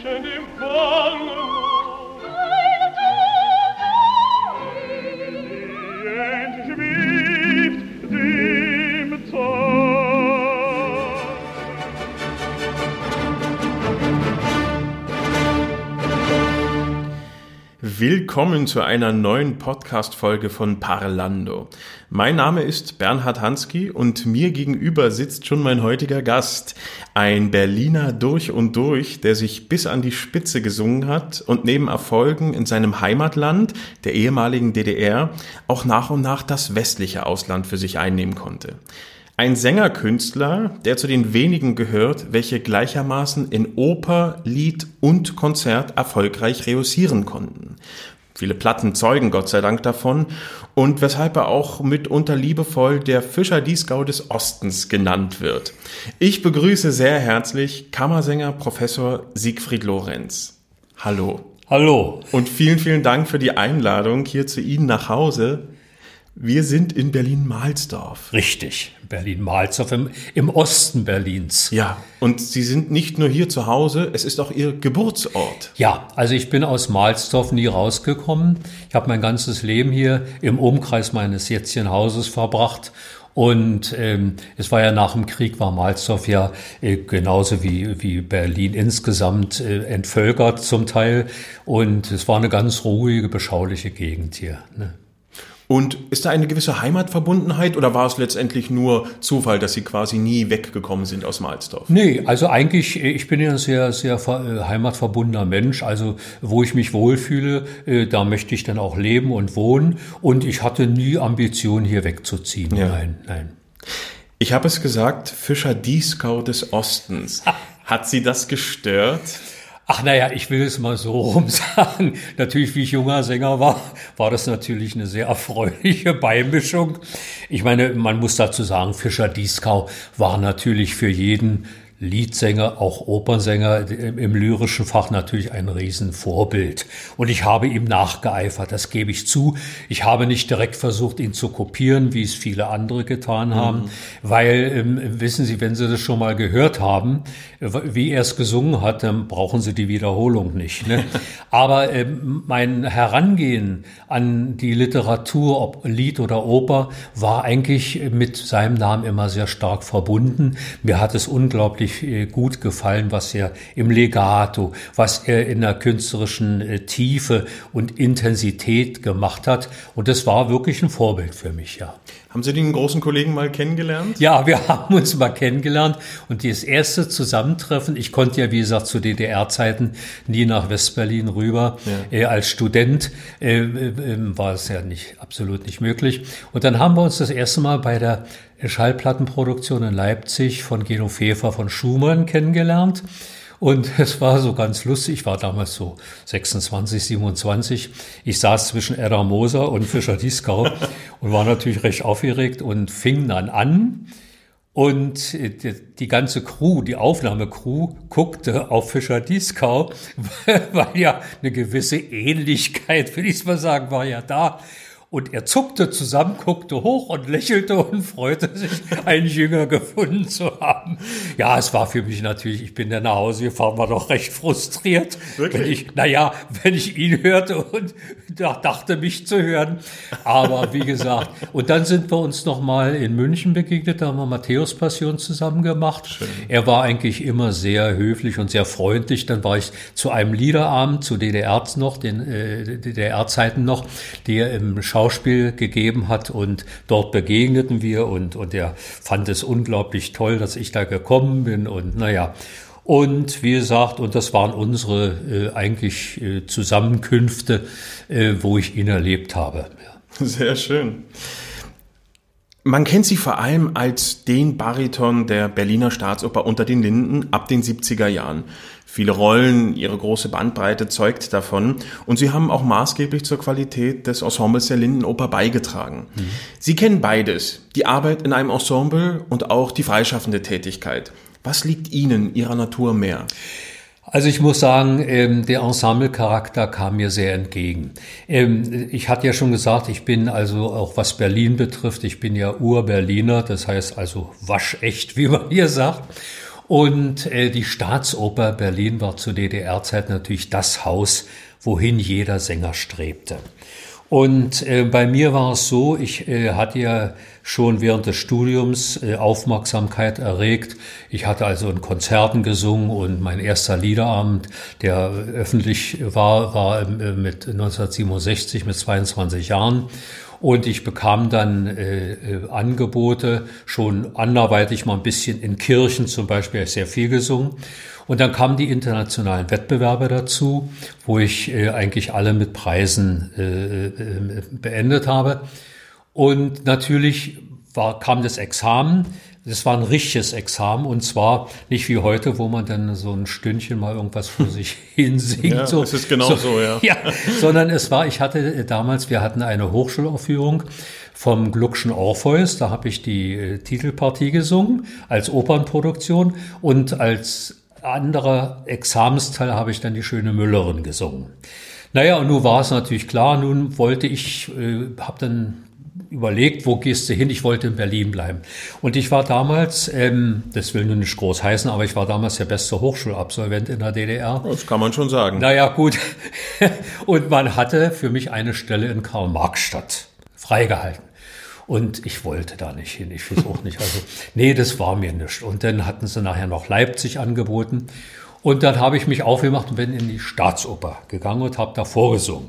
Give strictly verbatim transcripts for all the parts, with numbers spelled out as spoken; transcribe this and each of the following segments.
Menschen im Bangen. Entschwebt dem Tag. Willkommen zu einer neuen Podcast-Folge von Parlando. Mein Name ist Bernhard Hansky und mir gegenüber sitzt schon mein heutiger Gast, ein Berliner durch und durch, der sich bis an die Spitze gesungen hat und neben Erfolgen in seinem Heimatland, der ehemaligen D D R, auch nach und nach das westliche Ausland für sich einnehmen konnte. Ein Sängerkünstler, der zu den wenigen gehört, welche gleichermaßen in Oper, Lied und Konzert erfolgreich reüssieren konnten. Viele Platten zeugen Gott sei Dank davon und weshalb er auch mitunter liebevoll der Fischer-Dieskau des Ostens genannt wird. Ich begrüße sehr herzlich Kammersänger Professor Siegfried Lorenz. Hallo. Hallo. Und vielen, vielen Dank für die Einladung hier zu Ihnen nach Hause. Wir sind in Berlin-Mahlsdorf. Richtig, Berlin-Mahlsdorf im, im Osten Berlins. Ja, und Sie sind nicht nur hier zu Hause, es ist auch Ihr Geburtsort. Ja, also ich bin aus Mahlsdorf nie rausgekommen. Ich habe mein ganzes Leben hier im Umkreis meines jetzigen Hauses verbracht. Und ähm, es war ja nach dem Krieg, war Mahlsdorf ja äh, genauso wie, wie Berlin insgesamt äh, entvölkert zum Teil. Und es war eine ganz ruhige, beschauliche Gegend hier, ne? Und ist da eine gewisse Heimatverbundenheit oder war es letztendlich nur Zufall, dass Sie quasi nie weggekommen sind aus Mahlsdorf? Nee, also eigentlich, ich bin ja ein sehr, sehr heimatverbundener Mensch. Also wo ich mich wohlfühle, da möchte ich dann auch leben und wohnen. Und ich hatte nie Ambition, hier wegzuziehen. Ja. Nein, nein. Ich habe es gesagt, Fischer-Dieskau des Ostens. Hat Sie das gestört? Ach naja, ich will es mal so rum sagen. Natürlich, wie ich junger Sänger war, war das natürlich eine sehr erfreuliche Beimischung. Ich meine, man muss dazu sagen, Fischer-Dieskau war natürlich für jeden Liedsänger, auch Opernsänger im lyrischen Fach natürlich ein Riesenvorbild. Und ich habe ihm nachgeeifert, das gebe ich zu. Ich habe nicht direkt versucht, ihn zu kopieren, wie es viele andere getan haben, mhm. weil, ähm, wissen Sie, wenn Sie das schon mal gehört haben, wie er es gesungen hat, dann brauchen Sie die Wiederholung nicht, ne? Aber ähm, mein Herangehen an die Literatur, ob Lied oder Oper, war eigentlich mit seinem Namen immer sehr stark verbunden. Mir hat es unglaublich gut gefallen, was er im Legato, was er in der künstlerischen Tiefe und Intensität gemacht hat. Und das war wirklich ein Vorbild für mich, ja. Haben Sie den großen Kollegen mal kennengelernt? Ja, wir haben uns mal kennengelernt. Und das erste Zusammentreffen, ich konnte ja, wie gesagt, zu D D R-Zeiten nie nach Westberlin rüber. Ja. Äh, als Student äh, äh, war es ja nicht, absolut nicht möglich. Und dann haben wir uns das erste Mal bei der Schallplattenproduktion in Leipzig von Geno Pfeffer von Schumann kennengelernt. Und es war so ganz lustig, ich war damals so sechsundzwanzig, siebenundzwanzig. Ich saß zwischen Edda Moser und Fischer-Dieskau und war natürlich recht aufgeregt und fing dann an. Und die ganze Crew, die Aufnahmecrew, guckte auf Fischer-Dieskau, weil ja eine gewisse Ähnlichkeit, will ich mal sagen, war ja da. Und er zuckte zusammen, guckte hoch und lächelte und freute sich, einen Jünger gefunden zu haben. Ja, es war für mich natürlich, ich bin dann nach Hause gefahren, war doch recht frustriert. Wirklich? Wenn ich, naja, wenn ich ihn hörte und dachte, mich zu hören. Aber wie gesagt, und dann sind wir uns noch mal in München begegnet, da haben wir Matthäus-Passion zusammen gemacht. Schön. Er war eigentlich immer sehr höflich und sehr freundlich. Dann war ich zu einem Liederabend, zu D D R noch, den äh, D D R-Zeiten noch, der im Schauspiel gegeben hat und dort begegneten wir und, und er fand es unglaublich toll, dass ich da gekommen bin und naja. Und wie gesagt, und das waren unsere äh, eigentlich äh, Zusammenkünfte, äh, wo ich ihn erlebt habe. Ja. Sehr schön. Man kennt Sie vor allem als den Bariton der Berliner Staatsoper Unter den Linden ab den siebziger Jahren. Viele Rollen, Ihre große Bandbreite zeugt davon und Sie haben auch maßgeblich zur Qualität des Ensembles der Lindenoper beigetragen. Mhm. Sie kennen beides, die Arbeit in einem Ensemble und auch die freischaffende Tätigkeit. Was liegt Ihnen, Ihrer Natur mehr? Also ich muss sagen, ähm, der Ensemble-Charakter kam mir sehr entgegen. Ähm, ich hatte ja schon gesagt, ich bin also auch was Berlin betrifft, ich bin ja Ur-Berliner, das heißt also waschecht, wie man hier sagt. Und äh, die Staatsoper Berlin war zu D D R-Zeit natürlich das Haus, wohin jeder Sänger strebte. Und äh, bei mir war es so, ich äh, hatte ja schon während des Studiums äh, Aufmerksamkeit erregt. Ich hatte also in Konzerten gesungen und mein erster Liederabend, der öffentlich war, war äh, mit neunzehnhundertsiebenundsechzig mit zweiundzwanzig Jahren. Und ich bekam dann äh, äh, Angebote, schon anderweitig mal ein bisschen in Kirchen zum Beispiel, habe ich sehr viel gesungen. Und dann kamen die internationalen Wettbewerbe dazu, wo ich äh, eigentlich alle mit Preisen äh, äh, beendet habe. Und natürlich war, kam das Examen. Das war ein richtiges Examen und zwar nicht wie heute, wo man dann so ein Stündchen mal irgendwas vor sich hin singt. Ja, so, es ist genau so, so, ja. ja. Sondern es war, ich hatte damals, wir hatten eine Hochschulaufführung vom Gluckschen Orpheus, da habe ich die äh, Titelpartie gesungen als Opernproduktion und als anderer Examensteil habe ich dann die schöne Müllerin gesungen. Naja, und nun war es natürlich klar, nun wollte ich, äh, habe dann überlegt, wo gehst du hin? Ich wollte in Berlin bleiben. Und ich war damals, ähm, das will nur nicht groß heißen, aber ich war damals der beste Hochschulabsolvent in der D D R. Das kann man schon sagen. Naja, gut. Und man hatte für mich eine Stelle in Karl-Marx-Stadt freigehalten. Und ich wollte da nicht hin. Ich weiß auch nicht. Also, nee, das war mir nicht. Und dann hatten sie nachher noch Leipzig angeboten. Und dann habe ich mich aufgemacht und bin in die Staatsoper gegangen und habe da vorgesungen.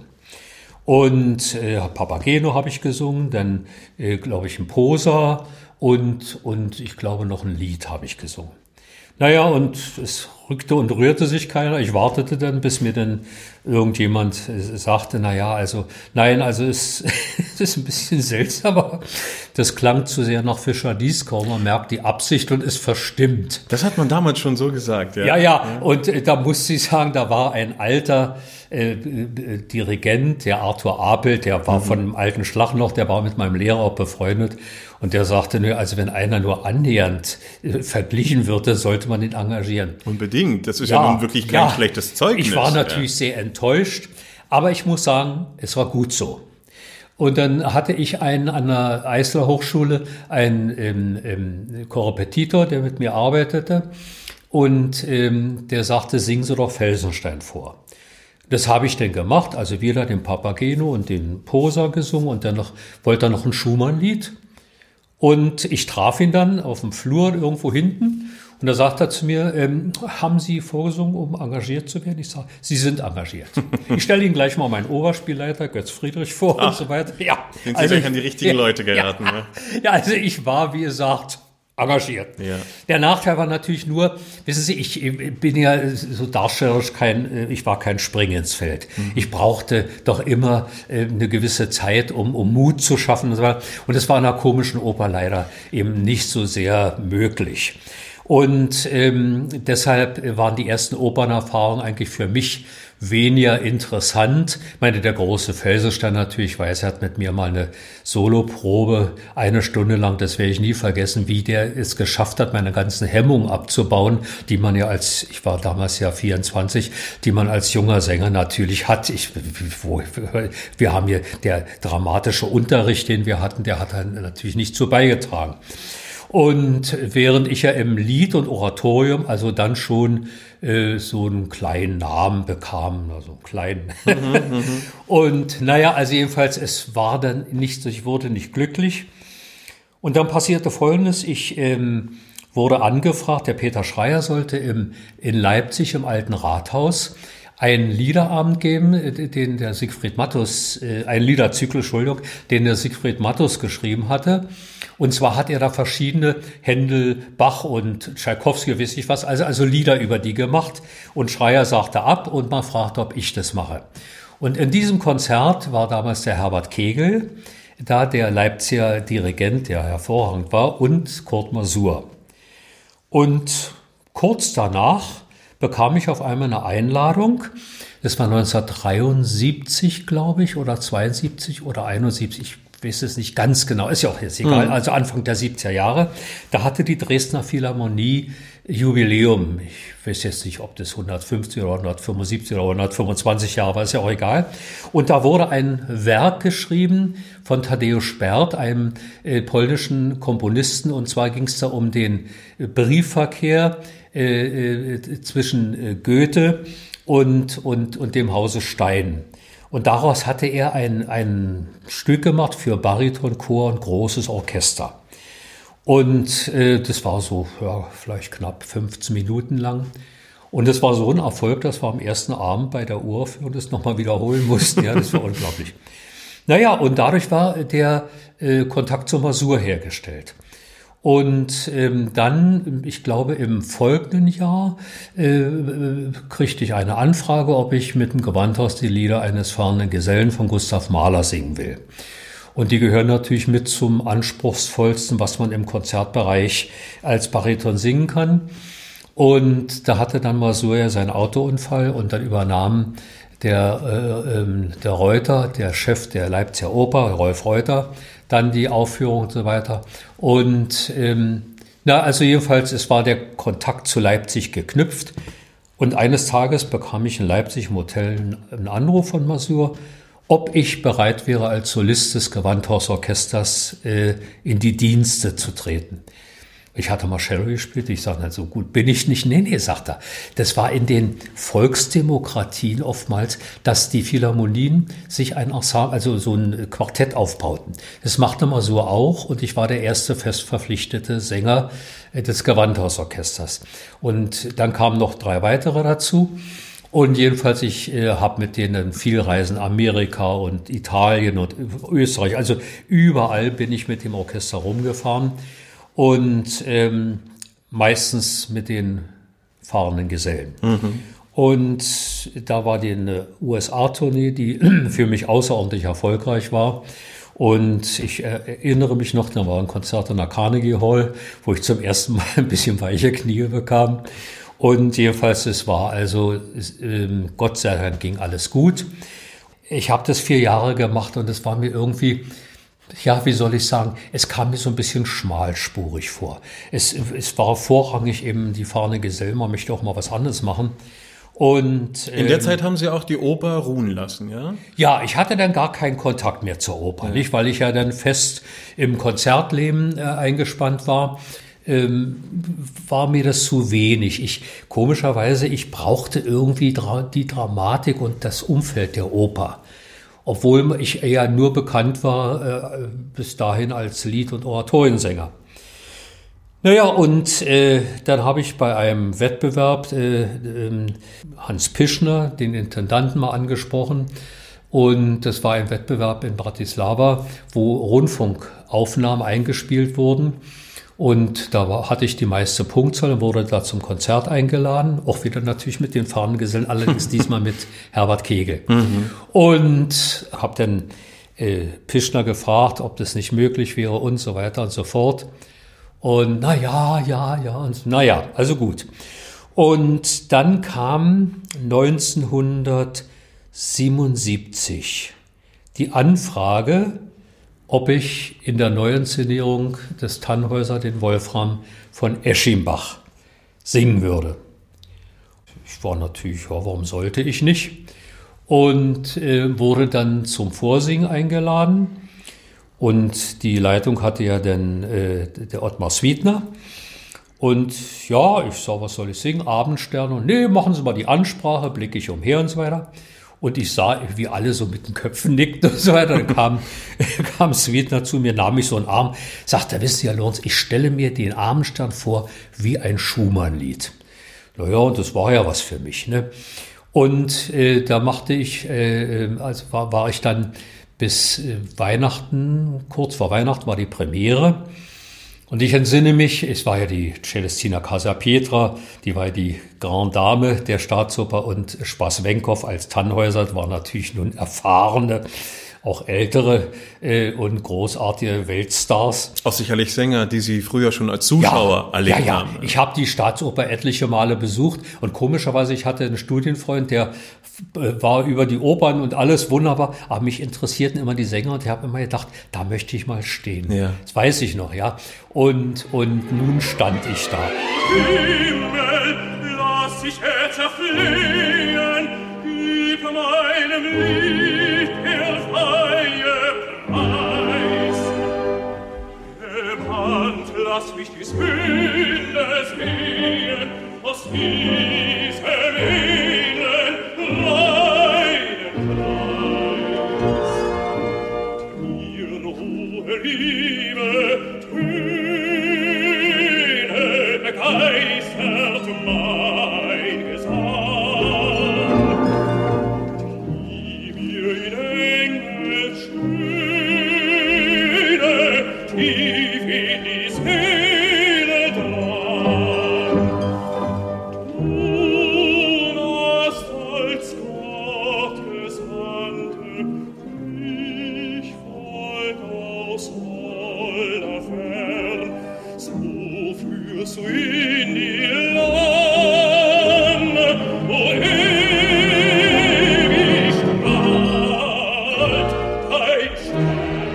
Und äh, Papageno habe ich gesungen, dann äh, glaube ich ein Posa und, und ich glaube noch ein Lied habe ich gesungen. Naja, und es rückte und rührte sich keiner. Ich wartete dann, bis mir dann irgendjemand sagte, na ja, also, nein, also es, es ist ein bisschen seltsam, aber das klang zu sehr nach Fischer-Dieskau. Man merkt die Absicht und ist verstimmt. Das hat man damals schon so gesagt, ja. Ja, ja, ja. Und äh, da musste ich sagen, da war ein alter äh, äh, Dirigent, der Arthur Apel, der war mhm. von dem alten Schlag noch, der war mit meinem Lehrer auch befreundet. Und der sagte, nö, also wenn einer nur annähernd äh, verglichen würde, sollte man ihn engagieren. Unbedingt. Das ist ja, ja nun wirklich kein ja, schlechtes Zeugnis. Ich war natürlich ja. sehr enttäuscht, aber ich muss sagen, es war gut so. Und dann hatte ich einen an der Eisler Hochschule, einen ähm, ähm, Korrepetitor, der mit mir arbeitete. Und ähm, der sagte, singen Sie doch Felsenstein vor. Das habe ich dann gemacht, also wieder den Papageno und den Posa gesungen und dann noch, wollte er noch ein Schumann-Lied. Und ich traf ihn dann auf dem Flur irgendwo hinten und da sagt er zu mir, ähm, haben Sie vorgesungen, um engagiert zu werden? Ich sage, Sie sind engagiert. Ich stelle Ihnen gleich mal meinen Oberspielleiter Götz Friedrich vor Ach, und so weiter. Ja, sind Sie also, gleich an die richtigen ja, Leute geraten. Ja, ne? Ja, also ich war, wie gesagt, engagiert. Ja. Der Nachteil war natürlich nur, wissen Sie, ich bin ja so darstellerisch kein, ich war kein Spring ins Feld. Mhm. Ich brauchte doch immer eine gewisse Zeit, um, um Mut zu schaffen und so weiter. Und das war in einer komischen Oper leider eben nicht so sehr möglich. Und ähm, deshalb waren die ersten Opernerfahrungen eigentlich für mich weniger interessant. Ich meine, der große Felsenstein natürlich, ich weiß, er hat mit mir mal eine Soloprobe, eine Stunde lang, das werde ich nie vergessen, wie der es geschafft hat, meine ganzen Hemmungen abzubauen, die man ja als, ich war damals ja vierundzwanzig, die man als junger Sänger natürlich hat. Ich, wo, wir haben hier, der dramatische Unterricht, den wir hatten, der hat dann natürlich nicht so beigetragen. Und während ich ja im Lied und Oratorium also dann schon äh, so einen kleinen Namen bekam, also einen kleinen. Mhm, und naja, also jedenfalls, es war dann nicht so, ich wurde nicht glücklich. Und dann passierte Folgendes, ich ähm, wurde angefragt, der Peter Schreier sollte im, in Leipzig im Alten Rathaus einen Liederabend geben, den der Siegfried Matthus, äh, einen Liederzyklus, Entschuldigung, den der Siegfried Matthus geschrieben hatte. Und zwar hat er da verschiedene Händel, Bach und Tschaikowski, weiß ich was, also, also Lieder über die gemacht. Und Schreier sagte ab und man fragte, ob ich das mache. Und in diesem Konzert war damals der Herbert Kegel, da der Leipziger Dirigent, der hervorragend war, und Kurt Masur. Und kurz danach bekam ich auf einmal eine Einladung. Das war neunzehnhundertdreiundsiebzig, glaube ich, oder zweiundsiebzig oder einundsiebzig. Ich weiß es nicht ganz genau, ist ja auch jetzt egal, mhm. also Anfang der siebziger Jahre. Da hatte die Dresdner Philharmonie Jubiläum. Ich weiß jetzt nicht, ob das hundertfünfzig oder hundertfünfundsiebzig oder hundertfünfundzwanzig Jahre war, ist ja auch egal. Und da wurde ein Werk geschrieben von Tadeusz Sperth, einem äh, polnischen Komponisten. Und zwar ging es da um den Briefverkehr äh, äh, zwischen äh, Goethe und, und, und dem Hause Stein. Und daraus hatte er ein, ein Stück gemacht für Bariton, Chor und großes Orchester. Und äh, das war so, ja, vielleicht knapp fünfzehn Minuten lang. Und das war so ein Erfolg, dass wir am ersten Abend bei der Uraufführung das nochmal wiederholen mussten. Ja, das war unglaublich. Naja, und dadurch war der äh, Kontakt zur Masur hergestellt. Und ähm, dann, ich glaube, im folgenden Jahr äh, kriegte ich eine Anfrage, ob ich mit dem Gewandhaus die Lieder eines fahrenden Gesellen von Gustav Mahler singen will. Und die gehören natürlich mit zum anspruchsvollsten, was man im Konzertbereich als Bariton singen kann. Und da hatte dann Masur seinen Autounfall und dann übernahm der, äh, ähm, der Reuter, der Chef der Leipziger Oper, Rolf Reuter, dann die Aufführung und so weiter. Und ähm, na, also jedenfalls, es war der Kontakt zu Leipzig geknüpft. Und eines Tages bekam ich in Leipzig im Hotel einen Anruf von Masur, ob ich bereit wäre, als Solist des Gewandhausorchesters äh, in die Dienste zu treten. Ich hatte mal Cello gespielt, ich sagte, so gut bin ich nicht. Nee, nee, sagt er. Das war in den Volksdemokratien oftmals, dass die Philharmonien sich ein Ensemble, also so ein Quartett aufbauten. Das machte Masur auch und ich war der erste fest verpflichtete Sänger des Gewandhausorchesters. Und dann kamen noch drei weitere dazu. Und jedenfalls, ich äh, habe mit denen viel Reisen, Amerika und Italien und Österreich, also überall bin ich mit dem Orchester rumgefahren. Und ähm, meistens mit den fahrenden Gesellen. Mhm. Und da war die eine U S A-Tournee, die für mich außerordentlich erfolgreich war. Und ich erinnere mich noch, da war ein Konzert in der Carnegie Hall, wo ich zum ersten Mal ein bisschen weiche Knie bekam. Und jedenfalls, es war also, es, ähm, Gott sei Dank ging alles gut. Ich habe das vier Jahre gemacht und es war mir irgendwie, ja, wie soll ich sagen, es kam mir so ein bisschen schmalspurig vor. Es, es war vorrangig eben die fahrende Gesellen, man möchte auch mal was anderes machen. Und in der ähm, Zeit haben Sie auch die Oper ruhen lassen, ja? Ja, ich hatte dann gar keinen Kontakt mehr zur Oper, ja. Nicht, weil ich ja dann fest im Konzertleben äh, eingespannt war. Ähm, war mir das zu wenig. Ich, komischerweise, ich brauchte irgendwie dra- die Dramatik und das Umfeld der Oper. Obwohl ich eher nur bekannt war, äh, bis dahin als Lied- und Oratoriensänger. Naja, und äh, dann habe ich bei einem Wettbewerb äh, äh, Hans Pischner, den Intendanten, mal angesprochen. Und das war ein Wettbewerb in Bratislava, wo Rundfunkaufnahmen eingespielt wurden. Und da war, hatte ich die meiste Punktzahl und wurde da zum Konzert eingeladen. Auch wieder natürlich mit den fahrenden Gesellen, allerdings diesmal mit Herbert Kegel. Mhm. Und habe dann äh, Pischner gefragt, ob das nicht möglich wäre und so weiter und so fort. Und na ja, ja, ja, und na ja, also gut. Und dann kam neunzehnhundertsiebenundsiebzig die Anfrage, ob ich in der Neuinszenierung des Tannhäuser den Wolfram von Eschimbach singen würde. Ich war natürlich, ja, warum sollte ich nicht? Und äh, wurde dann zum Vorsingen eingeladen. Und die Leitung hatte ja dann äh, der Ottmar Swiedner. Und ja, ich sag, was soll ich singen? Abendsterne. Und nee, machen Sie mal die Ansprache, blicke ich umher und so weiter. Und ich sah, wie alle so mit den Köpfen nickten und so weiter. Dann kam, kam Swiedner zu mir, nahm mich so einen Arm, sagte, wisst ihr, Herr Lorenz, ich stelle mir den Abendstern vor wie ein Schumann-Lied. Naja, und das war ja was für mich, ne? Und äh, da machte ich, äh, also war, war ich dann bis äh, Weihnachten, kurz vor Weihnachten war die Premiere. Und ich entsinne mich, es war ja die Celestina Casapietra, die war ja die Grande Dame der Staatsoper und Spaß Wenkow als Tannhäuser war natürlich nun erfahrene auch ältere äh, und großartige Weltstars. Auch sicherlich Sänger, die Sie früher schon als Zuschauer ja, erlebt ja, ja. haben. Ich habe die Staatsoper etliche Male besucht und komischerweise, ich hatte einen Studienfreund, der äh, war über die Opern und alles wunderbar, aber mich interessierten immer die Sänger und ich habe immer gedacht, da möchte ich mal stehen. Ja. Das weiß ich noch, ja. Und, und nun stand ich da. Himmel, lass sich Äther fliehen, gib meinem Lied der freie Preis. Gebannt, lass mich dies Wünde sehen, aus diesem edlen, reinen Preis. Dir hohe Liebe, Töne begeistert mein Gesang, die mir in Engelsschöne tief in die Seele drang. Du hast als Gottes Handel mich folg aus holder Fern, so führst du in die Lande, wo ewig strahlt dein Stern.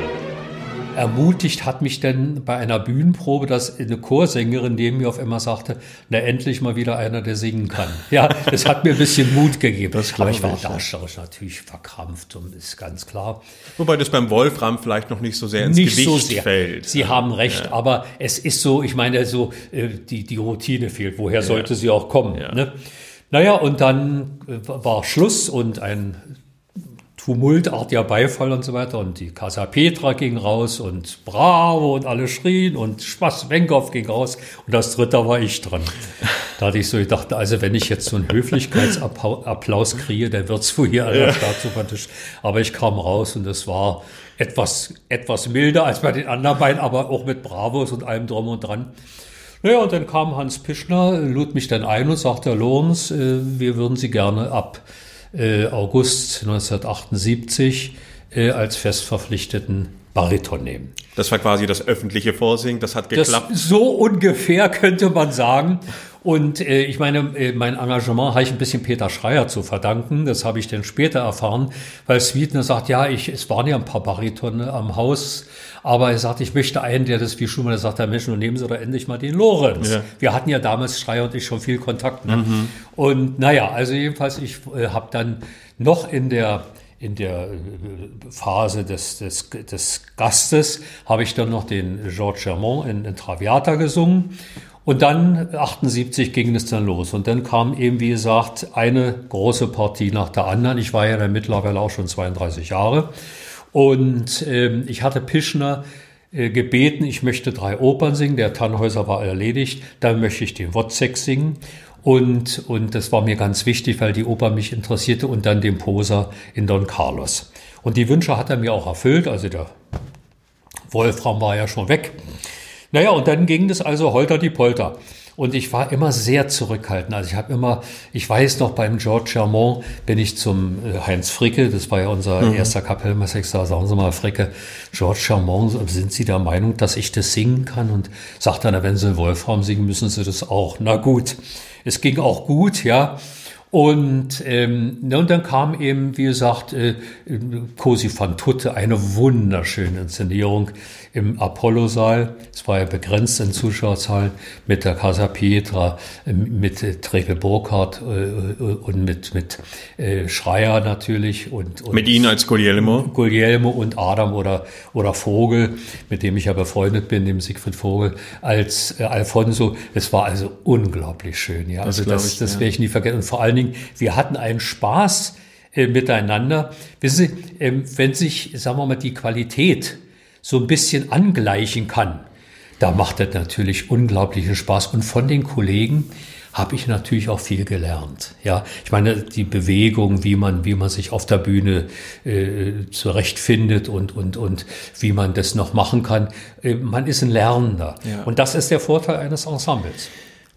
Ermutigt hat mich denn bei einer Bühnenprobe, dass eine Chorsängerin neben mir auf einmal sagte, na endlich mal wieder einer, der singen kann. Ja, das hat mir ein bisschen Mut gegeben. Das Aber ich war glaube ich, ja. darstellerisch natürlich verkrampft und ist ganz klar. Wobei das beim Wolfram vielleicht noch nicht so sehr ins Nicht Gewicht so sehr. fällt. Sie haben recht, aber es ist so, ich meine, so äh, die, die Routine fehlt. Woher sollte sie auch kommen? Ja. Ne? Naja, und dann äh, war Schluss und ein tumultartiger Beifall und so weiter. Und die Casa Petra ging raus und Bravo und alle schrien und Schwarzwenkow ging raus. Und als Dritter war ich dran. Da hatte ich so gedacht, also wenn ich jetzt so einen Höflichkeitsapplaus kriege, dann wird's wohl hier an der Staatsopertisch. Aber ich kam raus und es war etwas, etwas milder als bei den anderen beiden, aber auch mit Bravos und allem drum und dran. Naja, und dann kam Hans Pischner, lud mich dann ein und sagte, Herr Lorenz, äh, wir würden Sie gerne ab äh, August neunzehnhundertachtundsiebzig äh, als festverpflichteten Bariton nehmen. Das war quasi das öffentliche Vorsingen, das hat geklappt. Das, so ungefähr könnte man sagen. Und äh, ich meine, äh, mein Engagement habe ich ein bisschen Peter Schreier zu verdanken. Das habe ich dann später erfahren, weil Sweetner sagt, ja, ich, es waren ja ein paar Baritone am Haus, aber er sagt, ich möchte einen, der das wie Schumann sagt, der Mensch, nun nehmen Sie doch endlich mal den Lorenz. Ja. Wir hatten ja damals, Schreier und ich, schon viel Kontakt. Ne? Mhm. Und naja, also jedenfalls, ich äh, habe dann noch in der in der Phase des, des, des Gastes habe ich dann noch den Georges Germain in, in Traviata gesungen. Und dann, achtundsiebzig, ging es dann los. Und dann kam eben, wie gesagt, eine große Partie nach der anderen. Ich war ja dann mittlerweile auch schon zweiunddreißig Jahre. Und ähm, ich hatte Pischner äh, gebeten, ich möchte drei Opern singen. Der Tannhäuser war erledigt. Dann möchte ich den Wozzeck singen. Und, und das war mir ganz wichtig, weil die Oper mich interessierte. Und dann den Poser in Don Carlos. Und die Wünsche hat er mir auch erfüllt. Also der Wolfram war ja schon weg. Naja, und dann ging das also holter die Polter. Und ich war immer sehr zurückhaltend. Also ich habe immer, ich weiß noch, beim Georges Germain bin ich zum Heinz Fricke, das war ja unser mhm. erster Kapellmeister, ich sage, sagen Sie mal, Fricke, Georges Germain, sind Sie der Meinung, dass ich das singen kann? Und sagt dann, wenn Sie Wolfram singen, müssen Sie das auch. Na gut, es ging auch gut, ja. Und, ähm, und dann kam eben, wie gesagt, äh, Cosi fan tutte, eine wunderschöne Inszenierung im Apollo-Saal. Es war ja begrenzt in Zuschauerzahlen mit der Casa Pietra, äh, mit äh, Treppe Burkhardt äh, und mit, mit äh, Schreier natürlich. Und, und mit Ihnen als Guglielmo? Guglielmo und Adam oder, oder Vogel, mit dem ich ja befreundet bin, dem Siegfried Vogel, als äh, Alfonso. Es war also unglaublich schön. Ja, das also das, ich, das ja. werde ich nie vergessen. Und vor allen Dingen, wir hatten einen Spaß äh, miteinander. Wissen Sie, äh, wenn sich, sagen wir mal, die Qualität so ein bisschen angleichen kann, da macht das natürlich unglaublichen Spaß. Und von den Kollegen habe ich natürlich auch viel gelernt. Ja, ich meine, die Bewegung, wie man, wie man sich auf der Bühne äh, zurechtfindet und, und, und wie man das noch machen kann. Äh, man ist ein Lernender. Ja. Und das ist der Vorteil eines Ensembles.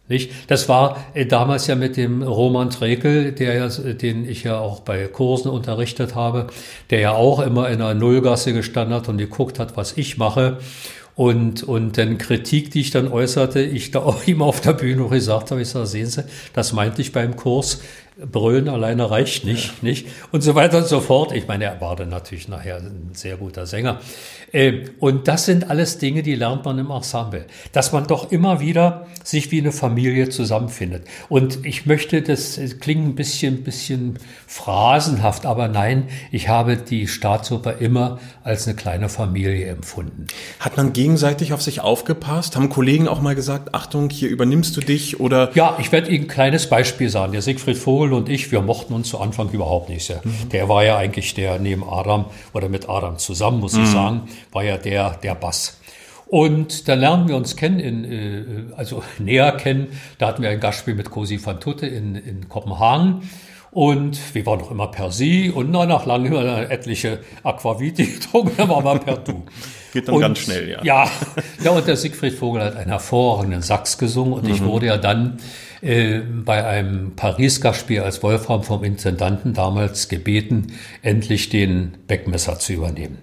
Nicht? Das war äh, damals ja mit dem Roman Trekel, der ja, den ich ja auch bei Kursen unterrichtet habe, der ja auch immer in einer Nullgasse gestanden hat und geguckt hat, was ich mache. Und, und dann Kritik, die ich dann äußerte, ich da auch ihm auf der Bühne gesagt habe, ich sage, sehen Sie, das meinte ich beim Kurs, Brüllen alleine reicht nicht, ja. nicht? Und so weiter und so fort. Ich meine, er war dann natürlich nachher ein sehr guter Sänger. Und das sind alles Dinge, die lernt man im Ensemble. Dass man doch immer wieder sich wie eine Familie zusammenfindet. Und ich möchte, das klingt ein bisschen, bisschen phrasenhaft, aber nein, ich habe die Staatsoper immer als eine kleine Familie empfunden. Hat man gegenseitig auf sich aufgepasst? Haben Kollegen auch mal gesagt, Achtung, hier übernimmst du dich oder? Ja, ich werde Ihnen ein kleines Beispiel sagen. Der Siegfried Vogel und ich, wir mochten uns zu Anfang überhaupt nicht sehr. Mhm. Der war ja eigentlich der neben Adam oder mit Adam zusammen, muss mhm. ich sagen, war ja der, der Bass. Und dann lernen wir uns kennen, in, also näher kennen. Da hatten wir ein Gastspiel mit Cosi van Tutte in, in Kopenhagen. Und wir waren noch immer per Sie und nach langem etliche Aquaviti getrunken, dann waren wir per Du. Geht dann und, ganz schnell, ja. Ja, ja, und der Siegfried Vogel hat einen hervorragenden Sax gesungen und mhm. ich wurde ja dann äh, bei einem Paris-Gastspiel als Wolfram vom Intendanten damals gebeten, endlich den Beckmesser zu übernehmen.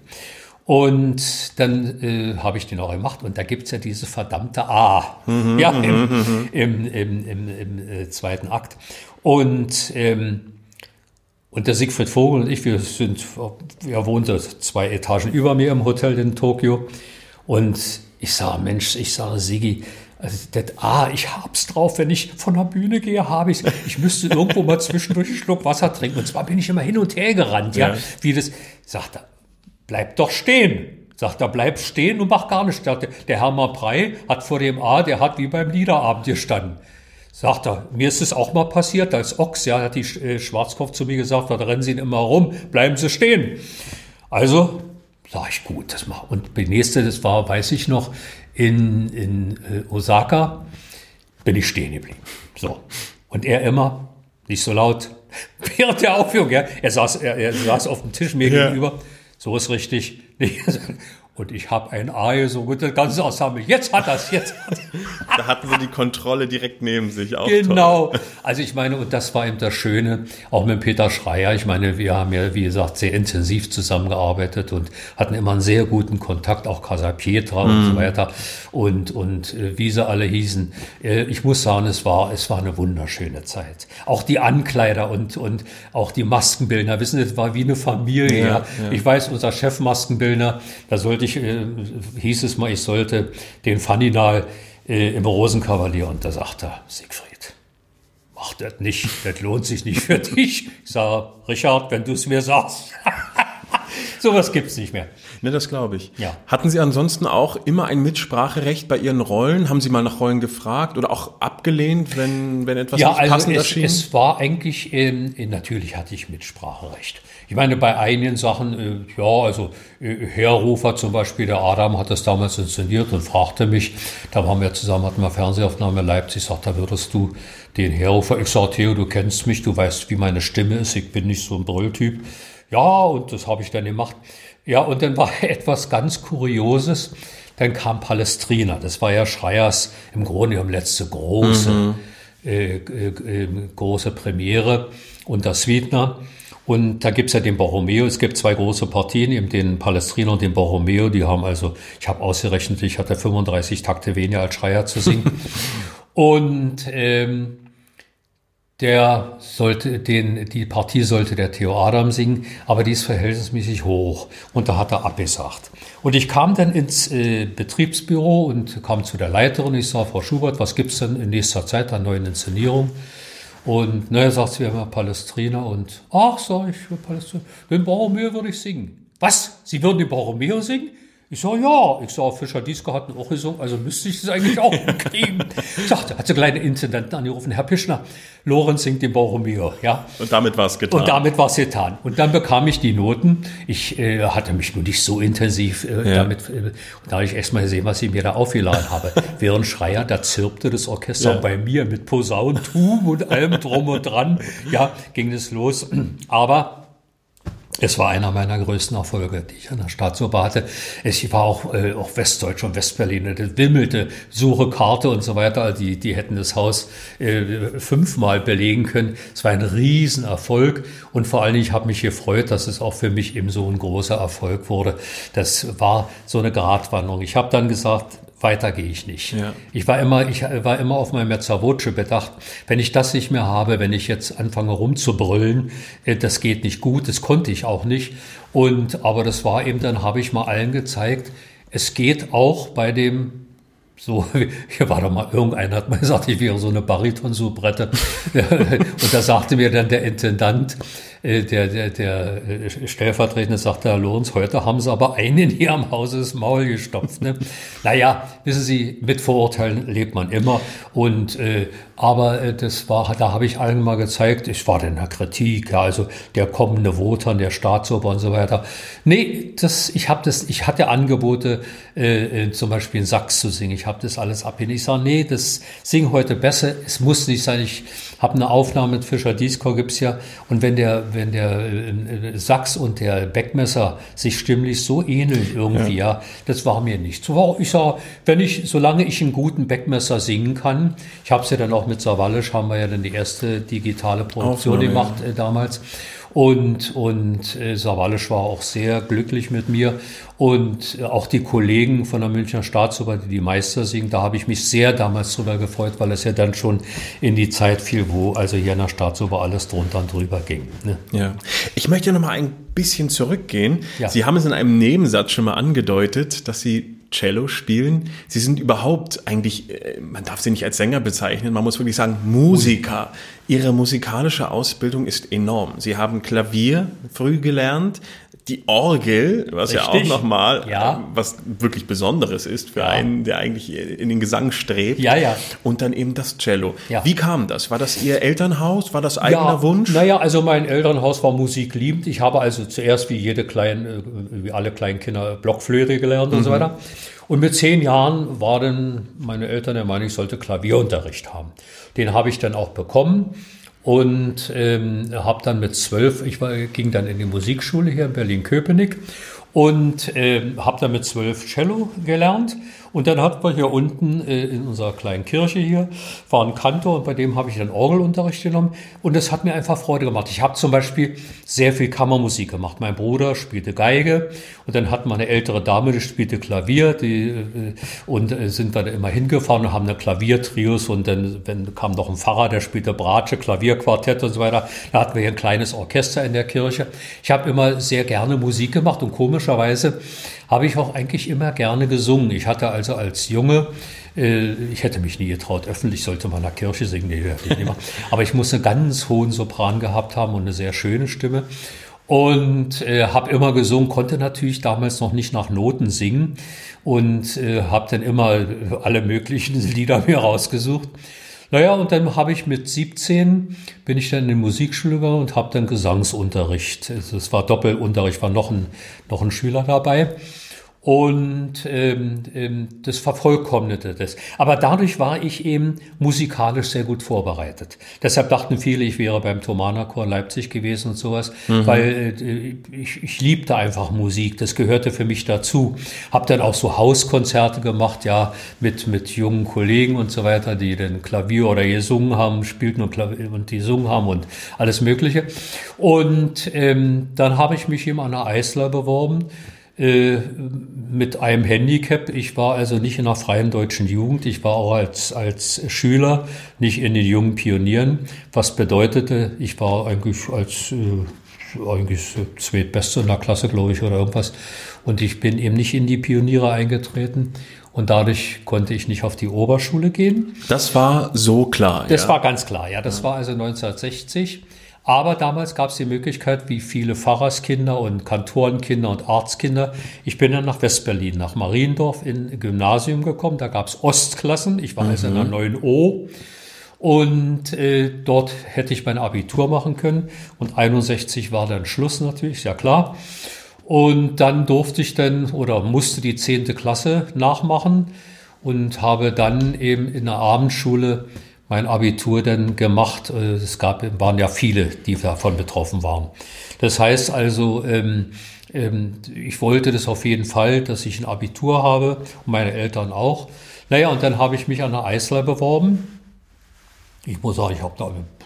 Und dann äh, habe ich den auch gemacht und da gibt's ja diese verdammte A mhm, ja, im, mhm. im, im, im, im äh, zweiten Akt. Und, ähm, und der Siegfried Vogel und ich, wir sind, er wohnte zwei Etagen über mir im Hotel in Tokio. Und ich sage, Mensch, ich sage, Sigi, also das, ah, ich hab's drauf, wenn ich von der Bühne gehe, habe ich's. Ich müsste irgendwo mal zwischendurch einen Schluck Wasser trinken. Und zwar bin ich immer hin und her gerannt, ja, ja. wie das, sagt er, bleib doch stehen. Sagt er, bleib stehen und mach gar nichts. Der, der Hermann Prey hat vor dem A, der hat wie beim Liederabend gestanden. Sagt er, mir ist es auch mal passiert, als Ochs, ja, hat die äh, Schwarzkopf zu mir gesagt, da rennen Sie immer rum, bleiben Sie stehen. Also, sag ich, gut, das mach. Und die nächste, das war, weiß ich noch, in, in äh, Osaka, bin ich stehen geblieben. So. Und er immer, nicht so laut, während der Aufführung, ja, er saß, er, er saß auf dem Tisch mir ja. gegenüber, so ist richtig. Und ich habe ein A so gut, das ganze Ensemble. Jetzt hat das, jetzt hat das. Da hatten sie die Kontrolle direkt neben sich. Auch genau. Toll. Also ich meine, und das war eben das Schöne, auch mit Peter Schreier. Ich meine, wir haben ja, wie gesagt, sehr intensiv zusammengearbeitet und hatten immer einen sehr guten Kontakt, auch Casa Pietra mm. und so weiter. Und, und äh, wie sie alle hießen. Äh, ich muss sagen, es war, es war eine wunderschöne Zeit. Auch die Ankleider und, und auch die Maskenbildner. Wissen Sie, es war wie eine Familie. Ja, ja. Ja. Ich weiß, unser Chefmaskenbildner, da sollte ich, äh, hieß es mal, ich sollte den Faninal äh, im Rosenkavalier, und da sagt er, Siegfried, mach das nicht, das lohnt sich nicht für dich. Ich sage, Richard, wenn du es mir sagst. Sowas gibt's nicht mehr. Ne, das glaube ich. Ja. Hatten Sie ansonsten auch immer ein Mitspracherecht bei Ihren Rollen? Haben Sie mal nach Rollen gefragt oder auch abgelehnt, wenn, wenn etwas ja, nicht also passend es, erschien? Es war eigentlich, ähm, natürlich hatte ich Mitspracherecht. Ich meine, bei einigen Sachen, äh, ja, also äh, Heerrufer zum Beispiel, der Adam hat das damals inszeniert und fragte mich, da waren wir zusammen, hatten wir Fernsehaufnahme in Leipzig, sagt, da würdest du den Heerrufer, ich sag, Theo, du kennst mich, du weißt, wie meine Stimme ist, ich bin nicht so ein Brülltyp. Ja, und das habe ich dann gemacht. Ja, und dann war etwas ganz Kurioses. Dann kam Palestrina. Das war ja Schreiers im Grunde genommen letzte große, mhm. äh, äh, große Premiere unter Sweetner. Und da gibt's ja den Borromeo. Es gibt zwei große Partien, eben den Palestrina und den Borromeo. Die haben also, ich habe ausgerechnet, ich hatte fünfunddreißig Takte weniger als Schreier zu singen. Und ähm, Der sollte den, die Partie sollte der Theo Adam singen, aber die ist verhältnismäßig hoch. Und da hat er abgesagt. Und ich kam dann ins äh, Betriebsbüro und kam zu der Leiterin. Ich sage, Frau Schubert, was gibt's denn in nächster Zeit an neuen Inszenierungen? Und naja, sagt sie, wir haben ja Palestrina. Und ach, sag ich, Palestrina, den Borromeo würde ich singen. Was? Sie würden den Borromeo singen? Ich sage, ja. Ich sage, Fischer-Diesko hat ihn auch gesungen, also müsste ich das eigentlich auch kriegen. Ich sagte, hat so kleine Intendanten angerufen, Herr Pischner, Lorenz singt den Borromeo, ja. Und damit war es getan. Und damit war es getan. Und dann bekam ich die Noten. Ich äh, hatte mich nur nicht so intensiv äh, ja. damit, äh, und da habe ich erst mal gesehen, was ich mir da aufgeladen habe. Während Schreier, da zirpte das Orchester ja. bei mir mit Posaunentum und allem drum und dran. Ja, ging es los. Aber Es war einer meiner größten Erfolge, die ich an der Staatsoper hatte. Ich war auch, äh, auch Westdeutsch und Westberlin, das wimmelte, Suche, Karte und so weiter. Die, die hätten das Haus äh, fünfmal belegen können. Es war ein Riesenerfolg und vor allen Dingen, ich habe mich gefreut, dass es auch für mich eben so ein großer Erfolg wurde. Das war so eine Gratwanderung. Ich habe dann gesagt, weiter gehe ich nicht. Ja. Ich war immer, ich war immer auf mein Mezza Voce bedacht. Wenn ich das nicht mehr habe, wenn ich jetzt anfange rumzubrüllen, das geht nicht gut, das konnte ich auch nicht. Und, aber das war eben, dann habe ich mal allen gezeigt, es geht auch bei dem, so, hier war doch mal, irgendeiner hat mal gesagt, ich wäre so eine Bariton-Soubrette. Und da sagte mir dann der Intendant, der, der, der Stellvertretende, sagte, Herr Lorenz, heute haben Sie aber einen hier am Hause das Maul gestopft. Ne? Naja, wissen Sie, mit Vorurteilen lebt man immer. Und, äh, aber das war, da habe ich allen mal gezeigt, ich war in der Kritik, ja, also der kommende Wotan, der Staatsoper und so weiter. Nee, das, ich habe das, ich hatte Angebote, äh, zum Beispiel in Sachs zu singen. Ich habe das alles abgelehnt. Ich sage, nee, das sing heute besser. Es muss nicht sein. Ich habe eine Aufnahme mit Fischer-Dieskau, gibt's ja. Und wenn der, wenn der äh, Sax und der Beckmesser sich stimmlich so ähneln irgendwie, ja, ja das war mir nicht. So, ich sage, wenn ich, solange ich einen guten Beckmesser singen kann, ich habe es ja dann auch mit Sawallisch, haben wir ja dann die erste digitale Produktion Aufnahme, gemacht äh, damals. Und, und äh, Sawallisch war auch sehr glücklich mit mir. Und äh, auch die Kollegen von der Münchner Staatsoper, die die Meister singen, da habe ich mich sehr damals drüber gefreut, weil es ja dann schon in die Zeit fiel, wo also hier in der Staatsoper alles drunter und drüber ging. Ne? Ja, ich möchte noch mal ein bisschen zurückgehen. Ja. Sie haben es in einem Nebensatz schon mal angedeutet, dass Sie Cello spielen. Sie sind überhaupt eigentlich, man darf Sie nicht als Sänger bezeichnen, man muss wirklich sagen Musiker. Ihre musikalische Ausbildung ist enorm. Sie haben Klavier früh gelernt, die Orgel, was Richtig. ja auch nochmal ja. was wirklich Besonderes ist für ja. einen, der eigentlich in den Gesang strebt. Ja, ja. Und dann eben das Cello. Ja. Wie kam das? War das Ihr Elternhaus? War das eigener ja, Wunsch? Naja, also mein Elternhaus war musikliebend. Ich habe also zuerst wie jede kleine, wie alle kleinen Kinder Blockflöte gelernt und mhm. so weiter. Und mit zehn Jahren waren meine Eltern der Meinung, ich sollte Klavierunterricht haben. Den habe ich dann auch bekommen. Und ähm, habe dann mit zwölf, ich war, ging dann in die Musikschule hier in Berlin-Köpenick und äh, habe dann mit zwölf Cello gelernt. Und dann hatten wir hier unten äh, in unserer kleinen Kirche hier, war ein Kantor und bei dem habe ich dann Orgelunterricht genommen. Und das hat mir einfach Freude gemacht. Ich habe zum Beispiel sehr viel Kammermusik gemacht. Mein Bruder spielte Geige und dann hatten wir eine ältere Dame, die spielte Klavier. Die, äh, und äh, sind wir da immer hingefahren und haben eine Klaviertrios. Und dann, dann kam noch ein Pfarrer, der spielte Bratsche, Klavierquartett und so weiter. Da hatten wir hier ein kleines Orchester in der Kirche. Ich habe immer sehr gerne Musik gemacht und komischerweise habe ich auch eigentlich immer gerne gesungen. Ich hatte also als Junge, äh, ich hätte mich nie getraut, öffentlich sollte man in der Kirche singen, nee, ich nicht machen. Aber ich muss einen ganz hohen Sopran gehabt haben und eine sehr schöne Stimme. Und äh, habe immer gesungen, konnte natürlich damals noch nicht nach Noten singen und äh, habe dann immer alle möglichen Lieder mir rausgesucht. Naja, und dann habe ich mit siebzehn, bin ich dann in die Musikschule gegangen und habe dann Gesangsunterricht. Es war Doppelunterricht, war noch ein, noch ein Schüler dabei. Und ähm, ähm, das vervollkommnete das. Aber dadurch war ich eben musikalisch sehr gut vorbereitet. Deshalb dachten viele, ich wäre beim Thomanerchor Leipzig gewesen und sowas, mhm. weil äh, ich, ich liebte einfach Musik. Das gehörte für mich dazu. Hab dann auch so Hauskonzerte gemacht, ja, mit mit jungen Kollegen und so weiter, die dann Klavier oder gesungen haben, spielten und, Klavier und die gesungen haben und alles Mögliche. Und ähm, dann habe ich mich eben an der Eisler beworben. Mit einem Handicap. Ich war also nicht in der Freien Deutschen Jugend. Ich war auch als, als Schüler nicht in den jungen Pionieren. Was bedeutete, ich war eigentlich als, äh, eigentlich zweitbeste in der Klasse, glaube ich, oder irgendwas. Und ich bin eben nicht in die Pioniere eingetreten. Und dadurch konnte ich nicht auf die Oberschule gehen. Das war so klar, Das ja? war ganz klar, ja. Das ja. war also neunzehnhundertsechzig. Aber damals gab es die Möglichkeit, wie viele Pfarrerskinder und Kantorenkinder und Arztkinder. Ich bin dann nach Westberlin, nach Mariendorf in Gymnasium gekommen. Da gab es Ostklassen. Ich war mhm. also in der neun O. Und äh, dort hätte ich mein Abitur machen können. Und einundsechzig war dann Schluss natürlich, ist ja klar. Und dann durfte ich dann oder musste die zehnte Klasse nachmachen und habe dann eben in der Abendschule mein Abitur dann gemacht. Es gab, waren ja viele, die davon betroffen waren. Das heißt also, ähm, ähm, ich wollte das auf jeden Fall, dass ich ein Abitur habe und meine Eltern auch. Naja, und dann habe ich mich an der Eisler beworben. Ich muss sagen, ich habe da,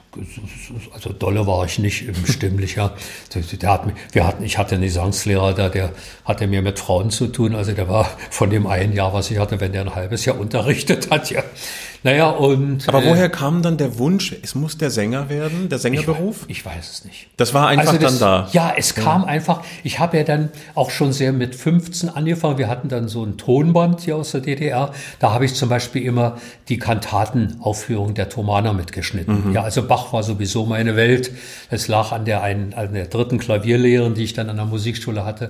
also dolle war ich nicht stimmlich, ja. Der hat, wir hatten, ich hatte einen Gesangslehrer da, der hatte mir mit Frauen zu tun, also der war von dem einen Jahr, was ich hatte, wenn der ein halbes Jahr unterrichtet hat, ja. Naja, und... Aber äh, woher kam dann der Wunsch, es muss der Sänger werden, der Sängerberuf? Ich, ich weiß es nicht. Das war einfach also das, dann da? Ja, es kam ja. einfach, ich habe ja dann auch schon sehr mit fünfzehn angefangen, wir hatten dann so ein Tonband hier aus der D D R, da habe ich zum Beispiel immer die Kantatenaufführung der Thomaner mitgeschnitten. Mhm. Ja, also Bach war sowieso meine Welt, es lag an der, einen, an der dritten Klavierlehrerin, die ich dann an der Musikschule hatte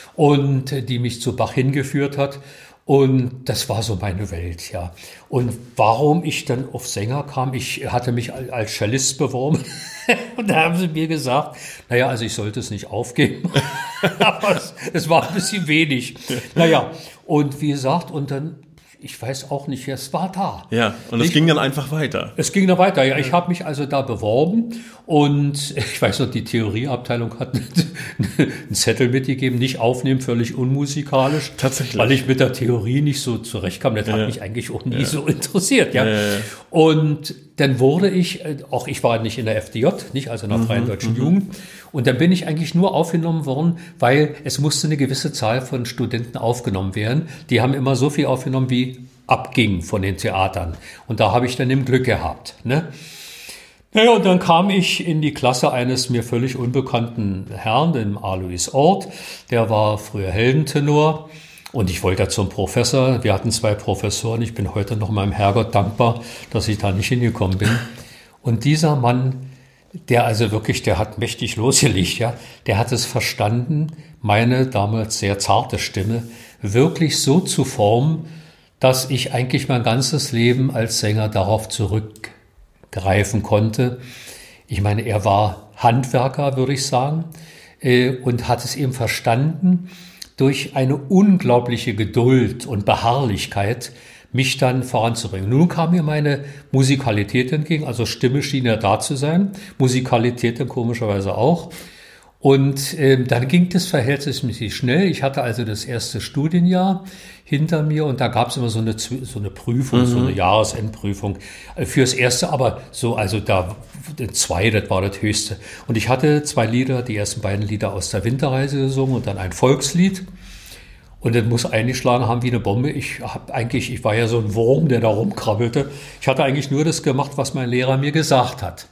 und die mich zu Bach hingeführt hat. Und das war so meine Welt, ja. Und warum ich dann auf Sänger kam, ich hatte mich als Cellist beworben und da haben sie mir gesagt, naja, also ich sollte es nicht aufgeben, aber es, es war ein bisschen wenig. Naja, und wie gesagt, und dann, ich weiß auch nicht, es war da. Ja, und es ich, ging dann einfach weiter. Es ging dann weiter, ja. Ich habe mich also da beworben und ich weiß noch, die Theorieabteilung hat einen Zettel mitgegeben, nicht aufnehmen, völlig unmusikalisch. Tatsächlich. Weil ich mit der Theorie nicht so zurechtkam. Das ja. hat mich eigentlich auch nie ja. so interessiert, ja. Ja, ja, ja. Und dann wurde ich, auch ich war nicht in der F D J, nicht, also in der Freien mhm, Deutschen mhm. Jugend. Und dann bin ich eigentlich nur aufgenommen worden, weil es musste eine gewisse Zahl von Studenten aufgenommen werden. Die haben immer so viel aufgenommen, wie abging von den Theatern. Und da habe ich dann im Glück gehabt, ne? Naja, und dann kam ich in die Klasse eines mir völlig unbekannten Herrn, dem Alois Ort. Der war früher Heldentenor. Und ich wollte zum Professor. Wir hatten zwei Professoren. Ich bin heute noch meinem Herrgott dankbar, dass ich da nicht hingekommen bin. Und dieser Mann, der also wirklich, der hat mächtig losgelegt, ja, der hat es verstanden, meine damals sehr zarte Stimme wirklich so zu formen, dass ich eigentlich mein ganzes Leben als Sänger darauf zurückgreifen konnte. Ich meine, er war Handwerker, würde ich sagen, und hat es eben verstanden, durch eine unglaubliche Geduld und Beharrlichkeit mich dann voranzubringen. Nun kam mir meine Musikalität entgegen, also Stimme schien ja da zu sein, Musikalität dann komischerweise auch. Und äh, dann ging das verhältnismäßig schnell. Ich hatte also das erste Studienjahr hinter mir und da gab es immer so eine, so eine Prüfung, mhm. so eine Jahresendprüfung. Fürs erste aber so, also da zwei, das war das höchste. Und ich hatte zwei Lieder, die ersten beiden Lieder aus der Winterreise gesungen und dann ein Volkslied. Und das muss eingeschlagen haben wie eine Bombe. Ich habe eigentlich, ich war ja so ein Wurm, der da rumkrabbelte. Ich hatte eigentlich nur das gemacht, was mein Lehrer mir gesagt hat.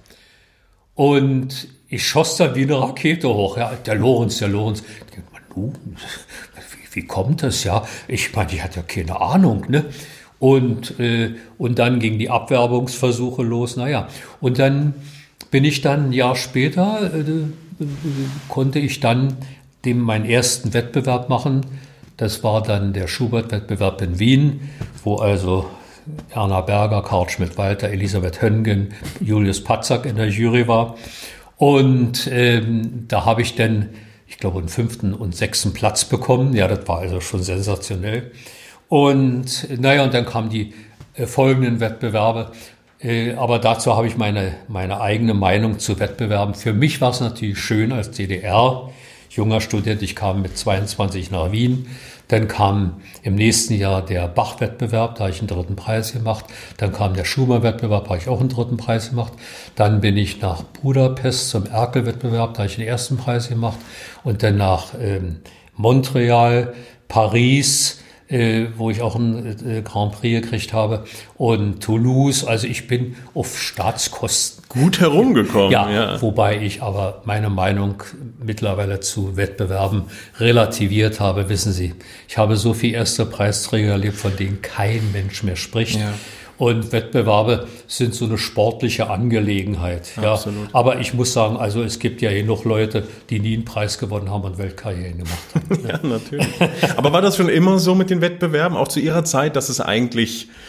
Und ich schoss dann wie eine Rakete hoch. Ja, der Lorenz, der Lorenz. Wie, wie kommt das, ja? Ich meine, ich hatte ja keine Ahnung, ne? Und, äh, und dann gingen die Abwerbungsversuche los. Naja, und dann bin ich dann ein Jahr später, äh, äh, konnte ich dann dem meinen ersten Wettbewerb machen. Das war dann der Schubert-Wettbewerb in Wien, wo also Erna Berger, Karl Schmidt-Walter, Elisabeth Höngen, Julius Patzak in der Jury war. Und ähm, da habe ich dann, ich glaube, einen fünften und sechsten Platz bekommen. Ja, das war also schon sensationell. Und naja, und dann kamen die äh, folgenden Wettbewerbe. Äh, aber dazu habe ich meine, meine eigene Meinung zu Wettbewerben. Für mich war es natürlich schön als D D R, junger Student. Ich kam mit zweiundzwanzig nach Wien. Dann kam im nächsten Jahr der Bach-Wettbewerb, da habe ich einen dritten Preis gemacht. Dann kam der Schumann-Wettbewerb, da habe ich auch einen dritten Preis gemacht. Dann bin ich nach Budapest zum Erkel-Wettbewerb, da habe ich den ersten Preis gemacht. Und dann nach ähm, Montreal, Paris, äh, wo ich auch einen äh, Grand Prix gekriegt habe, und Toulouse. Also ich bin auf Staatskosten gut herumgekommen. Ja, ja, wobei ich aber meine Meinung mittlerweile zu Wettbewerben relativiert habe. Wissen Sie, ich habe so viele erste Preisträger erlebt, von denen kein Mensch mehr spricht. Ja. Und Wettbewerbe sind so eine sportliche Angelegenheit. Ja. Absolut. Aber ich muss sagen, also es gibt ja genug Leute, die nie einen Preis gewonnen haben und Weltkarrieren gemacht haben. Ja, natürlich. Aber war das schon immer so mit den Wettbewerben, auch zu Ihrer Zeit, dass es eigentlich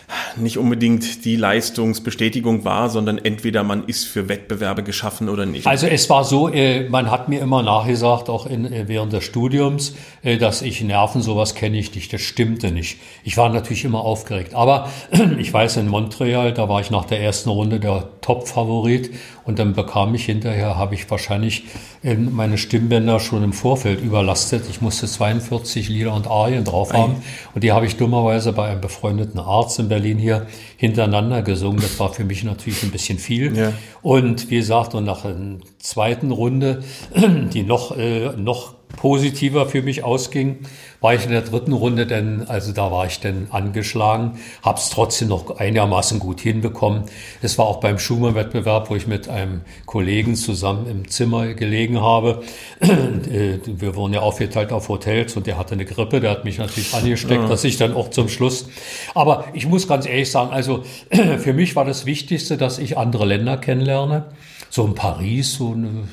nicht unbedingt die Leistungsbestätigung war, sondern entweder man ist für Wettbewerbe geschaffen oder nicht. Also es war so, äh, man hat mir immer nachgesagt, auch in, äh, während des Studiums, äh, dass ich Nerven, sowas kenne ich nicht. Das stimmte nicht. Ich war natürlich immer aufgeregt. Aber ich weiß, in Montreal, da war ich nach der ersten Runde der Top-Favorit und dann bekam ich hinterher, habe ich wahrscheinlich äh, meine Stimmbänder schon im Vorfeld überlastet. Ich musste zweiundvierzig Lieder und Arien drauf haben und die habe ich dummerweise bei einem befreundeten Arzt in Berlin hier hintereinander gesungen. Das war für mich natürlich ein bisschen viel. Ja. Und wie gesagt, und nach der zweiten Runde, die noch, äh, noch positiver für mich ausging, war ich in der dritten Runde, denn also da war ich dann angeschlagen, habe es trotzdem noch einigermaßen gut hinbekommen. Es war auch beim Schumann-Wettbewerb, wo ich mit einem Kollegen zusammen im Zimmer gelegen habe. Wir wurden ja aufgeteilt auf Hotels und der hatte eine Grippe, der hat mich natürlich angesteckt, ja. dass ich dann auch zum Schluss. Aber ich muss ganz ehrlich sagen, also für mich war das Wichtigste, dass ich andere Länder kennenlerne. So in Paris, so eine,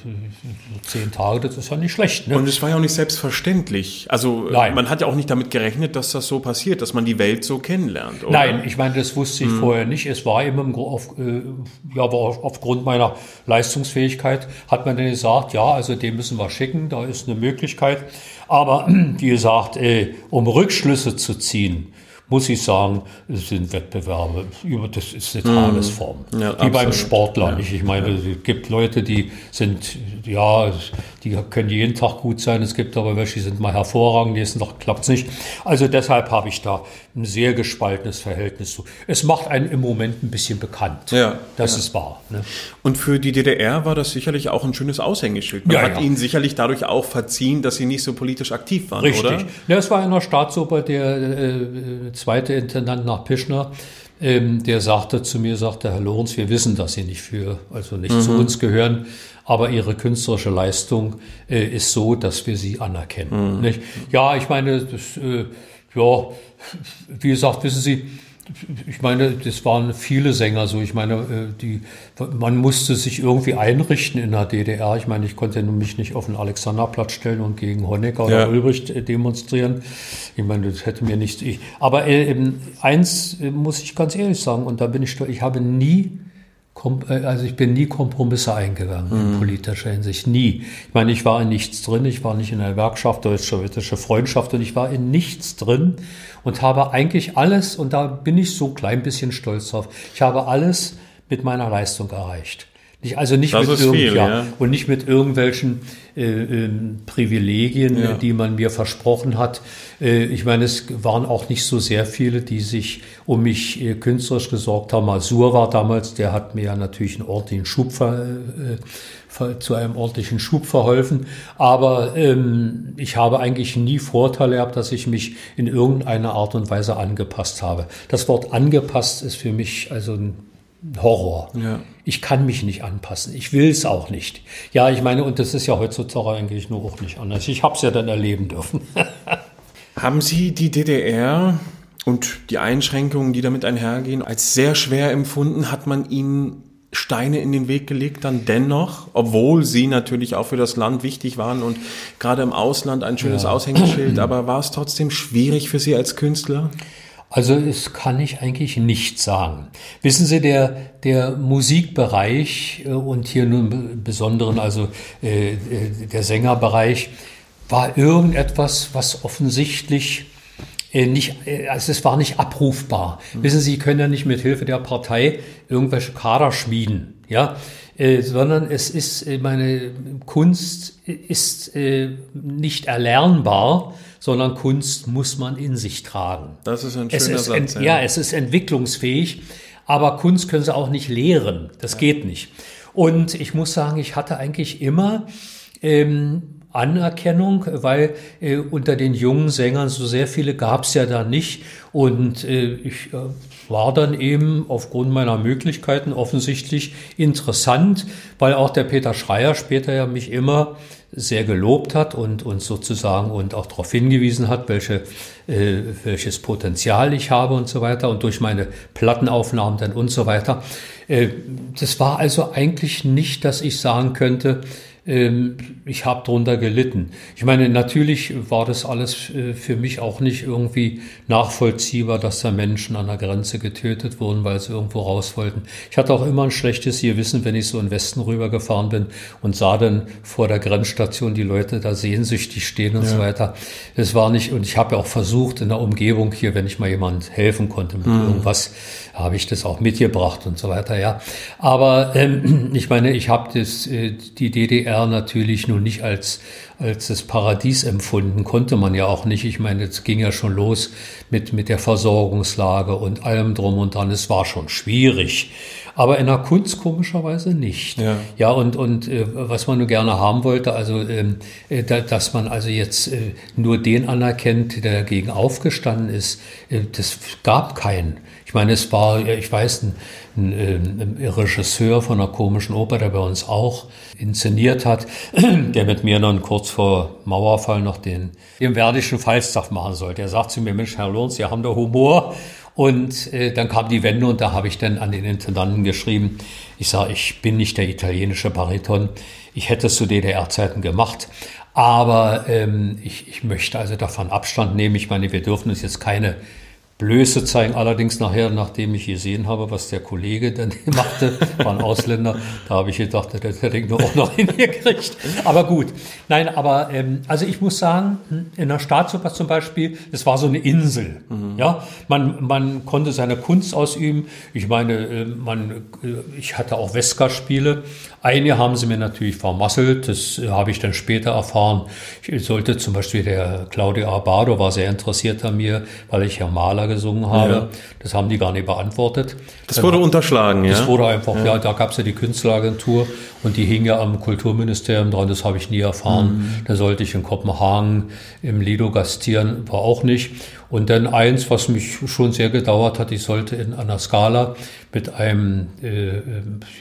zehn Tage, das ist ja nicht schlecht. Ne? Und es war ja auch nicht selbstverständlich. Also Nein. man hat ja auch nicht damit gerechnet, dass das so passiert, dass man die Welt so kennenlernt, oder? Nein, ich meine, das wusste ich hm. vorher nicht. Es war eben auf, äh, ja, aber aufgrund meiner Leistungsfähigkeit hat man dann gesagt, ja, also den müssen wir schicken, da ist eine Möglichkeit. Aber wie gesagt, äh, um Rückschlüsse zu ziehen, muss ich sagen, es sind Wettbewerbe, das ist eine Tagesform. Ja, Wie absolut. Beim Sportler. Ja. Ich meine, ja. es gibt Leute, die sind, ja, die können jeden Tag gut sein. Es gibt aber welche, die sind mal hervorragend, nächsten Tag klappt es nicht. Also deshalb habe ich da ein sehr gespaltenes Verhältnis zu. Es macht einen im Moment ein bisschen bekannt. Ja. Das ja. ist wahr. Ne? Und für die D D R war das sicherlich auch ein schönes Aushängeschild. Man ja, hat ja. ihnen sicherlich dadurch auch verziehen, dass sie nicht so politisch aktiv waren, Richtig. oder? Ja, es war in der Staatsoper der äh, zweite Intendant nach Pischner, ähm, der sagte zu mir, sagte, Herr Lorenz, wir wissen, dass Sie nicht für, also nicht mhm. zu uns gehören, aber Ihre künstlerische Leistung äh, ist so, dass wir Sie anerkennen. Mhm. Nicht? Ja, ich meine, das, äh, ja, wie gesagt, wissen Sie, ich meine, das waren viele Sänger so. Ich meine, die, man musste sich irgendwie einrichten in der D D R. Ich meine, ich konnte mich nicht auf den Alexanderplatz stellen und gegen Honecker oder ja. Ulbricht demonstrieren. Ich meine, das hätte mir nicht. Ich, aber äh, eins muss ich ganz ehrlich sagen, und da bin ich, ich habe nie, also ich bin nie Kompromisse eingegangen mhm. in politischer Hinsicht, nie. Ich meine, ich war in nichts drin, ich war nicht in der Gewerkschaft, Deutsch-Sowjetische Freundschaft und ich war in nichts drin und habe eigentlich alles, und da bin ich so ein klein bisschen stolz drauf, ich habe alles mit meiner Leistung erreicht. Nicht, also nicht das mit irgend, viel, ja, ja. und nicht mit irgendwelchen äh, äh, Privilegien, ja. die man mir versprochen hat. Äh, ich meine, es waren auch nicht so sehr viele, die sich um mich äh, künstlerisch gesorgt haben. Masur war damals, der hat mir ja natürlich einen ordentlichen Schub ver, äh, ver, zu einem ordentlichen Schub verholfen. Aber ähm, ich habe eigentlich nie Vorteile gehabt, dass ich mich in irgendeiner Art und Weise angepasst habe. Das Wort angepasst ist für mich also ein Horror. Ja. Ich kann mich nicht anpassen. Ich will es auch nicht. Ja, ich meine, und das ist ja heutzutage eigentlich nur auch nicht anders. Ich habe es ja dann erleben dürfen. Haben Sie die D D R und die Einschränkungen, die damit einhergehen, als sehr schwer empfunden? Hat man Ihnen Steine in den Weg gelegt dann dennoch, obwohl Sie natürlich auch für das Land wichtig waren und gerade im Ausland ein schönes ja. Aushängeschild, aber war es trotzdem schwierig für Sie als Künstler? Also es kann ich eigentlich nicht sagen. Wissen Sie, der der Musikbereich und hier nun im Besonderen also äh, der Sängerbereich war irgendetwas, was offensichtlich äh, nicht, also es war nicht abrufbar. Mhm. Wissen Sie, Sie können ja nicht mit Hilfe der Partei irgendwelche Kader schmieden, ja, äh, sondern es ist, äh, meine Kunst ist äh, nicht erlernbar, sondern Kunst muss man in sich tragen. Das ist ein schöner es ist Satz. Ent, ja. ja, es ist entwicklungsfähig, aber Kunst können Sie auch nicht lehren. Das ja. geht nicht. Und ich muss sagen, ich hatte eigentlich immer ähm, Anerkennung, weil äh, unter den jungen Sängern so sehr viele gab es ja da nicht. Und äh, ich äh, war dann eben aufgrund meiner Möglichkeiten offensichtlich interessant, weil auch der Peter Schreier später ja mich immer sehr gelobt hat und und sozusagen und auch darauf hingewiesen hat, welche äh, welches Potenzial ich habe und so weiter und durch meine Plattenaufnahmen dann und so weiter. Äh, das war also eigentlich nicht, dass ich sagen könnte, ähm, ich habe drunter gelitten. Ich meine, natürlich war das alles äh, für mich auch nicht irgendwie nachvollziehbar, dass da Menschen an der Grenze getötet wurden, weil sie irgendwo raus wollten. Ich hatte auch immer ein schlechtes Gewissen, wenn ich so in den Westen rübergefahren bin und sah dann vor der Grenzstation die Leute da sehnsüchtig stehen und ja. so weiter. Das war nicht, und ich habe ja auch versucht in der Umgebung hier, wenn ich mal jemand helfen konnte mit mhm. irgendwas, habe ich das auch mitgebracht und so weiter, ja. Aber ähm, ich meine, ich habe das äh, die D D R natürlich nun nicht als als das Paradies empfunden, konnte man ja auch nicht. Ich meine, es ging ja schon los mit mit der Versorgungslage und allem drum und dran. Es war schon schwierig, aber in der Kunst komischerweise nicht. Ja, ja und und äh, was man nur gerne haben wollte, also ähm, äh, da, dass man also jetzt äh, nur den anerkennt, der dagegen aufgestanden ist, äh, das gab keinen. Ich meine, es war, ich weiß, ein, ein, ein Regisseur von einer komischen Oper, der bei uns auch inszeniert hat, der mit mir dann kurz vor Mauerfall noch den, den Werdischen Falstaff machen sollte. Der sagt zu mir, Mensch, Herr Lorenz, Sie haben da Humor. Und äh, dann kam die Wende und da habe ich dann an den Intendanten geschrieben, ich sage, ich bin nicht der italienische Bariton, ich hätte es zu D D R-Zeiten gemacht. Aber ähm, ich, ich möchte also davon Abstand nehmen. Ich meine, wir dürfen uns jetzt keine Blöße zeigen. Allerdings nachher, nachdem ich gesehen habe, was der Kollege dann machte, war ein Ausländer, da habe ich gedacht, der hätte ich nur auch noch hingekriegt. Aber gut. Nein, aber ähm, also ich muss sagen, in der Staatsoper zum Beispiel, das war so eine Insel. Mhm. Ja, man man konnte seine Kunst ausüben. Ich meine, man, ich hatte auch Vesca-Spiele. Einige haben sie mir natürlich vermasselt. Das habe ich dann später erfahren. Ich sollte zum Beispiel der Claudio Abbado war sehr interessiert an mir, weil ich ja Maler gesungen habe. Ja. Das haben die gar nicht beantwortet. Das wurde ähm, unterschlagen, ja? Das wurde einfach, ja, ja da gab es ja die Künstleragentur und die hing ja am Kulturministerium dran, das habe ich nie erfahren. Mhm. Da sollte ich in Kopenhagen im Lido gastieren, war auch nicht. Und dann eins, was mich schon sehr gedauert hat, ich sollte in einer Scala mit einem äh, äh,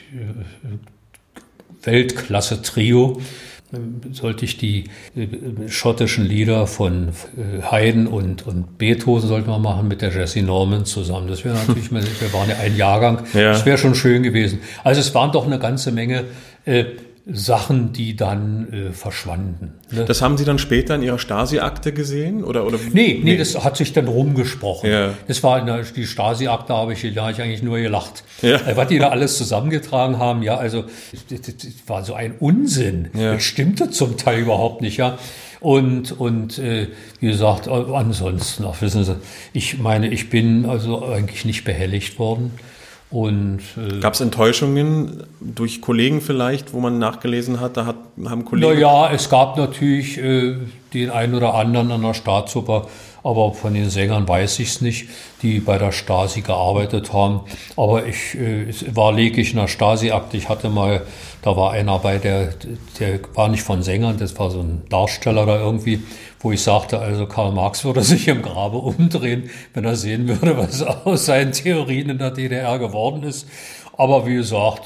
Weltklasse-Trio sollte ich die äh, schottischen Lieder von äh, Haydn und, und Beethoven sollten wir machen mit der Jessie Norman zusammen. Das wäre natürlich, wir waren ja ein Jahrgang, ja. Das wäre schon schön gewesen. Also es waren doch eine ganze Menge äh, Sachen, die dann äh, verschwanden. Ne? Das haben Sie dann später in Ihrer Stasi-Akte gesehen? Oder, oder? Nee, nee, nee, das hat sich dann rumgesprochen. Ja. Das war in der, die Stasi-Akte, habe ich, da habe ich eigentlich nur gelacht. Ja. Äh, was die da alles zusammengetragen haben, ja, also das, das war so ein Unsinn. Ja. Das stimmte zum Teil überhaupt nicht, ja. Und, und äh, wie gesagt, ansonsten, ach, wissen Sie, ich meine, ich bin also eigentlich nicht behelligt worden. Und äh, gab es Enttäuschungen durch Kollegen vielleicht, wo man nachgelesen hat, da hat, haben Kollegen... Naja, es gab natürlich äh, den einen oder anderen an der Staatsoper, aber von den Sängern weiß ich es nicht, die bei der Stasi gearbeitet haben. Aber ich äh, es war lediglich in der Stasi-Akte. Ich hatte mal, da war einer bei, der, der war nicht von Sängern, das war so ein Darsteller da irgendwie, wo ich sagte, also Karl Marx würde sich im Grabe umdrehen, wenn er sehen würde, was aus seinen Theorien in der D D R geworden ist. Aber wie gesagt,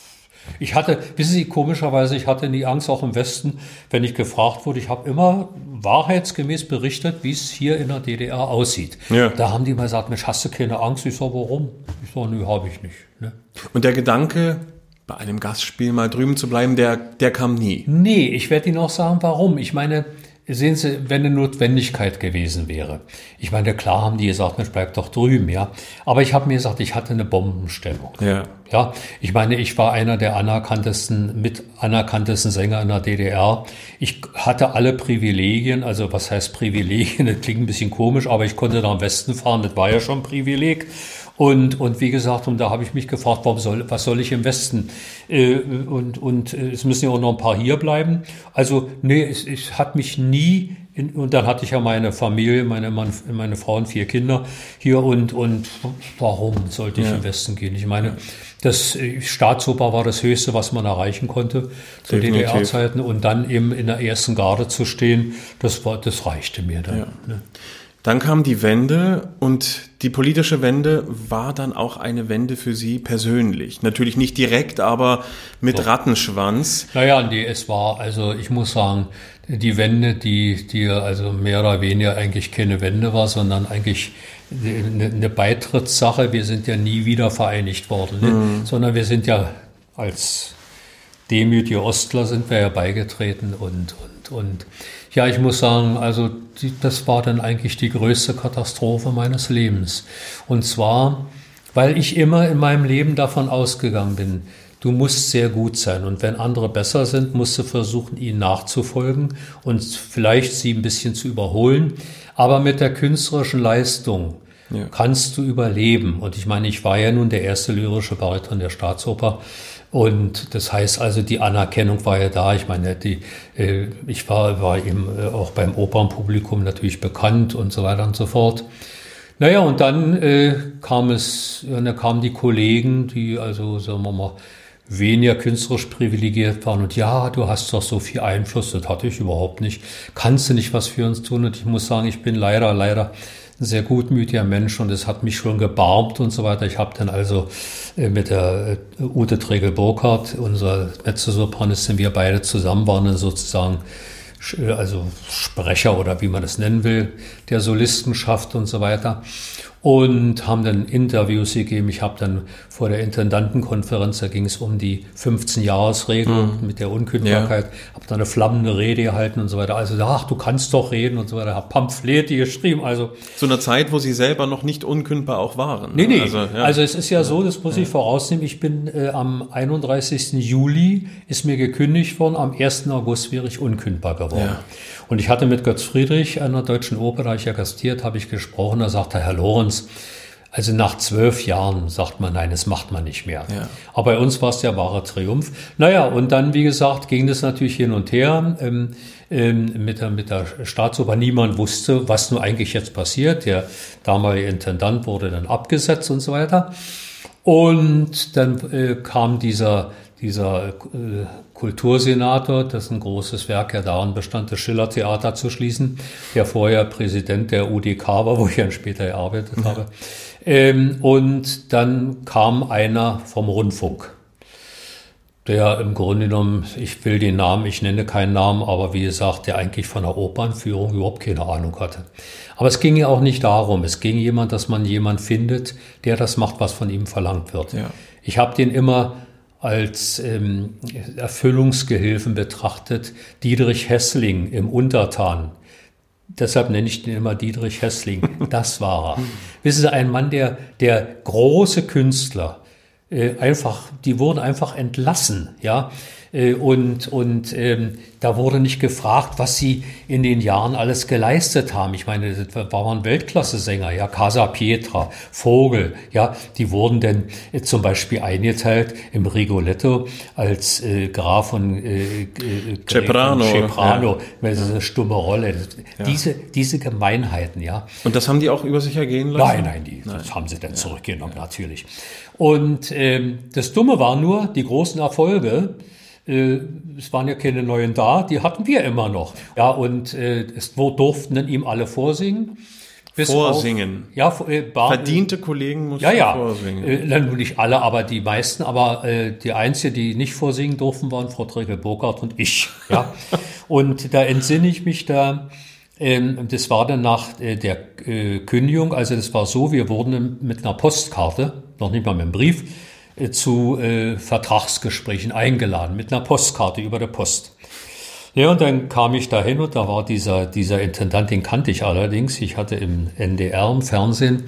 ich hatte, wissen Sie, komischerweise, ich hatte nie Angst, auch im Westen, wenn ich gefragt wurde. Ich habe immer wahrheitsgemäß berichtet, wie es hier in der D D R aussieht. Ja. Da haben die mal gesagt, Mensch, hast du keine Angst? Ich sage, warum? Ich sage, nö, habe ich nicht. Ne? Und der Gedanke, bei einem Gastspiel mal drüben zu bleiben, der, der kam nie? Nee, ich werde Ihnen auch sagen, warum. Ich meine, sehen Sie, wenn eine Notwendigkeit gewesen wäre. Ich meine, klar haben die gesagt, Mensch, bleib doch drüben, ja. Aber ich habe mir gesagt, ich hatte eine Bombenstellung. Ja. Ja, ich meine, ich war einer der anerkanntesten, mit anerkanntesten Sänger in der D D R. Ich hatte alle Privilegien, also was heißt Privilegien? Das klingt ein bisschen komisch, aber ich konnte nach Westen fahren, das war ja schon ein Privileg. Und, und wie gesagt, und da habe ich mich gefragt, warum soll, was soll ich im Westen? Äh, und, und es müssen ja auch noch ein paar hier bleiben. Also, nee, es, es hat mich nie, in, und dann hatte ich ja meine Familie, meine, meine Frau und vier Kinder hier und, und warum sollte ich ja. im Westen gehen? Ich meine, das Staatsoper war das Höchste, was man erreichen konnte zu D D R-Zeiten und dann eben in der ersten Garde zu stehen, das war, das reichte mir dann. Ja. Ne? Dann kam die Wende und die politische Wende war dann auch eine Wende für Sie persönlich. Natürlich nicht direkt, aber mit so. Rattenschwanz. Naja, nee, es war, also ich muss sagen, die Wende, die, die also mehr oder weniger eigentlich keine Wende war, sondern eigentlich eine, eine Beitrittssache. Wir sind ja nie wieder vereinigt worden, ne? Mhm. Sondern wir sind ja als Demütige Ostler sind wir ja beigetreten und, und, und ja, ich muss sagen, also die, das war dann eigentlich die größte Katastrophe meines Lebens. Und zwar, weil ich immer in meinem Leben davon ausgegangen bin, du musst sehr gut sein und wenn andere besser sind, musst du versuchen, ihnen nachzufolgen und vielleicht sie ein bisschen zu überholen, aber mit der künstlerischen Leistung ja. kannst du überleben. Und ich meine, ich war ja nun der erste lyrische Bariton der Staatsoper. Und das heißt also, die Anerkennung war ja da. Ich meine, die, äh, ich war, war eben äh, auch beim Opernpublikum natürlich bekannt und so weiter und so fort. Naja, und dann äh, kam es, ja, dann kamen die Kollegen, die also, sagen wir mal, weniger künstlerisch privilegiert waren. Und ja, du hast doch so viel Einfluss. Das hatte ich überhaupt nicht. Kannst du nicht was für uns tun? Und ich muss sagen, ich bin leider, leider ein sehr gutmütiger Mensch und es hat mich schon gebarmt und so weiter. Ich habe dann also mit der Ute Tregel-Burkhardt, unserer Mezzosopranistin, wir beide zusammen waren dann sozusagen also Sprecher oder wie man das nennen will, der Solistenschaft und so weiter. Und haben dann Interviews gegeben. Ich habe dann vor der Intendantenkonferenz, da ging es um die fünfzehn-Jahres-Regel mhm. mit der Unkündbarkeit, ja. habe dann eine flammende Rede gehalten und so weiter. Also, ach, du kannst doch reden und so weiter. Habe Pamphlete geschrieben. Also zu einer Zeit, wo Sie selber noch nicht unkündbar auch waren. Nee, nee. Also, ja. also es ist ja, ja so, das muss ja. ich vorausnehmen. Ich bin äh, am einunddreißigsten Juli ist mir gekündigt worden. Am ersten August wäre ich unkündbar geworden. Ja. Und ich hatte mit Götz Friedrich, einer deutschen Oper, da ich ja gastiert, habe ich gesprochen. Da sagte Herr Lorenz, also nach zwölf Jahren sagt man, nein, das macht man nicht mehr. Ja. Aber bei uns war es der wahre Triumph. Naja, und dann, wie gesagt, ging das natürlich hin und her ähm, ähm, mit, der, mit der Staatsoper. Niemand wusste, was nun eigentlich jetzt passiert. Der damalige Intendant wurde dann abgesetzt und so weiter. Und dann äh, kam dieser dieser äh, Kultursenator, dessen großes Werk ja darin bestand, das Schillertheater zu schließen, der vorher Präsident der U D K war, wo ich dann später gearbeitet ja. habe. Ähm, und dann kam einer vom Rundfunk, der im Grunde genommen, ich will den Namen, ich nenne keinen Namen, aber wie gesagt, der eigentlich von der Opernführung überhaupt keine Ahnung hatte. Aber es ging ja auch nicht darum, es ging jemand, dass man jemand findet, der das macht, was von ihm verlangt wird. Ja. Ich habe den immer als ähm, Erfüllungsgehilfen betrachtet, Dietrich Hässling im Untertan. Deshalb nenne ich den immer Dietrich Hässling. Das war er. Wissen Sie, ein Mann, der, der große Künstler, äh, einfach, die wurden einfach entlassen, ja. Äh, und und ähm, da wurde nicht gefragt, was sie in den Jahren alles geleistet haben. Ich meine, das waren Weltklasse-Sänger, ja, Casa Pietra, Vogel, ja, die wurden denn äh, zum Beispiel eingeteilt im Rigoletto als äh, Graf von äh, Ceprano, Ceprano, ja. Das ist eine stumme Rolle. Ja. Diese, diese Gemeinheiten, ja. Und das haben die auch über sich ergehen lassen? Nein, nein, die, nein. das haben sie dann ja. zurückgenommen, ja. natürlich. Und ähm, das Dumme war nur, die großen Erfolge, äh, es waren ja keine neuen da, die hatten wir immer noch. Ja, und äh, es durften dann ihm alle vorsingen. Bis vorsingen. Auf, ja, äh, bar, Verdiente Kollegen mussten ja, ja, vorsingen. Äh, nicht alle, aber die meisten. Aber äh, die einzige, die nicht vorsingen durften, waren Frau Tregel-Burkhardt und ich. Ja, und da entsinne ich mich da. Ähm, das war dann nach äh, der äh, Kündigung. Also das war so: Wir wurden mit einer Postkarte, noch nicht mal mit einem Brief, äh, zu äh, Vertragsgesprächen eingeladen mit einer Postkarte über der Post. Ja, und dann kam ich dahin und da war dieser, dieser Intendant, den kannte ich allerdings. Ich hatte im N D R, im Fernsehen,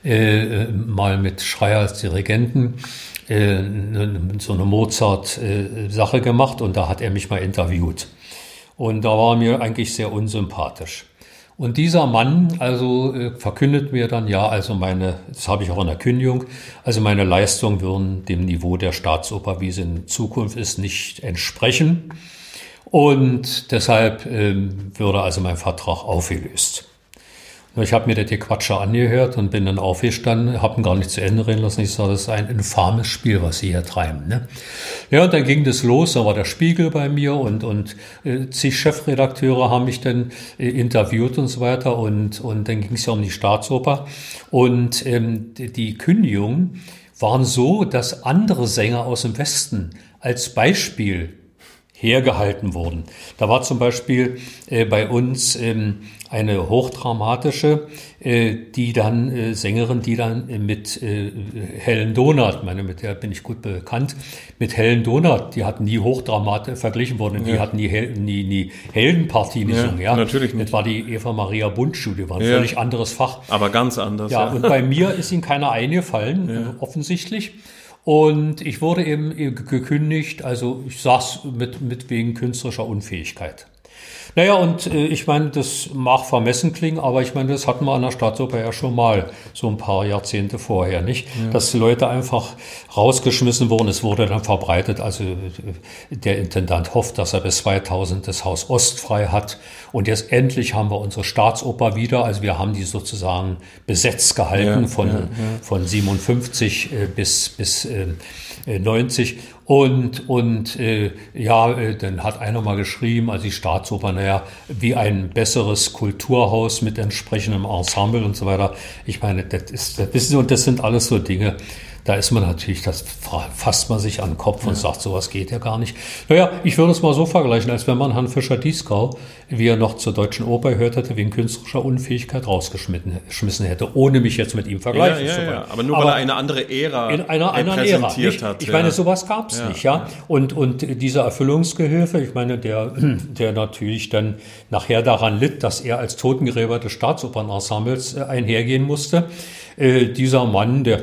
äh, mal mit Schreier als Dirigenten äh, so eine Mozart-Sache äh, gemacht und da hat er mich mal interviewt. Und da war er mir eigentlich sehr unsympathisch. Und dieser Mann also äh, verkündet mir dann, ja, also meine, das habe ich auch in der Kündigung, also meine Leistungen würden dem Niveau der Staatsoper, wie sie in Zukunft ist, nicht entsprechen. Und deshalb ähm, würde also mein Vertrag aufgelöst. Ich habe mir das Gequatsche angehört und bin dann aufgestanden, habe ihn gar nicht zu Ende reden lassen. Ich sage, das ist ein infames Spiel, was Sie hier treiben. Ne? Ja, und dann ging das los, da war der Spiegel bei mir und, und äh, zig Chefredakteure haben mich dann äh, interviewt und so weiter. Und, und dann ging es ja um die Staatsoper. Und ähm, die, die Kündigungen waren so, dass andere Sänger aus dem Westen als Beispiel hergehalten wurden. Da war zum Beispiel äh, bei uns ähm, eine hochdramatische, äh, die dann äh, Sängerin, die dann äh, mit äh, Helen Donath, meine, mit der bin ich gut bekannt, mit Helen Donath, die hat nie Hochdramat verglichen worden, ja. Die hat nie, Hel nie, nie Heldenpartie gesungen. Ja, ja, natürlich nicht. Das war die Eva Maria Bundschuh, die war ein ja. völlig anderes Fach. Aber ganz anders. Ja, ja. Und bei mir ist ihnen keiner eingefallen, ja. offensichtlich. Und ich wurde eben gekündigt, also ich saß mit, mit wegen künstlerischer Unfähigkeit. Naja, und äh, ich meine, das mag vermessen klingen, aber ich meine, das hatten wir an der Staatsoper ja schon mal, so ein paar Jahrzehnte vorher, nicht? Ja. Dass die Leute einfach rausgeschmissen wurden. Es wurde dann verbreitet, also der Intendant hofft, dass er bis zweitausend das Haus Ost frei hat. Und jetzt endlich haben wir unsere Staatsoper wieder. Also wir haben die sozusagen besetzt gehalten, ja, von, ja, ja. von siebenundfünfzig äh, bis, bis äh, neunzig. Und, und äh, ja, äh, dann hat einer mal geschrieben, also die Staatsoper, naja, wie ein besseres Kulturhaus mit entsprechendem Ensemble und so weiter. Ich meine, das ist, das wissen Sie, und das sind alles so Dinge, da ist man natürlich, das fasst man sich an den Kopf und ja. sagt, sowas geht ja gar nicht. Naja, ich würde es mal so vergleichen, als wenn man Herrn Fischer-Dieskau, wie er noch zur Deutschen Oper gehört hätte, wegen künstlerischer Unfähigkeit rausgeschmissen hätte, ohne mich jetzt mit ihm vergleichen ja, ja, zu wollen. Ja. Aber nur, aber weil er eine andere Ära in einer anderen Ära, nicht? hat. Ich ja. meine, sowas gab es ja. nicht, ja. Und, und dieser Erfüllungsgehilfe, ich meine, der, der natürlich dann nachher daran litt, dass er als Totengräber des Staatsoperenensembles einhergehen musste, äh, dieser Mann, der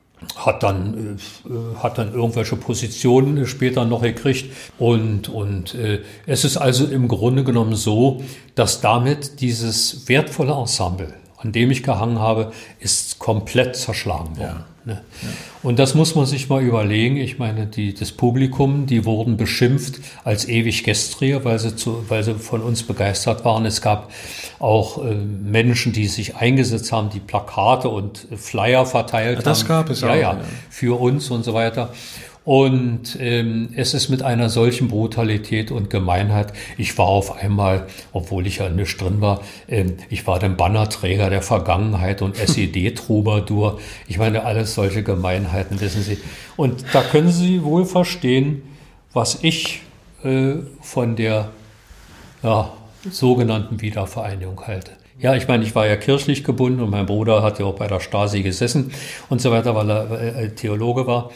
hat dann äh, hat dann irgendwelche Positionen später noch gekriegt und und äh, es ist also im Grunde genommen so, dass damit dieses wertvolle Ensemble, an dem ich gehangen habe, ist komplett zerschlagen worden. Ja. Ne? Ja. Und das muss man sich mal überlegen. Ich meine, die, das Publikum, die wurden beschimpft als ewig gestriger, weil sie, zu, weil sie von uns begeistert waren. Es gab auch äh, Menschen, die sich eingesetzt haben, die Plakate und Flyer verteilt ja, das haben. Das gab es ja, auch. Ja, ja, für uns und so weiter. Und ähm, es ist mit einer solchen Brutalität und Gemeinheit. Ich war auf einmal, obwohl ich ja nicht drin war, ähm, ich war der Bannerträger der Vergangenheit und S E D-Troubadour. Ich meine, alles solche Gemeinheiten, wissen Sie. Und da können Sie wohl verstehen, was ich äh, von der ja, sogenannten Wiedervereinigung halte. Ja, ich meine, ich war ja kirchlich gebunden und mein Bruder hat ja auch bei der Stasi gesessen und so weiter, weil er äh, Theologe war.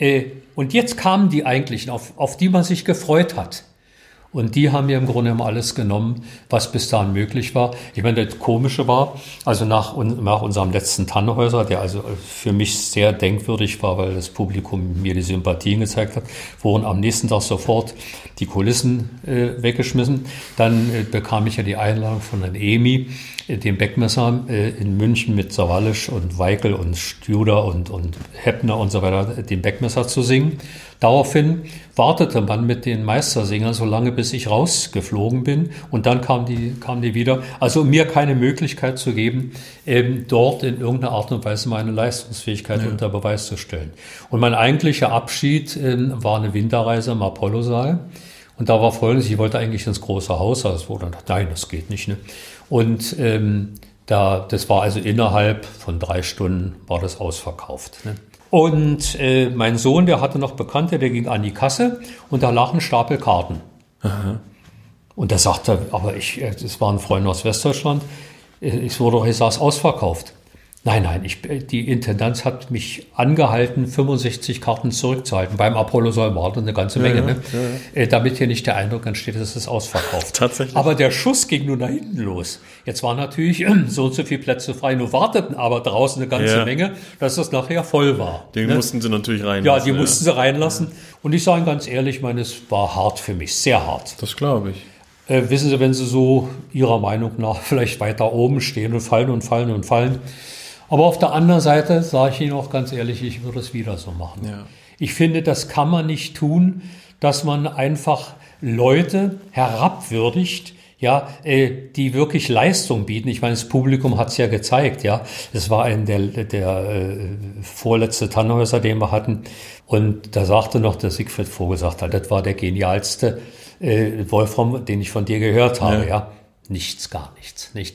Und jetzt kamen die eigentlichen, auf, auf die man sich gefreut hat. Und die haben ja im Grunde genommen alles genommen, was bis dahin möglich war. Ich meine, das Komische war, also nach, nach unserem letzten Tannhäuser, der also für mich sehr denkwürdig war, weil das Publikum mir die Sympathien gezeigt hat, wurden am nächsten Tag sofort die Kulissen äh, weggeschmissen. Dann äh, bekam ich ja die Einladung von Herrn Emi, äh, dem Beckmesser äh, in München mit Sawallisch und Weikel und Studer und, und Heppner und so weiter, den Beckmesser zu singen. Daraufhin wartete man mit den Meistersingern so lange, bis ich rausgeflogen bin. Und dann kamen die, kamen die wieder. Also um mir keine Möglichkeit zu geben, eben dort in irgendeiner Art und Weise meine Leistungsfähigkeit ja. unter Beweis zu stellen. Und mein eigentlicher Abschied ähm, war eine Winterreise im Apollo-Saal. Und da war Folgendes, ich wollte eigentlich ins große Haus, also es wurde dann, nein, das geht nicht. Ne? Und ähm, da, das war also innerhalb von drei Stunden war das ausverkauft. Ne? Und äh, mein Sohn, der hatte noch Bekannte, der ging an die Kasse und da lag ein Stapel Karten. Aha. Und da sagte er, aber ich, das war ein Freund aus Westdeutschland, ich wurde doch, ich saß ausverkauft. Nein, nein, ich, die Intendanz hat mich angehalten, fünfundsechzig Karten zurückzuhalten. Beim Apollo-Saal war das eine ganze Menge, ja, ne? Ja, ja. Damit hier nicht der Eindruck entsteht, dass es ausverkauft. Tatsächlich. Aber der Schuss ging nur nach hinten los. Jetzt waren natürlich so und so viele Plätze frei, nur warteten aber draußen eine ganze ja. Menge, dass es nachher voll war. Den ne? mussten sie natürlich reinlassen. Ja, die ja. mussten sie reinlassen. Ja. Und ich sage Ihnen ganz ehrlich, ich meine, es war hart für mich, sehr hart. Das glaube ich. Äh, wissen Sie, wenn Sie so Ihrer Meinung nach vielleicht weiter oben stehen und fallen und fallen und fallen. Aber auf der anderen Seite sage ich Ihnen auch ganz ehrlich, ich würde es wieder so machen. Ja. Ich finde, das kann man nicht tun, dass man einfach Leute herabwürdigt, ja, äh, die wirklich Leistung bieten. Ich meine, das Publikum hat es ja gezeigt, ja. Es war ein der, der äh, vorletzte Tannhäuser, den wir hatten. Und da sagte noch der Siegfried Vogel, hat, das war der genialste äh, Wolfram, den ich von dir gehört habe, ja. ja. Nichts, gar nichts, nicht.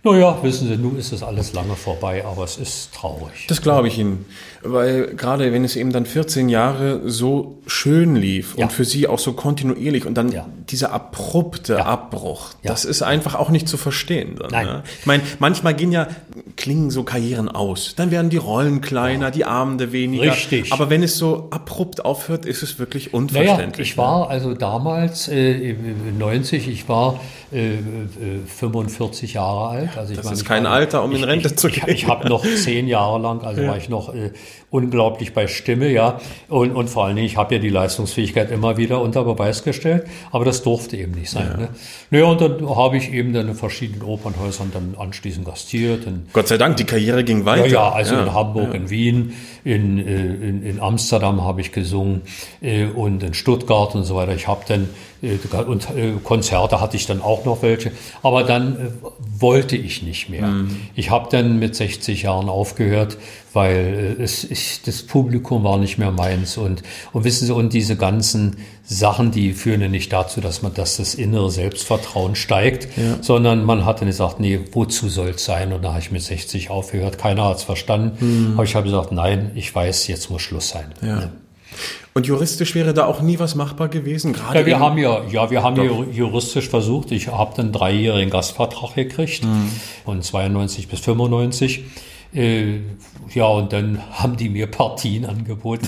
Naja, wissen Sie, nun ist es alles lange vorbei, aber es ist traurig. Das glaube ich Ihnen, weil gerade wenn es eben dann vierzehn Jahre so schön lief Ja. und für Sie auch so kontinuierlich und dann Ja. dieser abrupte Ja. Abbruch, Ja. das ist einfach auch nicht zu verstehen. Dann, Nein. Ne? Ich meine, manchmal gehen ja, klingen so Karrieren aus, dann werden die Rollen kleiner, die Abende weniger. Richtig. Aber wenn es so abrupt aufhört, ist es wirklich Naja, unverständlich. ich war also damals, äh, neunzig, ich war äh, äh, fünfundvierzig Jahre alt. Also ich Das meine, ist ich kein war- Alter, um in ich, Rente ich, zu ich, gehen. Ich habe noch zehn Jahre lang, also war ich noch äh, unglaublich bei Stimme, ja. Und, und vor allen Dingen, ich habe ja die Leistungsfähigkeit immer wieder unter Beweis gestellt, aber das durfte eben nicht sein. Ja. Ne? Naja, und dann habe ich eben dann in verschiedenen Opernhäusern dann anschließend gastiert. In, Gott sei Dank, die Karriere ging weiter. ja, ja, also in Hamburg, in Wien, in, äh, in, in Amsterdam habe ich gesungen äh, und in Stuttgart und so weiter. Ich habe dann, äh, und äh, Konzerte hatte ich dann auch noch welche, aber dann äh, wollte ich nicht mehr. Mhm. Ich habe dann mit sechzig Jahren aufgehört, weil äh, es, ich, das Publikum war nicht mehr meins. Und, und wissen Sie, und diese ganzen Sachen, die führen ja nicht dazu, dass man, dass das innere Selbstvertrauen steigt, Ja. sondern man hat dann gesagt, nee, wozu soll es sein? Und da habe ich mit sechzig aufgehört. Keiner hat es verstanden. Aber ich habe gesagt, nein, ich weiß, jetzt muss Schluss sein. Ja. Und juristisch wäre da auch nie was machbar gewesen? Gerade Ja, wir eben- haben ja, ja, wir haben ja juristisch versucht. Ich habe einen dreijährigen Gastvertrag gekriegt, von zweiundneunzig bis fünfundneunzig. Äh, ja, und dann haben die mir Partien angeboten.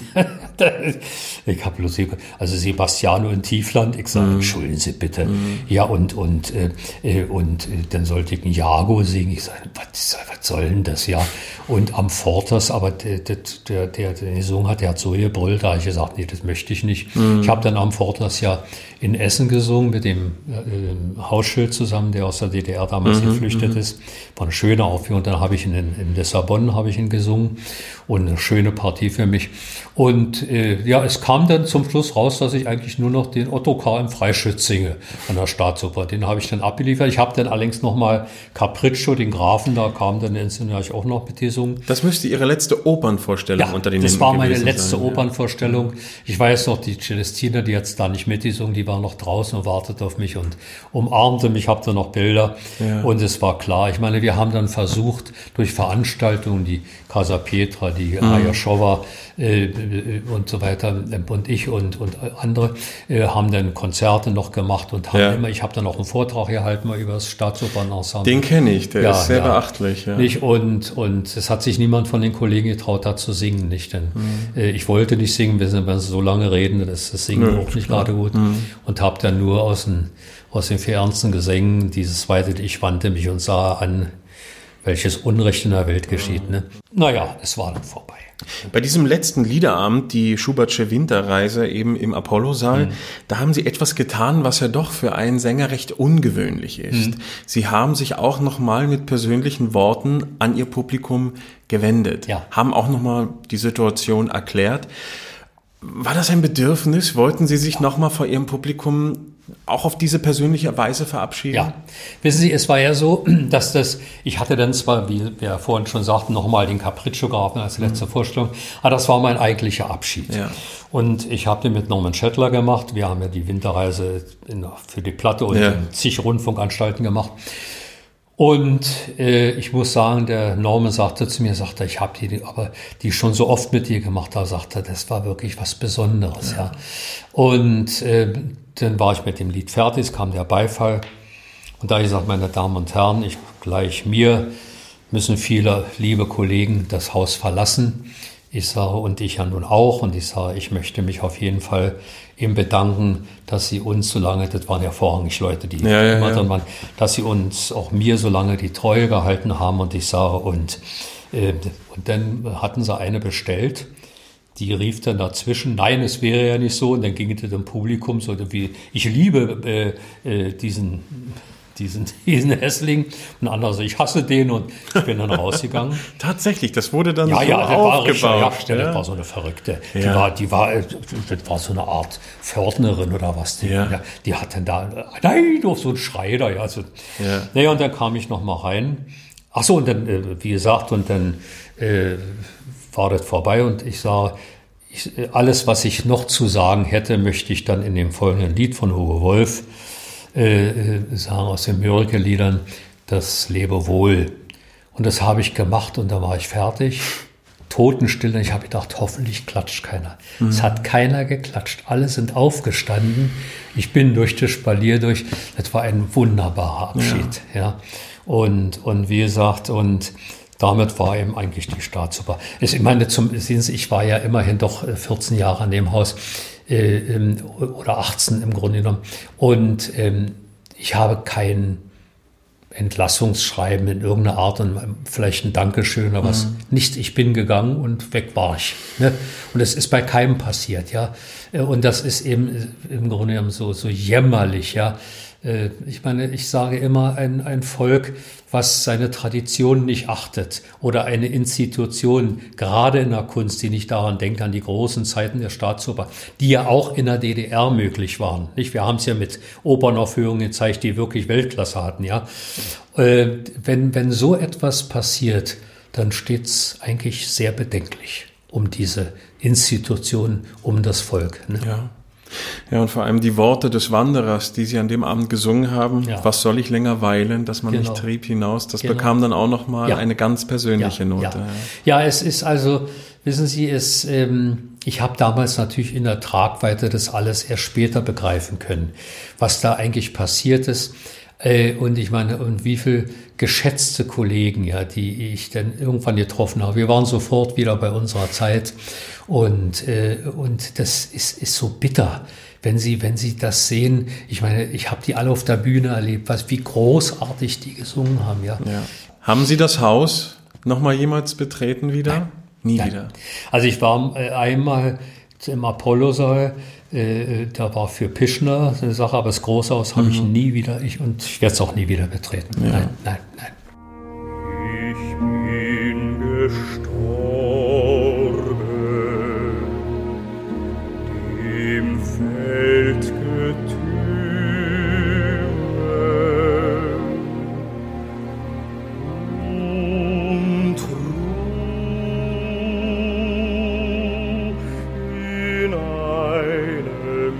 Ich habe bloß, also Sebastiano in Tiefland, ich sage, entschuldigen Sie bitte. Ja, und, und, äh, äh, und äh, dann sollte ich ein Jago singen. Ich sage, was, was soll denn das, ja? Und am Forters, aber der, der, der, der, der gesungen hat, der hat so gebrüllt, da habe ich gesagt, nee, das möchte ich nicht. Ich habe dann am Forters ja in Essen gesungen mit dem äh, Hausschild zusammen, der aus der D D R damals geflüchtet ist. War eine schöne Aufführung. Dann habe ich in, in Lissabon habe ich ihn gesungen und eine schöne Partie für mich. Und äh, ja, es kam dann zum Schluss raus, dass ich eigentlich nur noch den Ottokar im Freischütz singe an der Staatsoper. Den habe ich dann abgeliefert. Ich habe dann allerdings noch mal Capriccio, den Grafen, da kam dann in den ich auch noch mit gesungen. Das müsste Ihre letzte Opernvorstellung Ja, unter den das Händen war meine gewesen letzte sein, ja. Opernvorstellung. Ich weiß noch, die Celestina, die jetzt da nicht mitgesungen, die war noch draußen und wartete auf mich und umarmte mich, habe da noch Bilder. Ja. Und es war klar. Ich meine, wir haben dann versucht, durch Veranstaltungen, die Casa Pietra, die Mhm. Maja Schowa äh, äh, und so weiter und ich und, und andere äh, haben dann Konzerte noch gemacht und haben Ja. immer, ich habe dann auch einen Vortrag gehalten mal über das Staatsoperenensemble. Den kenne ich, der Ja, ist sehr ja. beachtlich. Ja. Nicht? Und, und es hat sich niemand von den Kollegen getraut, da zu singen. Nicht? Denn, Mhm. äh, ich wollte nicht singen, wenn sie, wenn sie so lange reden, dann ist das Singen Nö, auch nicht klar. gerade gut. Mhm. Und habe dann nur aus den, aus den vier ernsten Gesängen dieses zweite, ich wandte mich und sah an, welches Unrecht in der Welt geschieht. Ne? Naja, es war dann vorbei. Bei diesem letzten Liederabend, die Schubertsche Winterreise eben im Apollo-Saal, da haben Sie etwas getan, was ja doch für einen Sänger recht ungewöhnlich ist. Sie haben sich auch nochmal mit persönlichen Worten an Ihr Publikum gewendet, Ja. haben auch nochmal die Situation erklärt. War das ein Bedürfnis? Wollten Sie sich nochmal vor Ihrem Publikum auch auf diese persönliche Weise verabschieden? Ja, wissen Sie, es war ja so, dass das, ich hatte dann zwar, wie wir vorhin schon sagten, nochmal den Capriccio gehabt als letzte Vorstellung, aber das war mein eigentlicher Abschied. Ja. Und ich habe den mit Norman Schettler gemacht. Wir haben ja die Winterreise in, für die Platte und Ja. in zig Rundfunkanstalten gemacht. Und äh, ich muss sagen, der Norman sagte zu mir, sagte, ich habe die, aber die schon so oft mit dir gemacht, da sagte, das war wirklich was Besonderes, ja. ja. Und äh, dann war ich mit dem Lied fertig, es kam der Beifall. Und da habe ich gesagt, meine Damen und Herren, ich gleich mir müssen viele liebe Kollegen das Haus verlassen. Ich sage, und ich ja nun auch, und ich sage, ich möchte mich auf jeden Fall ihm bedanken, dass Sie uns so lange, das waren ja vorrangig Leute, die Ja, ja, immer ja. drin waren, dass Sie uns, auch mir so lange die Treue gehalten haben. Und ich sage, und, äh, und dann hatten sie eine bestellt, die rief dann dazwischen, nein, es wäre ja nicht so. Und dann ging es dem Publikum so, wie, ich liebe äh, äh, diesen, diesen, diesen Hässling. Und andere so, ich hasse den, und ich bin dann rausgegangen. Tatsächlich, das wurde dann Ja, so ja, das war richtig, ja, aufgebaut. stell, das ja. war so eine Verrückte. Die Ja. war, die war, das war so eine Art Pförtnerin oder was. Die, Ja. ja, die hat dann da, nein, doch so ein Schrei da, ja. Also, Ja. naja, und dann kam ich noch mal rein. Ach so, und dann, äh, wie gesagt, und dann äh, war das vorbei, und ich sah, ich, alles, was ich noch zu sagen hätte, möchte ich dann in dem folgenden Lied von Hugo Wolf äh, sagen, aus den Mörike-Liedern. das Lebewohl. Und das habe ich gemacht und da war ich fertig. Totenstille. Ich habe gedacht, hoffentlich klatscht keiner. Mhm. Es hat keiner geklatscht. Alle sind aufgestanden. Ich bin durch das Spalier durch. Das war ein wunderbarer Abschied. Ja. ja. Und, und wie gesagt, und damit war eben eigentlich die Staatsoper. Ich meine, zum, sehen Sie, ich war ja immerhin doch vierzehn Jahre an dem Haus, äh, oder achtzehn im Grunde genommen. Und ähm, ich habe kein Entlassungsschreiben in irgendeiner Art und vielleicht ein Dankeschön oder was. Mhm. Nicht, ich bin gegangen und weg war ich. Ne? Und das ist bei keinem passiert, ja. Und das ist eben im Grunde genommen so, so jämmerlich, ja. Ich meine, ich sage immer, ein, ein Volk, was seine Tradition nicht achtet oder eine Institution, gerade in der Kunst, die nicht daran denkt, an die großen Zeiten der Staatsoper, die ja auch in der D D R möglich waren. Nicht? Wir haben es ja mit Opernaufführungen gezeigt, die wirklich Weltklasse hatten. Ja, äh, wenn, wenn so etwas passiert, dann steht es eigentlich sehr bedenklich um diese Institution, um das Volk. Ne? Ja. Ja, und vor allem die Worte des Wanderers, die sie an dem Abend gesungen haben, ja. Was soll ich länger weilen, dass man genau. nicht trieb hinaus, das genau. bekam dann auch nochmal ja. eine ganz persönliche ja. Note. Ja. ja, es ist also, wissen Sie, es, ähm, ich habe damals natürlich in der Tragweite das alles erst später begreifen können, was da eigentlich passiert ist. Äh, und ich meine, und wie viel geschätzte Kollegen, ja, die ich dann irgendwann getroffen habe. Wir waren sofort wieder bei unserer Zeit und äh, und das ist ist so bitter, wenn Sie wenn Sie das sehen. Ich meine, ich habe die alle auf der Bühne erlebt, was wie großartig die gesungen haben, ja. ja. Haben Sie das Haus noch mal jemals betreten wieder? Nein. Nie Nein. wieder. Also ich war äh, einmal im Apollo-Saal. Äh, da war für Pischner eine Sache, aber das Großhaus habe mhm. ich nie wieder, ich und ich werde es auch nie wieder betreten. Ja. Nein, nein, nein. Ich bin gestorben, dem Feld getürme, und ruh in einem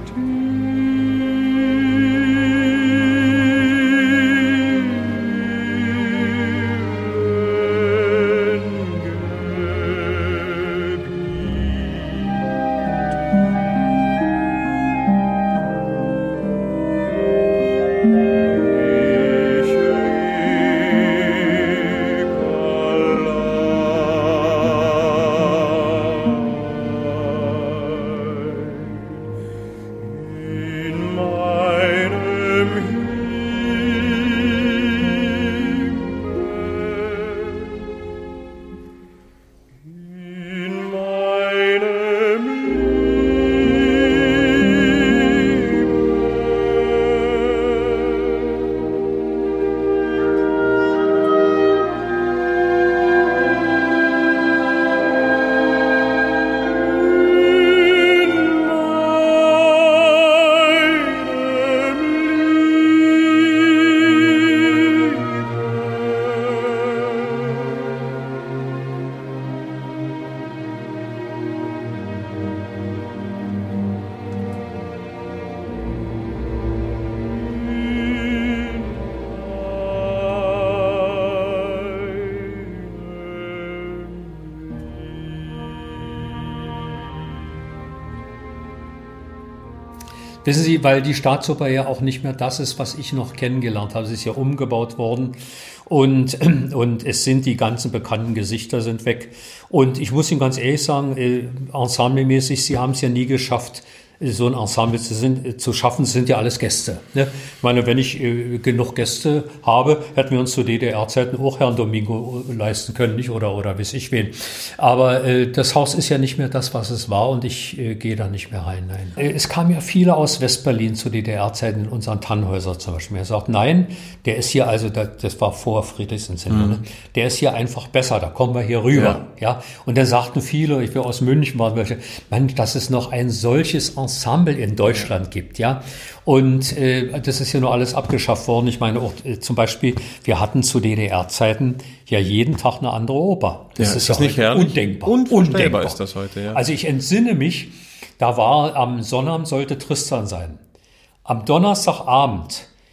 Wissen Sie, weil die Staatsoper ja auch nicht mehr das ist, was ich noch kennengelernt habe. Sie ist ja umgebaut worden und, und es sind die ganzen bekannten Gesichter sind weg. Und ich muss Ihnen ganz ehrlich sagen, äh, ensemblemäßig, Sie haben es ja nie geschafft, so ein Ensemble zu, sind, zu schaffen, sind ja alles Gäste. Ne? Ich meine, wenn ich äh, genug Gäste habe, hätten wir uns zu D D R-Zeiten auch Herrn Domingo leisten können, nicht? Oder, oder weiß ich wen. Aber äh, das Haus ist ja nicht mehr das, was es war und ich äh, gehe da nicht mehr rein. Nein. Äh, es kamen ja viele aus Westberlin zu D D R-Zeiten in unseren Tannhäuser zum Beispiel. Er sagt, nein, der ist hier, also das, das war vor Friedrichsentzündung, mhm. ne? Der ist hier einfach besser, da kommen wir hier rüber. Ja. Ja? Und dann sagten viele, ich will aus München waren welche, Mann, dass es noch ein solches Ensemble Ensemble in Deutschland gibt, ja. Und äh, das ist ja nur alles abgeschafft worden. Ich meine auch äh, zum Beispiel, wir hatten zu D D R-Zeiten ja jeden Tag eine andere Oper. Das ja, ist, ist das ja nicht herrlich? Undenkbar. Unvorstellbar ist das heute, ja. Also ich entsinne mich, da war am Sonnabend sollte Tristan sein. Am Donnerstagabend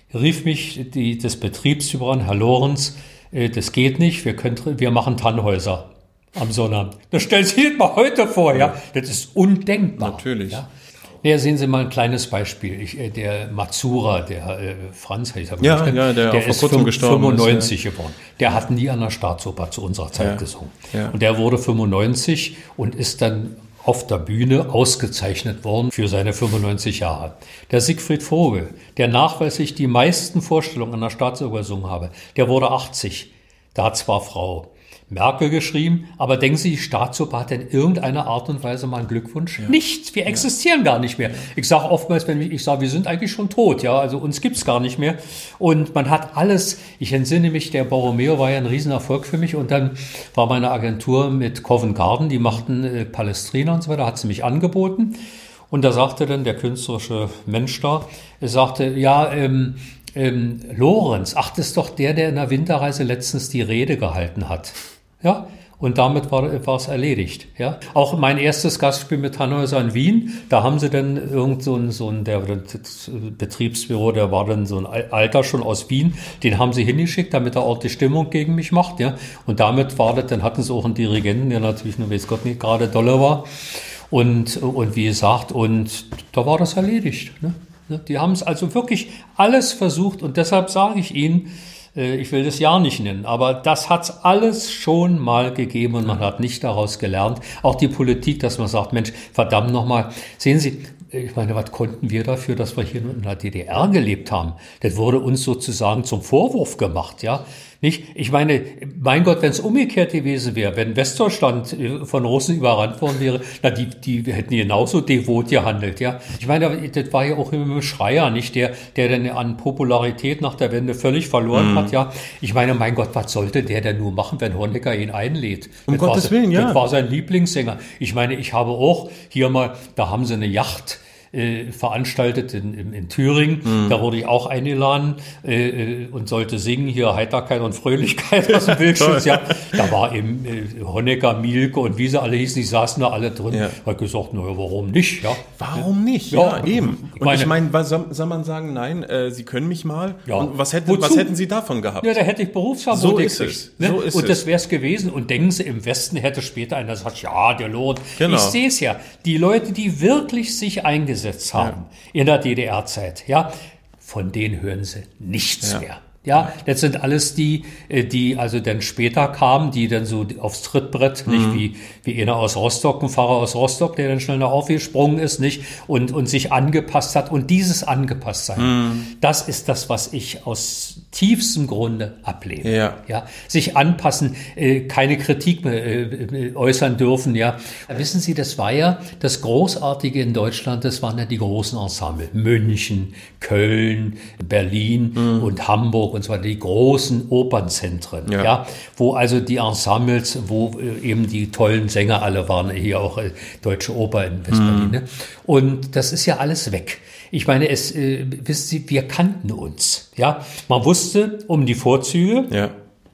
rief mich die, das Betriebsüber an, Herr Lorenz, äh, das geht nicht, wir, können, wir machen Tannhäuser am Sonnabend. Das stellen Sie sich mal heute vor, ja. Das ist undenkbar. Natürlich. Ja. Ja, sehen Sie mal ein kleines Beispiel. Ich, äh, der Mazura, der äh, Franz, heißt er, ja, ja, der, der ist vor kurzem gestorben fünfundneunzig ist, ja. geworden. Der hat nie an der Staatsoper zu unserer Zeit ja. gesungen. Ja. Und der wurde fünfundneunzig und ist dann auf der Bühne ausgezeichnet worden für seine fünfundneunzig Jahre. Der Siegfried Vogel, der nachweislich die meisten Vorstellungen an der Staatsoper gesungen habe, der wurde achtzig. Da hat zwar Frau Merkel geschrieben, aber denken Sie, die Staatsoper hat in irgendeiner Art und Weise mal einen Glückwunsch? Ja. Nichts, wir existieren ja. gar nicht mehr. Ich sage oftmals, wenn ich, ich sage, wir sind eigentlich schon tot, ja, also uns gibt's gar nicht mehr. Und man hat alles, ich entsinne mich, der Borromeo war ja ein Riesenerfolg für mich und dann war meine Agentur mit Covent Garden, die machten äh, Palestrina und so weiter, hat sie mich angeboten und da sagte dann der künstlerische Mensch da, er sagte, ja, ähm, ähm, Lorenz, ach, das ist doch der, der in der Winterreise letztens die Rede gehalten hat. Ja, und damit war, war es erledigt. Ja, auch mein erstes Gastspiel mit Tannhäuser in Wien, da haben sie dann irgend so ein, so ein der, das Betriebsbüro, der war dann so ein Alter schon aus Wien, den haben sie hingeschickt, damit er ordentlich Stimmung gegen mich macht. Ja, und damit war das, dann hatten sie auch einen Dirigenten, der natürlich, nur weiß Gott nicht, gerade dolle war. Und, und wie gesagt, und da war das erledigt. Ne? Die haben es also wirklich alles versucht und deshalb sage ich Ihnen, ich will das Jahr nicht nennen, aber das hat's alles schon mal gegeben und man hat nicht daraus gelernt. Auch die Politik, dass man sagt, Mensch, verdammt nochmal, sehen Sie, ich meine, was konnten wir dafür, dass wir hier in der D D R gelebt haben? Das wurde uns sozusagen zum Vorwurf gemacht, ja. Nicht? Ich meine, mein Gott, wenn es umgekehrt gewesen wäre, wenn Westdeutschland von Russen überrannt worden wäre, na, die, die hätten genauso devot gehandelt, ja. Ich meine, das war ja auch immer mit Schreier, nicht? Der, der dann an Popularität nach der Wende völlig verloren mhm. hat, ja. Ich meine, mein Gott, was sollte der denn nur machen, wenn Honecker ihn einlädt? Um das Gottes war, Willen, ja. Das war sein Lieblingssänger. Ich meine, ich habe auch hier mal, da haben sie eine Yacht Äh, veranstaltet in, in, in Thüringen. Mhm. Da wurde ich auch eingeladen äh, und sollte singen, hier Heiterkeit und Fröhlichkeit aus dem Bildschutz. Ja, da war eben äh, Honecker, Mielke und wie sie alle hießen, die saßen da alle drin. Ja. Hat gesagt, naja, warum nicht? Ja. Warum nicht? Ja, Ja, eben. Ich und meine, ich meine, was soll, soll man sagen, nein, äh, Sie können mich mal? Ja. Und was hätten, Wozu? was hätten Sie davon gehabt? Ja, da hätte ich Berufsverbot So ist gekriegt, es. ne? So ist und das es. wäre es gewesen. Und denken Sie, im Westen hätte später einer gesagt, ja, der Lorenz. Genau. Ich sehe es ja. Die Leute, die wirklich sich eingesetzt haben in der D D R-Zeit, ja, von denen hören Sie nichts Ja. mehr. Ja, das sind alles die, die also dann später kamen, die dann so aufs Trittbrett, Mhm. nicht wie, wie einer aus Rostock, ein Pfarrer aus Rostock, der dann schnell noch aufgesprungen ist, nicht, und, und sich angepasst hat. Und dieses Angepasstsein, mhm. das ist das, was ich aus tiefstem Grunde ablehne. Ja. Ja, sich anpassen, äh, keine Kritik mehr äh, äußern dürfen, ja. Wissen Sie, das war ja das Großartige in Deutschland, das waren ja die großen Ensemble. München, Köln, Berlin mhm. und Hamburg und so weiter, die großen Opernzentren, ja. ja, wo also die Ensembles, wo äh, eben die tollen Sänger alle waren, hier auch äh, Deutsche Oper in Westberlin. Mhm. Ne? Und das ist ja alles weg. Ich meine, es, äh, wissen Sie, wir kannten uns, ja. Man wusste um die Vorzüge, Ja.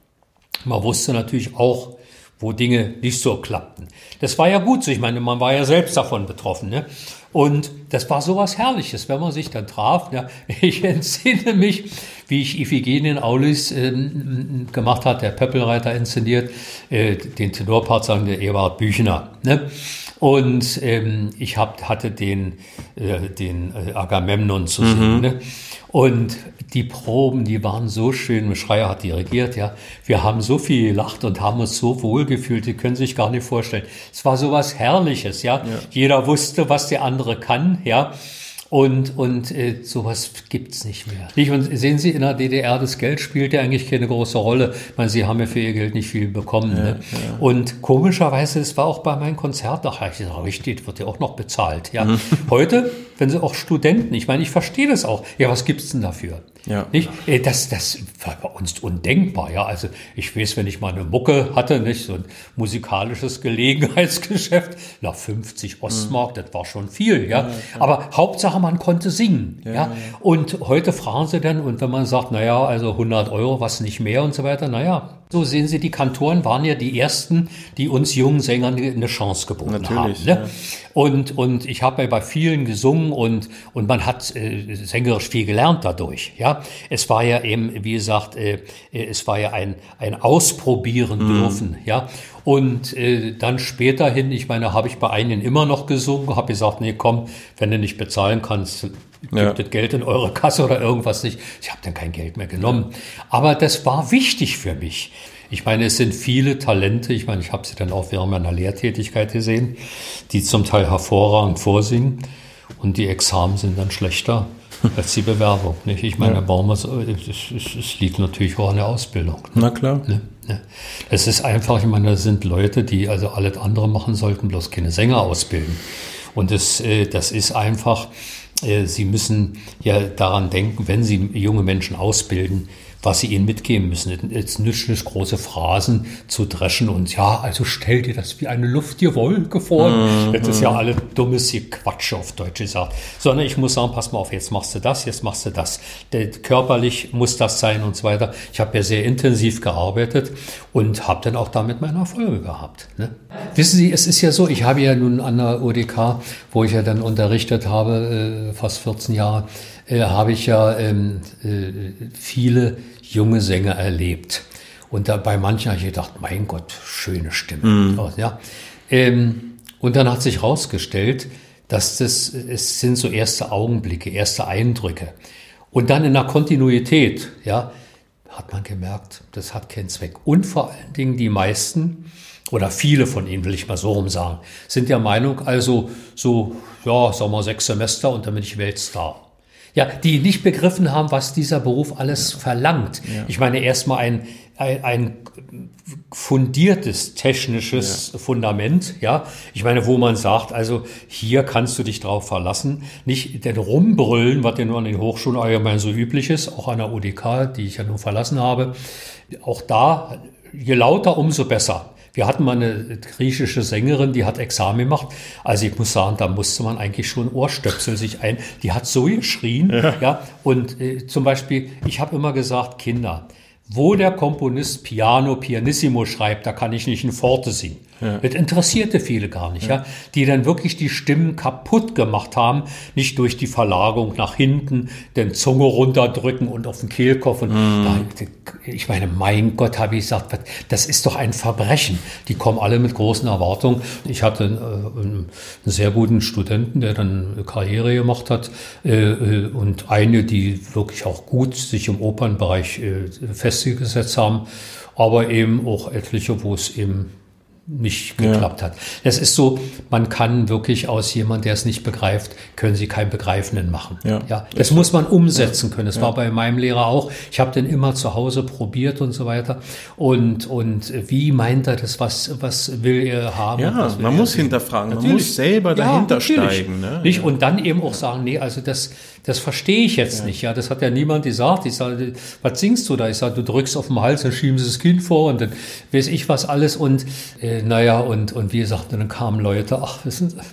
man wusste natürlich auch, wo Dinge nicht so klappten. Das war ja gut so, ich meine, man war ja selbst davon betroffen, ne? Und das war sowas Herrliches, wenn man sich dann traf. Ja. Ich entsinne mich, wie ich Iphigenien Aulis äh, gemacht hat, der Pöppelreiter inszeniert, äh, den Tenorpart sang der Eberhard Büchner, ne? Und ähm, ich hab, hatte den, äh, den äh, Agamemnon zu singen. Mhm. Ne? Und die Proben, die waren so schön. Schreier hat dirigiert, ja. Wir haben so viel gelacht und haben uns so wohl gefühlt. Die können sich gar nicht vorstellen. Es war so was Herrliches, ja. ja. Jeder wusste, was der andere kann, ja. Und, und äh, sowas gibt's nicht mehr. Nicht? Und sehen Sie, in der D D R, das Geld spielt ja eigentlich keine große Rolle. Ich meine, Sie haben ja für Ihr Geld nicht viel bekommen. Ja, ne? ja. Und komischerweise, es war auch bei meinen Konzerten, ach, ich sage, richtig, wird ja auch noch bezahlt. Ja. Mhm. Heute, wenn Sie auch Studenten, ich meine, ich verstehe das auch. Ja, was gibt's denn dafür? Ja. Nicht? Das, das war bei uns undenkbar. Ja, also ich weiß, wenn ich mal eine Mucke hatte, nicht so ein musikalisches Gelegenheitsgeschäft, na fünfzig Ostmark, mhm. das war schon viel. Ja, ja, aber Hauptsache man konnte singen. Ja, ja. ja, und heute fragen sie dann, und wenn man sagt, na ja, also hundert Euro, was nicht mehr und so weiter, na ja. So sehen Sie, die Kantoren waren ja die ersten, die uns jungen Sängern eine Chance geboten Natürlich, haben. Ne? Ja. Und, und ich habe ja bei vielen gesungen und, und man hat äh, sängerisch viel gelernt dadurch. Ja, es war ja eben, wie gesagt, äh, es war ja ein, ein Ausprobieren mhm. dürfen. Ja, und äh, dann späterhin, ich meine, habe ich bei einigen immer noch gesungen, habe gesagt, nee, komm, wenn du nicht bezahlen kannst, gibt ja. das Geld in eure Kasse oder irgendwas nicht. Ich habe dann kein Geld mehr genommen. Aber das war wichtig für mich. Ich meine, es sind viele Talente, ich meine, ich habe sie dann auch während meiner Lehrtätigkeit gesehen, die zum Teil hervorragend vorsingen und die Examen sind dann schlechter als die Bewerbung. Nicht? Ich meine, ja. warum es, es, es liegt natürlich auch an der Ausbildung. Ne? Na klar. Ne? Ne? Es ist einfach, ich meine, das sind Leute, die also alles andere machen sollten, bloß keine Sänger ausbilden. Und das, das ist einfach, Sie müssen ja daran denken, wenn Sie junge Menschen ausbilden, was sie ihnen mitgeben müssen. Jetzt nützt nicht große Phrasen zu dreschen und ja, also stell dir das wie eine luftige Wolke vor. Mm, das ist ja alles dummes Quatsch auf Deutsch gesagt. Sondern ich muss sagen, pass mal auf, jetzt machst du das, jetzt machst du das. Körperlich muss das sein und so weiter. Ich habe ja sehr intensiv gearbeitet und habe dann auch damit meine Erfolge gehabt. Ne? Wissen Sie, es ist ja so, ich habe ja nun an der U D K, wo ich ja dann unterrichtet habe, fast vierzehn Jahre, äh, habe ich ja ähm, äh, viele junge Sänger erlebt. Und da, bei manchen habe ich gedacht, mein Gott, schöne Stimme. Mm. Ja. Ähm, und dann hat sich herausgestellt, dass das, es sind so erste Augenblicke, erste Eindrücke. Und dann in der Kontinuität, ja, hat man gemerkt, das hat keinen Zweck. Und vor allen Dingen die meisten, oder viele von ihnen, will ich mal so rum sagen, sind der Meinung, also so, ja, sagen wir sechs Semester und dann bin ich Weltstar. Ja, die nicht begriffen haben, was dieser Beruf alles verlangt. Ja. Ich meine, erstmal ein, ein, ein fundiertes technisches ja. Fundament, ja. Ich meine, wo man sagt, also hier kannst du dich drauf verlassen, nicht denn rumbrüllen, was ja nur an den Hochschulen allgemein so üblich ist, auch an der U D K, die ich ja nun verlassen habe. Auch da, je lauter, umso besser. Wir hatten mal eine griechische Sängerin, die hat Examen gemacht. Also ich muss sagen, da musste man eigentlich schon Ohrstöpsel sich ein. Die hat so geschrien. Ja. Ja, und äh, zum Beispiel, ich habe immer gesagt, Kinder, wo der Komponist Piano, Pianissimo schreibt, da kann ich nicht ein Forte singen. Ja. Das interessierte viele gar nicht, ja. ja. Die dann wirklich die Stimmen kaputt gemacht haben, nicht durch die Verlagerung nach hinten, den Zunge runterdrücken und auf den Kehlkopf. Und mm. da, ich meine, mein Gott, habe ich gesagt, das ist doch ein Verbrechen. Die kommen alle mit großen Erwartungen. Ich hatte äh, einen sehr guten Studenten, der dann Karriere gemacht hat, äh, und eine, die wirklich auch gut sich im Opernbereich äh, festgesetzt haben, aber eben auch etliche, wo es eben nicht geklappt ja. hat. Das ist so, man kann wirklich aus jemandem, der es nicht begreift, können Sie keinen Begreifenden machen. Ja, ja, das muss man umsetzen können. Das ja. war bei meinem Lehrer auch. Ich habe den immer zu Hause probiert und so weiter. Und und wie meint er das? Was was will er haben? Ja, man muss sehen? hinterfragen. Natürlich. Man muss selber dahinter ja, steigen. Ne? Nicht? Und dann eben auch sagen, nee, also das das verstehe ich jetzt ja. nicht. Ja, das hat ja niemand gesagt. Ich sage, was singst du da? Ich sage, du drückst auf den Hals, dann schieben sie das Kind vor und dann weiß ich was alles. Und äh, naja, und, und wie gesagt, dann kamen Leute, ach, wissen Sie,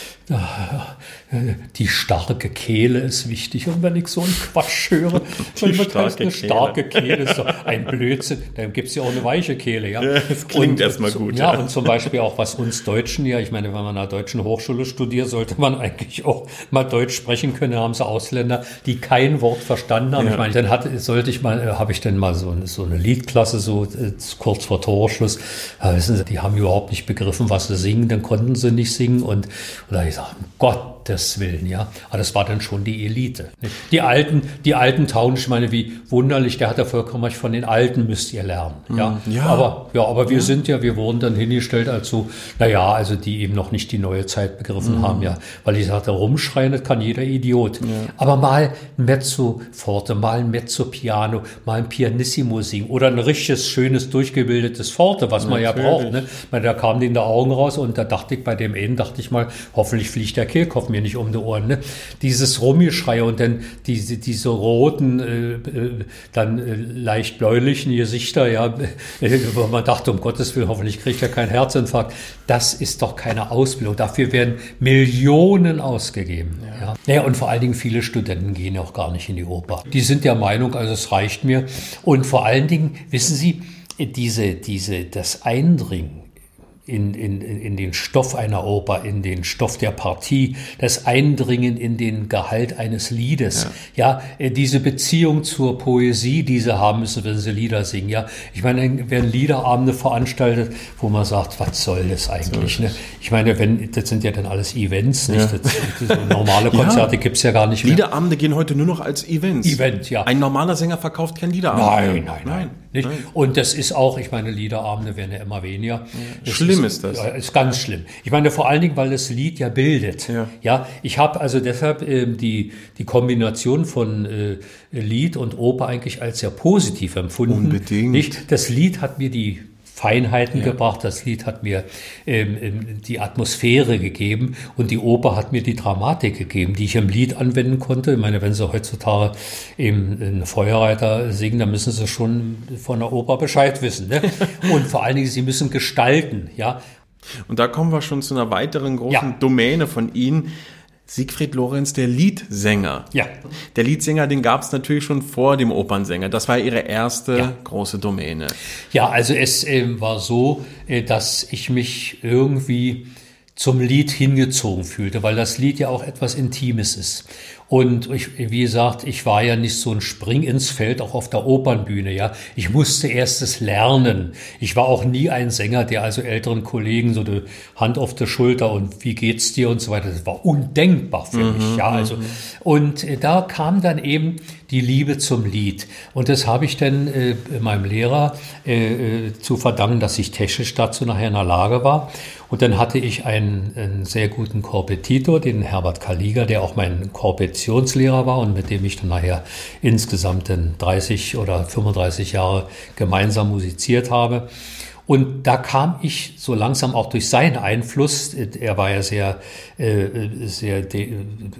die starke Kehle ist wichtig. Und wenn ich so einen Quatsch höre, die was heißt eine Kehle. starke Kehle, ist doch ein Blödsinn. Dann gibt's ja auch eine weiche Kehle. Ja, ja das klingt erstmal gut. Ja, ja, und zum Beispiel auch was uns Deutschen, ja, ich meine, wenn man an einer deutschen Hochschule studiert, sollte man eigentlich auch mal Deutsch sprechen können. Da haben sie Ausländer, die kein Wort verstanden haben. Ja. Ich meine, dann hatte, sollte ich mal, habe ich dann mal so eine, so eine Liedklasse, so äh, kurz vor Torschluss. Ja, wissen Sie, die haben überhaupt nicht begriffen, was sie singen. Dann konnten sie nicht singen. Und, und da habe ich gesagt, um Gottes Willen, ja. Aber das war dann schon die Elite. Die Alten, die Alten taugen, ich meine, wie wunderlich, der hat ja vollkommen recht, von den Alten müsst ihr lernen. Ja, ja. Aber, ja, aber wir ja. sind ja, wir wurden dann hingestellt als so, naja, also die eben noch nicht die neue Zeit begriffen mhm. haben, ja. Weil ich sagte, rumschreien, das kann jeder Idiot. Ja. Aber mal ein Mezzo Forte, mal ein Mezzo Piano, mal ein Pianissimo singen oder ein richtiges, schönes, durchgebildetes Forte, was man Natürlich. ja braucht, ne. Weil da kamen denen die Augen raus und da dachte ich, bei dem einen dachte ich mal, hoffentlich fliegt der Kehlkopf mir nicht um die Ohren. Ne? Dieses Rumgeschrei und dann diese, diese roten, äh, äh, dann äh, leicht bläulichen Gesichter, ja, äh, wo man dachte, um Gottes Willen, hoffentlich kriegt er keinen Herzinfarkt. Das ist doch keine Ausbildung. Dafür werden Millionen ausgegeben. Ja. Ja. Naja, und vor allen Dingen viele Studenten gehen auch gar nicht in die Oper. Die sind der Meinung, also es reicht mir. Und vor allen Dingen, wissen Sie, diese, diese, das Eindringen In, in, in den Stoff einer Oper, in den Stoff der Partie, das Eindringen in den Gehalt eines Liedes, ja, ja diese Beziehung zur Poesie, die sie haben müssen, wenn sie Lieder singen, ja. Ich meine, dann werden Liederabende veranstaltet, wo man sagt, was soll das eigentlich, so ne? Ich meine, wenn, das sind ja dann alles Events, nicht? Ja. Das, das, normale Konzerte ja. gibt's ja gar nicht mehr. Liederabende gehen heute nur noch als Events. Event, ja. Ein normaler Sänger verkauft kein Liederabend. Nein, nein, nein. Nicht? Nein. Und das ist auch, ich meine, Liederabende werden ja immer weniger. Ja. Schlimm ist, ist das. Ja, ist ganz schlimm. Ich meine, vor allen Dingen, weil das Lied ja bildet. Ja, ja ich habe also deshalb äh, die, die Kombination von äh, Lied und Oper eigentlich als sehr positiv empfunden. Unbedingt. Nicht? Das Lied hat mir die Feinheiten ja. gebracht. Das Lied hat mir ähm, die Atmosphäre gegeben und die Oper hat mir die Dramatik gegeben, die ich im Lied anwenden konnte. Ich meine, wenn Sie heutzutage eben einen Feuerreiter singen, dann müssen Sie schon von der Oper Bescheid wissen. Ne? Und vor allen Dingen, Sie müssen gestalten. Ja. Und da kommen wir schon zu einer weiteren großen ja. Domäne von Ihnen. Siegfried Lorenz, der Liedsänger. Ja. Der Liedsänger, den gab es natürlich schon vor dem Opernsänger. Das war Ihre erste ja. große Domäne. Ja, also es äh, war so, äh, dass ich mich irgendwie zum Lied hingezogen fühlte, weil das Lied ja auch etwas Intimes ist. Und ich, wie gesagt, ich war ja nicht so ein Spring ins Feld, auch auf der Opernbühne, ja. Ich musste erst es lernen. Ich war auch nie ein Sänger, der also älteren Kollegen so die Hand auf der Schulter und wie geht's dir und so weiter. Das war undenkbar für mhm, mich, ja. Also, und äh, da kam dann eben die Liebe zum Lied. Und das habe ich dann äh, meinem Lehrer äh, zu verdanken, dass ich technisch dazu nachher in der Lage war. Und dann hatte ich einen, einen sehr guten Korpetitor, den Herbert Kalliger, der auch mein Korpetitionslehrer war und mit dem ich dann nachher insgesamt dann dreißig oder fünfunddreißig Jahre gemeinsam musiziert habe. Und da kam ich so langsam auch durch seinen Einfluss, er war ja sehr, äh, sehr de-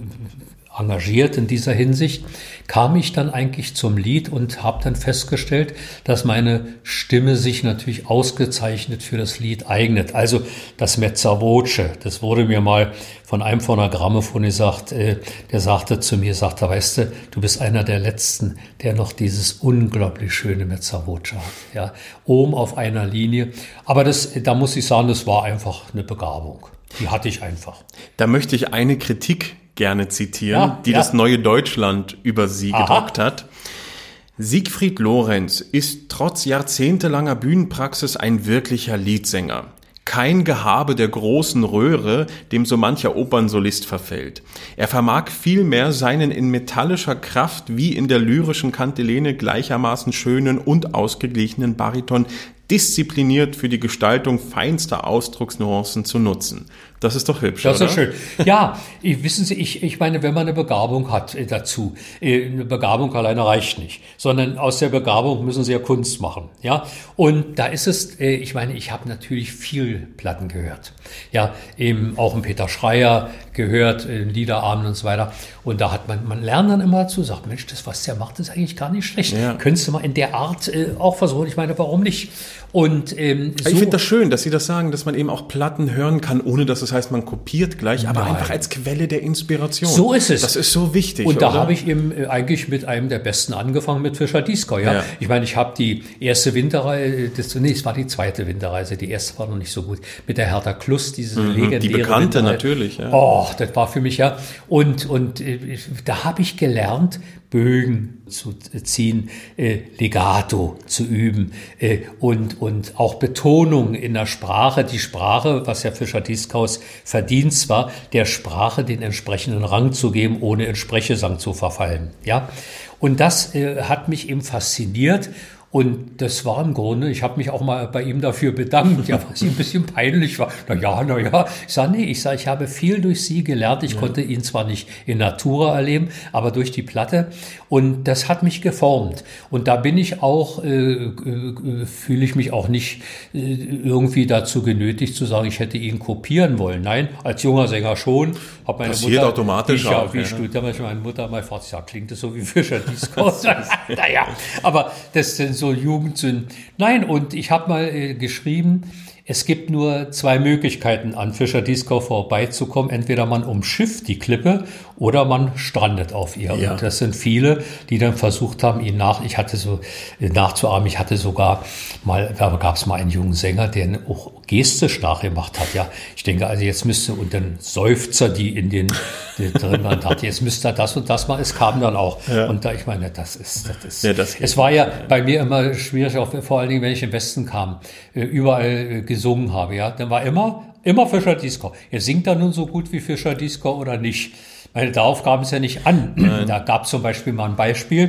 engagiert in dieser Hinsicht, kam ich dann eigentlich zum Lied und habe dann festgestellt, dass meine Stimme sich natürlich ausgezeichnet für das Lied eignet. Also das Mezza Voce, das wurde mir mal von einem von der Grammophon gesagt, äh, der sagte zu mir, sagte, weißt du, du bist einer der Letzten, der noch dieses unglaublich schöne Mezza Voce hat. Ja, oben auf einer Linie. Aber das, da muss ich sagen, das war einfach eine Begabung. Die hatte ich einfach. Da möchte ich eine Kritik gerne zitieren, ja, die ja. das Neue Deutschland über Sie Aha. gedruckt hat. Siegfried Lorenz ist trotz jahrzehntelanger Bühnenpraxis ein wirklicher Liedsänger. Kein Gehabe der großen Röhre, dem so mancher Opernsolist verfällt. Er vermag vielmehr seinen in metallischer Kraft wie in der lyrischen Kantilene gleichermaßen schönen und ausgeglichenen Bariton diszipliniert für die Gestaltung feinster Ausdrucksnuancen zu nutzen. Das ist doch hübsch, Das oder? ist schön. Ja, wissen Sie, ich, ich meine, wenn man eine Begabung hat äh, dazu, äh, eine Begabung alleine reicht nicht, sondern aus der Begabung müssen Sie ja Kunst machen, ja. Und da ist es, äh, ich meine, ich habe natürlich viel Platten gehört, ja, eben auch einen Peter Schreier gehört, äh, Liederabend und so weiter. Und da hat man, man lernt dann immer dazu, sagt, Mensch, das, was der macht, ist eigentlich gar nicht schlecht. Ja. Könntest du mal in der Art äh, auch versuchen? Ich meine, warum nicht? Und ähm, so ich finde das schön, dass Sie das sagen, dass man eben auch Platten hören kann, ohne dass es heißt, man kopiert gleich, aber Nein. einfach als Quelle der Inspiration. So ist es. Das ist so wichtig. Und da oder? habe ich eben äh, eigentlich mit einem der Besten angefangen, mit Fischer-Dieskau. Ja? Ja. Ich meine, ich habe die erste Winterreise, das, nee, es war die zweite Winterreise, die erste war noch nicht so gut, mit der Hertha Kluss, diese Mhm, legendäre die bekannte Winterreise. natürlich. Ja. Oh, das war für mich ja. Und, und äh, da habe ich gelernt, Bögen zu ziehen, äh, Legato zu üben äh, und, und auch Betonung in der Sprache. Die Sprache, was ja Fischer-Dieskau's Verdienst war, der Sprache den entsprechenden Rang zu geben, ohne in Sprechgesang zu verfallen. Ja, und das äh, hat mich eben fasziniert. Und das war im Grunde, ich habe mich auch mal bei ihm dafür bedankt, ja, was ihm ein bisschen peinlich war. Na ja, na ja. Ich sage, nee, ich sage, ich habe viel durch Sie gelernt. Ich ja. konnte ihn zwar nicht in Natura erleben, aber durch die Platte. Und das hat mich geformt. Und da bin ich auch, äh, äh, fühle ich mich auch nicht äh, irgendwie dazu genötigt zu sagen, ich hätte ihn kopieren wollen. Nein, als junger Sänger schon. Hab meine Passiert Mutter, automatisch ich, ja, auch. Wie Ja. ich damals meine Mutter mal fragt, ja, klingt das so wie Fischer-Dieskau? Naja, aber das sind so Jugendsünden. Nein, und ich habe mal äh, geschrieben, es gibt nur zwei Möglichkeiten, an Fischer-Dieskau vorbeizukommen. Entweder man umschifft die Klippe oder man strandet auf ihr. Ja. Und das sind viele, die dann versucht haben, ihn nach, ich hatte so, nachzuahmen, ich hatte sogar mal, da gab es mal einen jungen Sänger, der auch gestisch nachgemacht hat, ja. Ich denke, also jetzt müsste, und dann Seufzer, die in den, die drin waren, dachte, jetzt müsste er das und das mal, es kam dann auch. Ja. Und da, ich meine, das ist, das ist, ja, das es war ja bei mir immer schwierig, auch vor allen Dingen, wenn ich im Westen kam, überall gesungen habe, ja, dann war immer, immer Fischer Disco. Ihr singt da nun so gut wie Fischer Disco oder nicht? Meine, darauf kam es ja nicht an. Nein. Da gab es zum Beispiel mal ein Beispiel.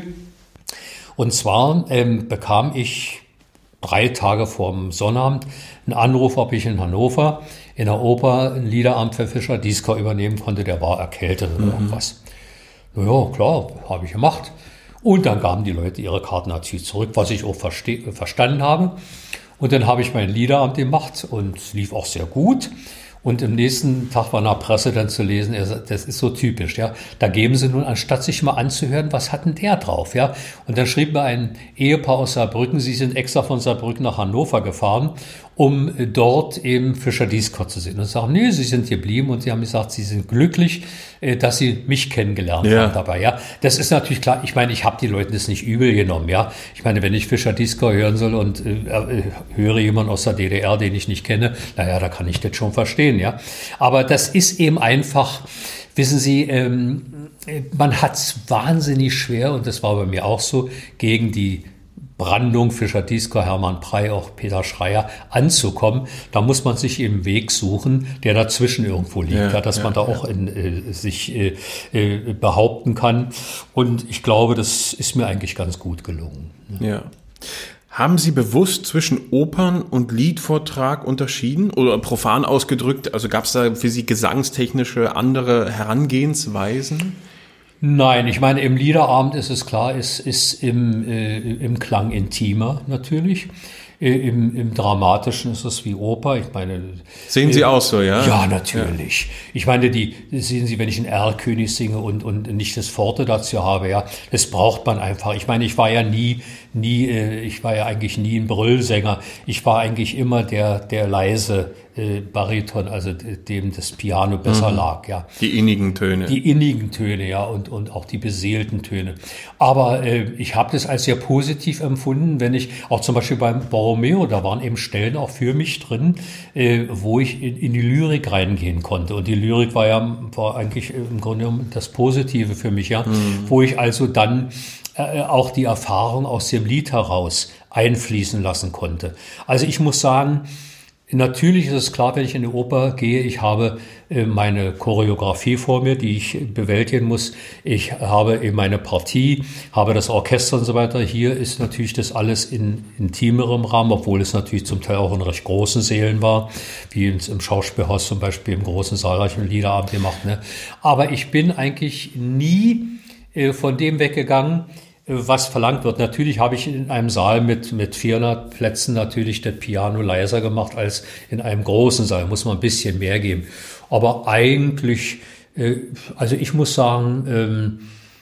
Und zwar ähm, bekam ich drei Tage vorm Sonnabend einen Anruf, ob ich in Hannover in der Oper ein Liederabend für Fischer Disco übernehmen konnte. Der war erkältet oder mhm. irgendwas. Na ja, klar, habe ich gemacht. Und dann gaben die Leute ihre Karten natürlich zurück, was ich auch verste- verstanden habe. Und dann habe ich meinen Liederabend gemacht und es lief auch sehr gut. Und im nächsten Tag war in der Presse dann zu lesen, das ist so typisch, ja. Da geben sie nun, anstatt sich mal anzuhören, was hat denn der drauf, ja. Und dann schrieb mir ein Ehepaar aus Saarbrücken, sie sind extra von Saarbrücken nach Hannover gefahren, um dort eben Fischer Disco zu sehen. Und sagen, nee, sie sind geblieben und sie haben gesagt, sie sind glücklich, dass sie mich kennengelernt ja. haben dabei, ja. Das ist natürlich klar, ich meine, ich habe die Leute das nicht übel genommen, ja. Ich meine, wenn ich Fischer Disco hören soll und äh, höre jemanden aus der D D R, den ich nicht kenne, naja, da kann ich das schon verstehen, ja. Aber das ist eben einfach, wissen Sie, ähm, man hat es wahnsinnig schwer, und das war bei mir auch so, gegen die Brandung, Fischer Disco, Hermann Prey, auch Peter Schreier anzukommen. Da muss man sich eben einen Weg suchen, der dazwischen irgendwo liegt, ja, ja, dass ja, man da auch in, äh, sich äh, äh, behaupten kann. Und ich glaube, das ist mir eigentlich ganz gut gelungen. Ja. Haben Sie bewusst zwischen Opern und Liedvortrag unterschieden oder profan ausgedrückt? Also gab es da für Sie gesangstechnische andere Herangehensweisen? Nein, ich meine, im Liederabend ist es klar, es ist im, äh, im Klang intimer natürlich. Äh, im, Im Dramatischen ist es wie Oper. Ich meine, sehen Sie äh, auch so, ja? Ja, natürlich. Ja. Ich meine, die sehen Sie, wenn ich einen Erlkönig singe und, und nicht das Forte dazu habe, ja, das braucht man einfach. Ich meine, ich war ja nie, nie, äh, ich war ja eigentlich nie ein Brüllsänger. Ich war eigentlich immer der, der leise Äh, Bariton, also dem das Piano besser mhm. lag, ja. Die innigen Töne. Die innigen Töne, ja, und, und auch die beseelten Töne. Aber äh, ich habe das als sehr positiv empfunden, wenn ich, auch zum Beispiel beim Borromeo, da waren eben Stellen auch für mich drin, äh, wo ich in, in die Lyrik reingehen konnte. Und die Lyrik war ja war eigentlich im Grunde genommen das Positive für mich, ja. Mhm. Wo ich also dann äh, auch die Erfahrung aus dem Lied heraus einfließen lassen konnte. Also ich muss sagen, natürlich ist es klar, wenn ich in die Oper gehe, ich habe äh, meine Choreografie vor mir, die ich bewältigen muss. Ich habe eben meine Partie, habe das Orchester und so weiter. Hier ist natürlich das alles in intimerem Rahmen, obwohl es natürlich zum Teil auch in recht großen Sälen war, wie im Schauspielhaus zum Beispiel im großen zahlreichen Liederabend gemacht. Ne? Aber ich bin eigentlich nie äh, von dem weggegangen, was verlangt wird. Natürlich habe ich in einem Saal mit, mit vierhundert Plätzen natürlich das Piano leiser gemacht als in einem großen Saal. Muss man ein bisschen mehr geben. Aber eigentlich, äh, also ich muss sagen, ähm,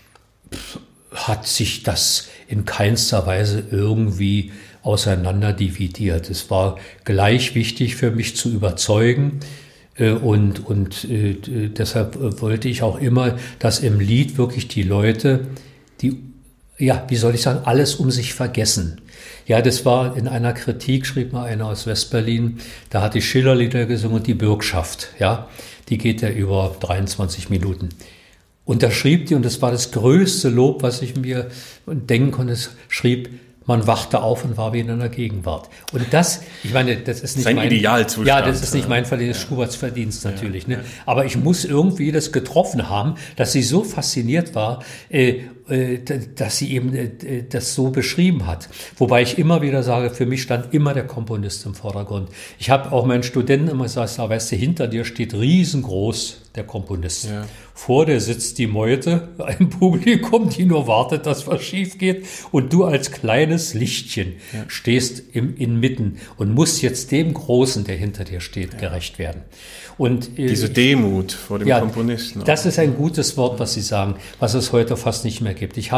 hat sich das in keinster Weise irgendwie auseinander dividiert. Es war gleich wichtig für mich zu überzeugen. Äh, und, und äh, deshalb wollte ich auch immer, dass im Lied wirklich die Leute, die ja, wie soll ich sagen, alles um sich vergessen. Ja, das war in einer Kritik, schrieb mal einer aus Westberlin, da hat die Schillerlieder gesungen und die Bürgschaft, ja, die geht ja über dreiundzwanzig Minuten. Und da schrieb die, und das war das größte Lob, was ich mir denken konnte, es schrieb, man wachte auf und war wieder in der Gegenwart. Und das, ich meine, das ist nicht Sein mein Idealzustand. Ja, das ist nicht mein Verdienst, ja. Schuberts Verdienst natürlich. Ja, ne? Ja. Aber ich muss irgendwie das getroffen haben, dass sie so fasziniert war, äh, äh, dass sie eben äh, das so beschrieben hat. Wobei ich immer wieder sage, für mich stand immer der Komponist im Vordergrund. Ich habe auch meinen Studenten immer gesagt, weißt du, hinter dir steht riesengroß der Komponist. Ja. Vor dir sitzt die Meute, ein Publikum, die nur wartet, dass was schief geht. Und du als kleines Lichtchen ja. stehst im, inmitten und musst jetzt dem Großen, der hinter dir steht, ja. gerecht werden. Und, äh, Diese Demut vor dem ja, Komponisten. Das ist ein gutes Wort, was Sie sagen, was es heute fast nicht mehr gibt. Ich habe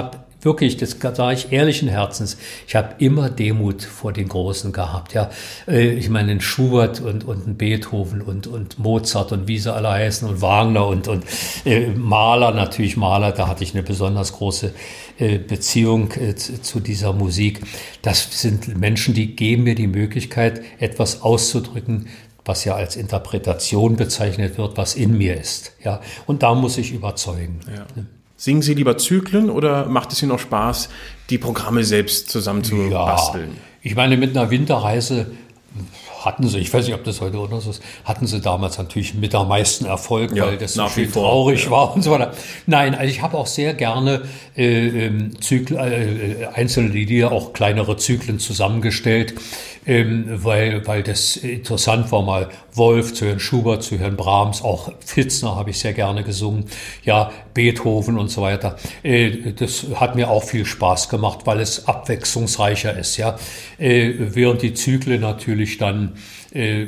wirklich, das sage ich ehrlichen Herzens, ich habe immer Demut vor den Großen gehabt. Ja, ich meine, einen Schubert und, und einen Beethoven und, und Mozart und wie sie alle heißen und Wagner und, und äh, Mahler, natürlich Mahler, da hatte ich eine besonders große äh, Beziehung äh, zu dieser Musik. Das sind Menschen, die geben mir die Möglichkeit, etwas auszudrücken, was ja als Interpretation bezeichnet wird, was in mir ist. Ja, und da muss ich überzeugen. Ja. Singen Sie lieber Zyklen oder macht es Ihnen auch Spaß, die Programme selbst zusammen zu ja, basteln? Ich meine, mit einer Winterreise hatten sie, ich weiß nicht, ob das heute oder so ist, hatten sie damals natürlich mit am meisten Erfolg, ja, weil das so nach viel wie vor, traurig ja. war und so weiter. Nein, also ich habe auch sehr gerne äh, Zyklen, äh, einzelne Lieder, auch kleinere Zyklen zusammengestellt, ähm, weil, weil das interessant war, mal Wolf zu hören, Schubert zu hören, Brahms, auch Pfitzner habe ich sehr gerne gesungen, ja, Beethoven und so weiter. Äh, das hat mir auch viel Spaß gemacht, weil es abwechslungsreicher ist, ja. Äh, während die Zyklen natürlich dann äh,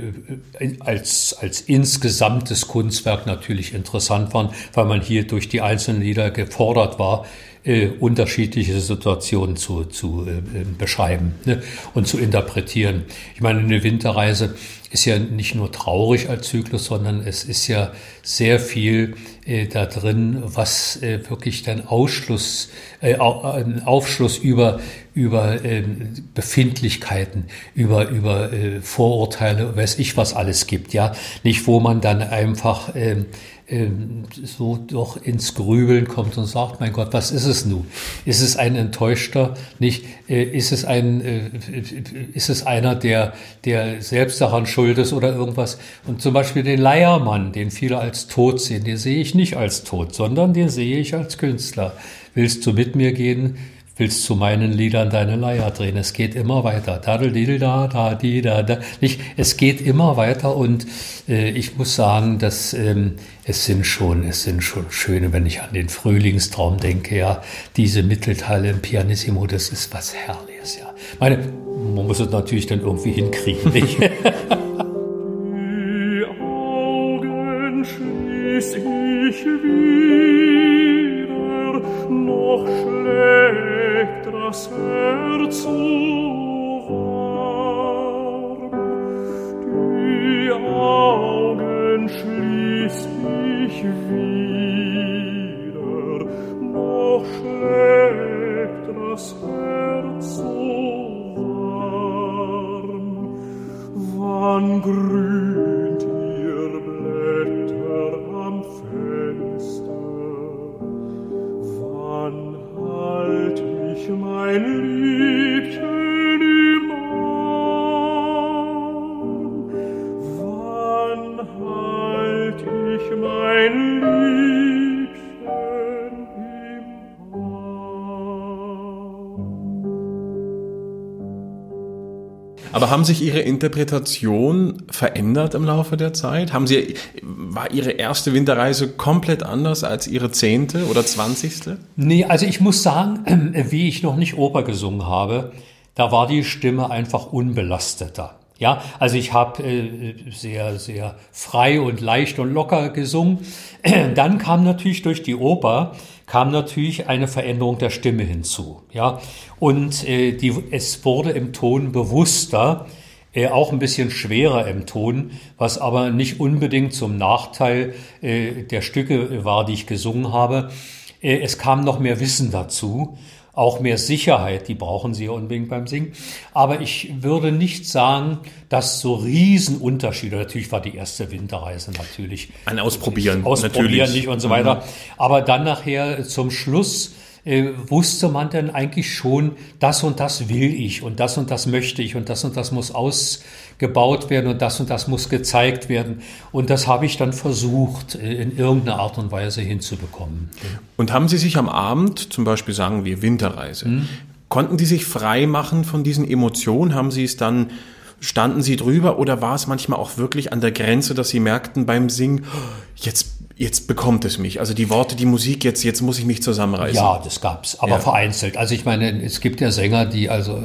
als, als insgesamtes Kunstwerk natürlich interessant waren, weil man hier durch die einzelnen Lieder gefordert war, äh, unterschiedliche Situationen zu, zu äh, beschreiben, ne, und zu interpretieren. Ich meine, eine Winterreise ist ja nicht nur traurig als Zyklus, sondern es ist ja sehr viel äh, da drin, was äh, wirklich dann Ausschluss, äh, Aufschluss über über äh, Befindlichkeiten, über über äh, Vorurteile, weiß ich was alles gibt, ja, nicht wo man dann einfach äh, äh, so doch ins Grübeln kommt und sagt, mein Gott, was ist es nun? Ist es ein Enttäuschter? Nicht? Äh, ist es ein äh, ist es einer, der der selbst daran schuld ist oder irgendwas? Und zum Beispiel den Leiermann, den viele als tot sehen, den sehe ich nicht als tot, sondern den sehe ich als Künstler. Willst du mit mir gehen? Willst zu meinen Liedern deine Leier drehen? Es geht immer weiter. Dadel, da, da, di, da, da. Nicht, es geht immer weiter und äh, ich muss sagen, dass ähm, es sind schon, es sind schon schöne, wenn ich an den Frühlingstraum denke, ja, diese Mittelteile im Pianissimo, das ist was Herrliches, ja. Meine, man muss es natürlich dann irgendwie hinkriegen, nicht? Die Augen schließ ich wieder, noch schlägt das Herz so warm. Die Augen schließ ich wieder, noch schlägt das Herz so warm. Wann grünt ihr Blätter am Fenster? Wann halt ich mein Liebchen im Arm? Wann halt ich mein Liebchen im Arm? Aber haben sich Ihre Interpretation verändert im Laufe der Zeit? Haben Sie, war Ihre erste Winterreise komplett anders als Ihre zehnte oder zwanzigste? Nee, also ich muss sagen, wie ich noch nicht Oper gesungen habe, da war die Stimme einfach unbelasteter. Ja, also ich habe äh, sehr, sehr frei und leicht und locker gesungen. Dann kam natürlich durch die Oper, kam natürlich eine Veränderung der Stimme hinzu. Ja, und äh, die, es wurde im Ton bewusster, äh, auch ein bisschen schwerer im Ton, was aber nicht unbedingt zum Nachteil äh, der Stücke war, die ich gesungen habe. Äh, es kam noch mehr Wissen dazu. Auch mehr Sicherheit, die brauchen Sie ja unbedingt beim Singen. Aber ich würde nicht sagen, dass so Riesenunterschiede, natürlich war die erste Winterreise natürlich. Ein Ausprobieren, Ausprobieren natürlich. nicht und so weiter. Mhm. Aber dann nachher zum Schluss äh, wusste man dann eigentlich schon, das und das will ich und das und das möchte ich und das und das muss ausgebaut werden und das und das muss gezeigt werden. Und das habe ich dann versucht, äh, in irgendeiner Art und Weise hinzubekommen. Und haben Sie sich am Abend, zum Beispiel sagen wir Winterreise, mhm. konnten Sie sich frei machen von diesen Emotionen? Haben Sie es dann, standen Sie drüber oder war es manchmal auch wirklich an der Grenze, dass Sie merkten beim Singen, jetzt jetzt bekommt es mich. Also die Worte, die Musik, jetzt, jetzt muss ich mich zusammenreißen. Ja, das gab's, aber ja. vereinzelt. Also ich meine, es gibt ja Sänger, die, also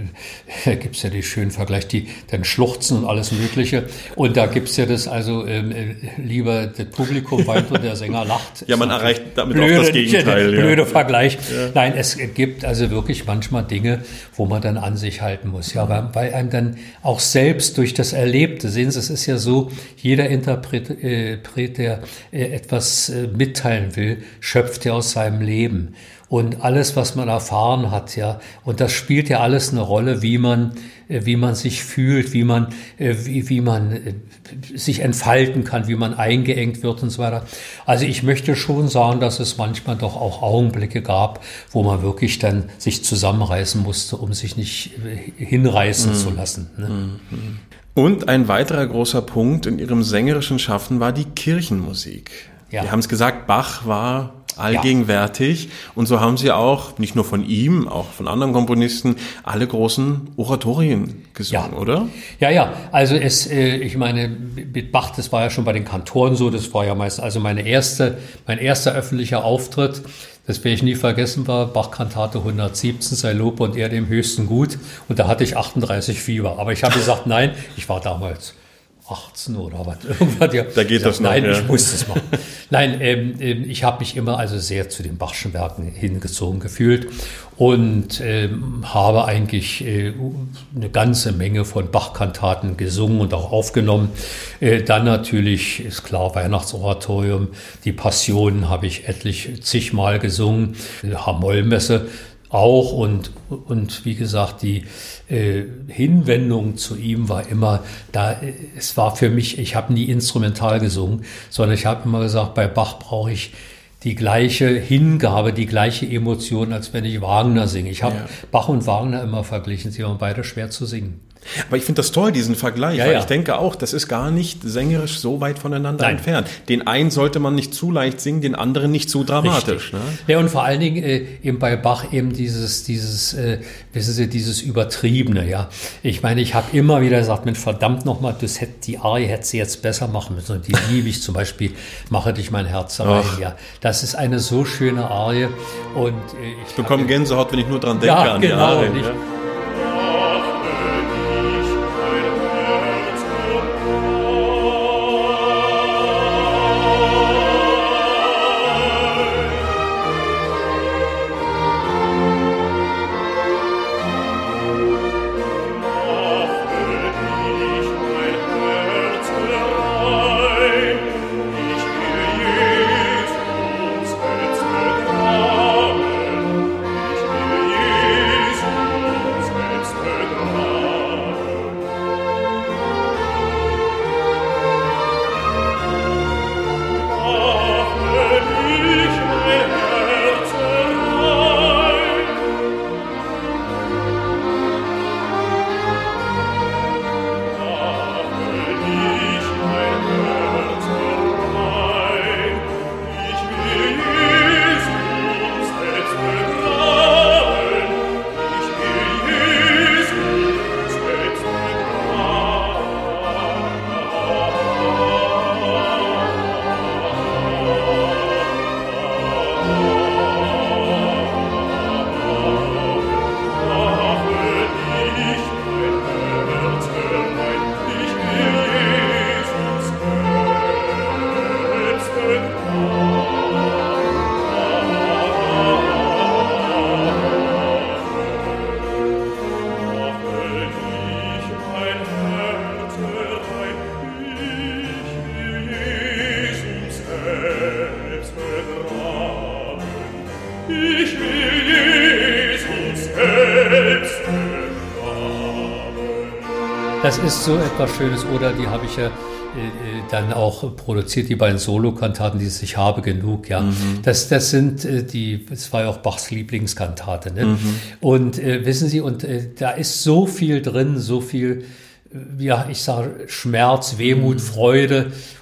äh, gibt's ja den schönen Vergleich, die dann schluchzen und alles Mögliche. Und da gibt's ja das, also ähm, äh, lieber das Publikum weint und der Sänger lacht. Ja, man erreicht damit blöde, auch das Gegenteil. Blöde ja. Vergleich. Ja. Nein, es gibt also wirklich manchmal Dinge, wo man dann an sich halten muss. Ja, weil, weil einem dann auch selbst durch das Erlebte, sehen Sie, es ist ja so, jeder Interpret, äh, der äh, etwas äh, mitteilen will, schöpft ja aus seinem Leben. Und alles, was man erfahren hat, ja, und das spielt ja alles eine Rolle, wie man, äh, wie man sich fühlt, wie man, äh, wie, wie man äh, sich entfalten kann, wie man eingeengt wird und so weiter. Also ich möchte schon sagen, dass es manchmal doch auch Augenblicke gab, wo man wirklich dann sich zusammenreißen musste, um sich nicht äh, hinreißen mhm. zu lassen. Ne? Mhm. Und ein weiterer großer Punkt in ihrem sängerischen Schaffen war die Kirchenmusik. Ja. Wir haben es gesagt, Bach war allgegenwärtig. Ja. Und so haben sie auch, nicht nur von ihm, auch von anderen Komponisten, alle großen Oratorien gesungen, ja. oder? Ja, ja. Also es, äh, ich meine, mit Bach, das war ja schon bei den Kantoren so, das war ja meist, also meine erste, mein erster öffentlicher Auftritt, das werde ich nie vergessen, war Bach-Kantate hundertsiebzehn, sei Lob und Erde im höchsten Gut. Und da hatte ich achtunddreißig Fieber. Aber ich habe gesagt, nein, ich war damals achtzehn oder was. Irgendwann, ja. Da geht das noch, Nein, ja. ich muss das machen. Nein, ähm, ähm, ich habe mich immer also sehr zu den Bachschen Werken hingezogen gefühlt und ähm, habe eigentlich äh, eine ganze Menge von Bach-Kantaten gesungen und auch aufgenommen. Äh, dann natürlich, ist klar, Weihnachtsoratorium, die Passionen habe ich etlich zigmal gesungen, Hamollmesse auch und, und wie gesagt, die äh, Hinwendung zu ihm war immer da, es war für mich, ich habe nie instrumental gesungen, sondern ich habe immer gesagt, bei Bach brauche ich die gleiche Hingabe, die gleiche Emotion, als wenn ich Wagner singe. Ich habe ja. Bach und Wagner immer verglichen, sie waren beide schwer zu singen. Aber ich finde das toll, diesen Vergleich, ja, weil ja. ich denke auch, das ist gar nicht sängerisch so weit voneinander Nein. entfernt. Den einen sollte man nicht zu leicht singen, den anderen nicht zu dramatisch. Ne? Ja, und vor allen Dingen äh, eben bei Bach eben dieses, dieses, äh, wissen Sie, dieses Übertriebene, ja. Ich meine, ich habe immer wieder gesagt, Mensch, verdammt nochmal, das hätte, die Arie hätte sie jetzt besser machen müssen. Und die liebe ich zum Beispiel, Mache dich mein Herz rein, ja. Das ist eine so schöne Arie. Und, äh, ich ich bekomme Gänsehaut, wenn ich nur dran denke ja, an genau, die Arie. Nicht, ja. Das ist so etwas Schönes, oder die habe ich ja äh, dann auch produziert, die beiden Solokantaten, die Ich habe genug, ja. Mhm. Das, das sind äh, die, das war ja auch Bachs Lieblingskantate, ne? Mhm. Und äh, wissen Sie, und äh, da ist so viel drin, so viel, äh, ja, ich sage Schmerz, Wehmut, mhm. Freude.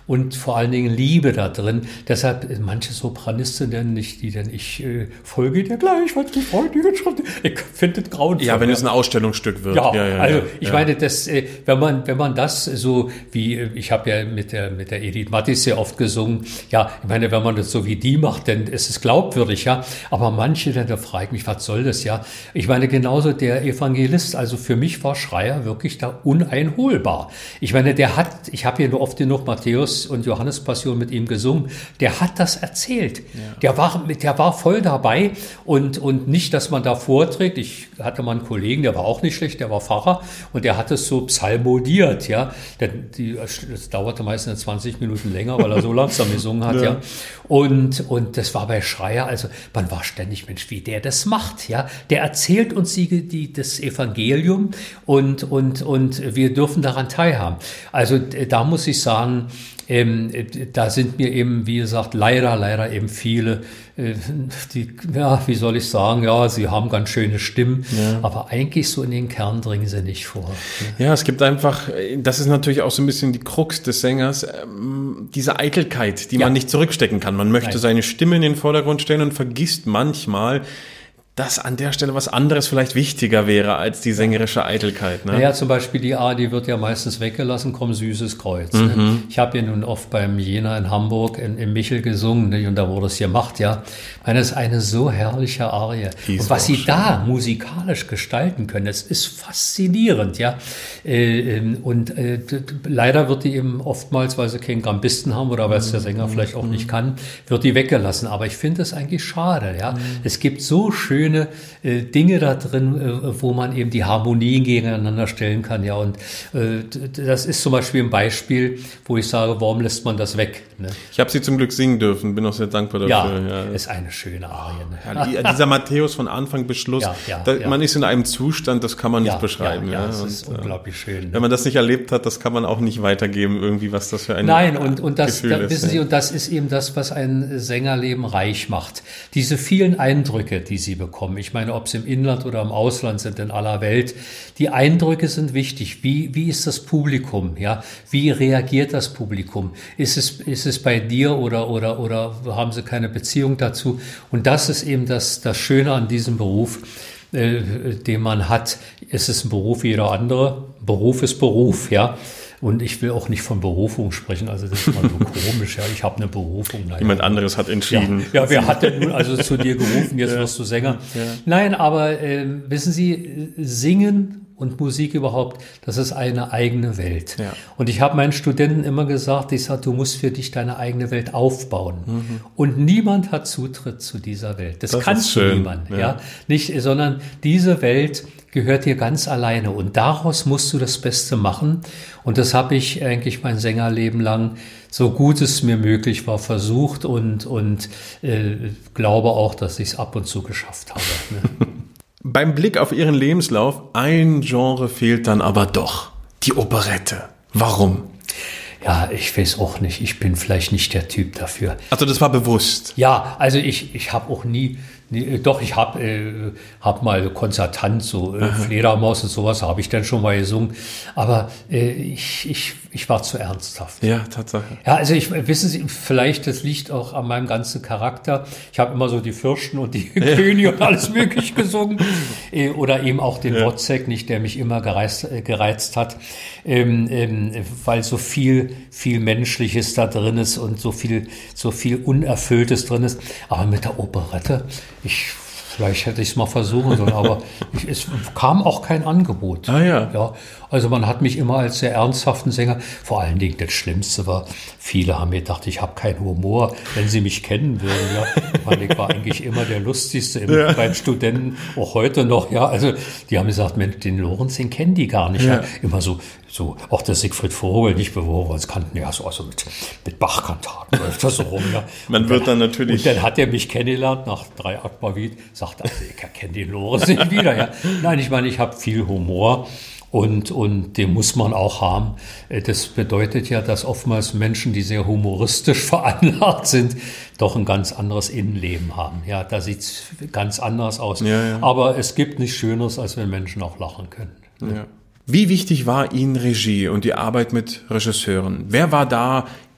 und vor allen Dingen Liebe da drin. Deshalb manche Sopranistinnen nicht, die denn ich äh, folge dir gleich, was die Freunde Schritte. Ich finde das grauenvoll. Ja, wenn es ein Ausstellungsstück wird. Ja, ja, ja also ja, ich ja. meine, das, äh, wenn man wenn man das so wie äh, ich habe ja mit der mit der Edith Mattis sehr oft gesungen. Ja, ich meine, wenn man das so wie die macht, dann ist es glaubwürdig, ja. Aber manche, dann da frage ich mich, was soll das, ja? Ich meine, genauso der Evangelist. Also für mich war Schreyer wirklich da uneinholbar. Ich meine, der hat, ich habe hier nur oft genug Matthäus und Johannes Passion mit ihm gesungen. Der hat das erzählt. Ja. Der war, der war voll dabei und und nicht, dass man da vorträgt. Ich hatte mal einen Kollegen, der war auch nicht schlecht, der war Pfarrer und der hat es so psalmodiert, ja. Denn die, das dauerte meistens zwanzig Minuten länger, weil er so langsam gesungen hat, ja. ja. Und und das war bei Schreyer, also man war ständig, Mensch, wie der das macht, ja. Der erzählt uns die, die das Evangelium und und und wir dürfen daran teilhaben. Also da muss ich sagen, Ähm, da sind mir eben, wie gesagt, leider, leider eben viele, äh, die, ja, wie soll ich sagen, ja, sie haben ganz schöne Stimmen, ja. aber eigentlich so in den Kern dringen sie nicht vor. Ne? Ja, es gibt einfach, das ist natürlich auch so ein bisschen die Krux des Sängers, ähm, diese Eitelkeit, die ja. man nicht zurückstecken kann. Man möchte Nein. seine Stimme in den Vordergrund stellen und vergisst manchmal, dass an der Stelle was anderes vielleicht wichtiger wäre als die sängerische Eitelkeit. Ne? Naja, zum Beispiel die A, die wird ja meistens weggelassen, komm süßes Kreuz. Mhm. Ne? Ich habe ja nun oft beim Jena in Hamburg in, in Michel gesungen, ne? Und da wurde es gemacht, ja. Ich meine, das ist eine so herrliche Arie. Die und was sie schön. Da musikalisch gestalten können, das ist faszinierend, ja. Äh, und äh, leider wird die eben oftmals, weil sie keinen Gambisten haben oder weil es der Sänger mhm. vielleicht auch nicht kann, wird die weggelassen. Aber ich finde es eigentlich schade, ja. Mhm. Es gibt so schön schöne äh, Dinge da drin, äh, wo man eben die Harmonien gegeneinander stellen kann, ja, und äh, das ist zum Beispiel ein Beispiel, wo ich sage, warum lässt man das weg? Ne? Ich habe sie zum Glück singen dürfen, bin auch sehr dankbar dafür. Ja, ja. Ist eine schöne Arie. Ne? Ja, dieser Matthäus von Anfang bis Schluss, ja, ja, da, ja. man ist in einem Zustand, das kann man nicht ja, beschreiben. Ja, ja, ja. das und, ist unglaublich schön. Ne? Wenn man das nicht erlebt hat, das kann man auch nicht weitergeben, irgendwie, was das für ein Nein, und, und das, Gefühl da, ist. Wissen ja. Sie, und das ist eben das, was ein Sängerleben reich macht. Diese vielen Eindrücke, die Sie bekommen. Ich meine, ob es im Inland oder im Ausland sind, in aller Welt. Die Eindrücke sind wichtig. Wie, wie ist das Publikum? Ja? Wie reagiert das Publikum? Ist es, ist es bei dir oder, oder, oder haben sie keine Beziehung dazu? Und das ist eben das, das Schöne an diesem Beruf, äh, den man hat. Es ist ein Beruf wie jeder andere. Beruf ist Beruf, ja. Und ich will auch nicht von Berufung sprechen, also das ist immer so komisch, ja, ich habe eine Berufung. Naja. Jemand anderes hat entschieden. Ja, ja, wer hat denn nun also zu dir gerufen, jetzt ja. wirst du Sänger? Ja. Nein, aber äh, wissen Sie, Singen und Musik überhaupt, das ist eine eigene Welt. Ja. Und ich habe meinen Studenten immer gesagt, ich sage, du musst für dich deine eigene Welt aufbauen. Mhm. Und niemand hat Zutritt zu dieser Welt. Das, das kannst du niemand, ja. ja, nicht, sondern diese Welt gehört dir ganz alleine und daraus musst du das Beste machen. Und das habe ich eigentlich mein Sängerleben lang, so gut es mir möglich war, versucht und, und äh, glaube auch, dass ich es ab und zu geschafft habe. Ne? Beim Blick auf Ihren Lebenslauf, ein Genre fehlt dann aber doch, die Operette. Warum? Ja, ich weiß auch nicht. Ich bin vielleicht nicht der Typ dafür. Also das war bewusst? Ja, also ich, ich habe auch nie... Nee, doch, ich habe äh, hab mal Konzertant, so äh, Fledermaus und sowas habe ich dann schon mal gesungen. Aber äh, ich, ich, ich war zu ernsthaft. Ja, Tatsache. Ja, also ich, wissen Sie, vielleicht, das liegt auch an meinem ganzen Charakter. Ich habe immer so die Fürsten und die ja. Könige und alles möglich gesungen. Äh, oder eben auch den ja. Wozzeck, nicht, der mich immer gereizt, äh, gereizt hat. Ähm, ähm, weil so viel, viel Menschliches da drin ist und so viel, so viel Unerfülltes drin ist. Aber mit der Operette, ich, vielleicht hätte ich es mal versuchen sollen, aber ich, es kam auch kein Angebot. Ah ja. Ja. Also man hat mich immer als sehr ernsthaften Sänger, vor allen Dingen das Schlimmste war, viele haben mir gedacht, ich habe keinen Humor, wenn sie mich kennen würden. Ja. Ich meine, ich war eigentlich immer der Lustigste im, ja. bei Studenten, auch heute noch. Ja, also die haben gesagt, Mensch, den Lorenz, den kennen die gar nicht. Ja. Ja. Immer so, so, auch der Siegfried Vogel, nicht bevor wir uns kannten, ja, so also mit, mit Bach-Kantaten läuft das so rum. Ja. Man wird dann natürlich... Und dann hat er mich kennengelernt, nach drei Aquavit, sagt, also ich erkenne den Lorenz nicht wieder. Ja. Nein, ich meine, ich habe viel Humor. Und, und den muss man auch haben. Das bedeutet ja, dass oftmals Menschen, die sehr humoristisch veranlagt sind, doch ein ganz anderes Innenleben haben. Ja, da sieht's ganz anders aus. Ja, ja. Aber es gibt nichts Schöneres, als wenn Menschen auch lachen können. Ja. Wie wichtig war Ihnen Regie und die Arbeit mit Regisseuren? Wer war da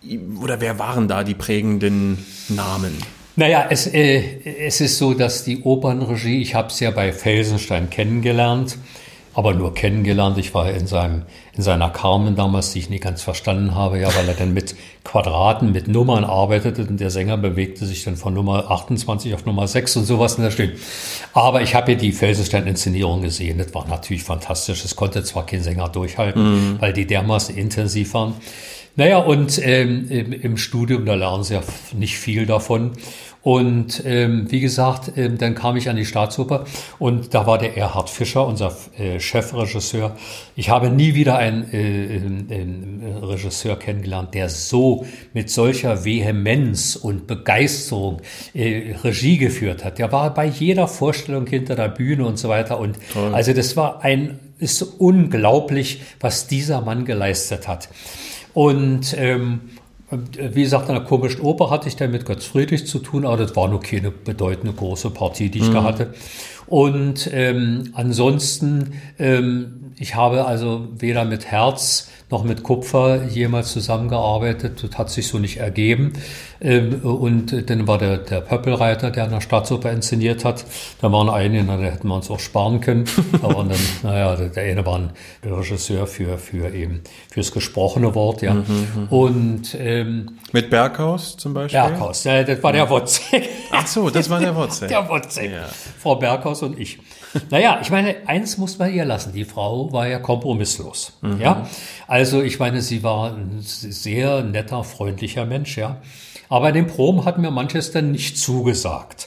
oder wer waren da die prägenden Namen? Naja, es, äh, es ist so, dass die Opernregie, ich habe es ja bei Felsenstein kennengelernt, aber nur kennengelernt. Ich war in seinem, in seiner Carmen damals, die ich nie ganz verstanden habe, ja, weil er dann mit Quadraten, mit Nummern arbeitete und der Sänger bewegte sich dann von Nummer achtundzwanzig auf Nummer sechs und sowas in der Stelle. Aber ich habe ja die Felsenstein-Inszenierung gesehen. Das war natürlich fantastisch. Es konnte zwar kein Sänger durchhalten, mhm. weil die dermaßen intensiv waren. Naja, und ähm, im, im Studium, da lernen sie ja nicht viel davon. Und ähm, wie gesagt, ähm, dann kam ich an die Staatsoper und da war der Erhard Fischer, unser äh, Chefregisseur. Ich habe nie wieder einen äh, äh, Regisseur kennengelernt, der so mit solcher Vehemenz und Begeisterung äh, Regie geführt hat. Der war bei jeder Vorstellung hinter der Bühne und so weiter. Und Toll. Also das war ein, ist unglaublich, was dieser Mann geleistet hat. Und ähm, wie gesagt, in der komischen Oper hatte ich dann mit Götz Friedrich zu tun, aber das war nur keine bedeutende große Partie, die ich mhm. da hatte. Und ähm, ansonsten, ähm, ich habe also weder mit Herz noch mit Kupfer jemals zusammengearbeitet. Das hat sich so nicht ergeben. Ähm, und dann war der, der Pöppelreiter, der an der Staatsoper inszeniert hat. Da waren einige, da hätten wir uns auch sparen können. Da waren dann, naja, der eine war ein Regisseur für, für eben, fürs gesprochene Wort, ja. Mhm, und, ähm, mit Berghaus zum Beispiel? Berghaus, ja, das war der Wozzeck. Ach so, das war der Wozzeck. Der Wozzeck. Ja. Frau Berghaus und ich. Naja, ich meine, eins muss man ihr lassen. Die Frau war ja kompromisslos. Mhm. Ja, also ich meine, sie war ein sehr netter, freundlicher Mensch. Ja, aber in den Proben hat mir manches dann nicht zugesagt.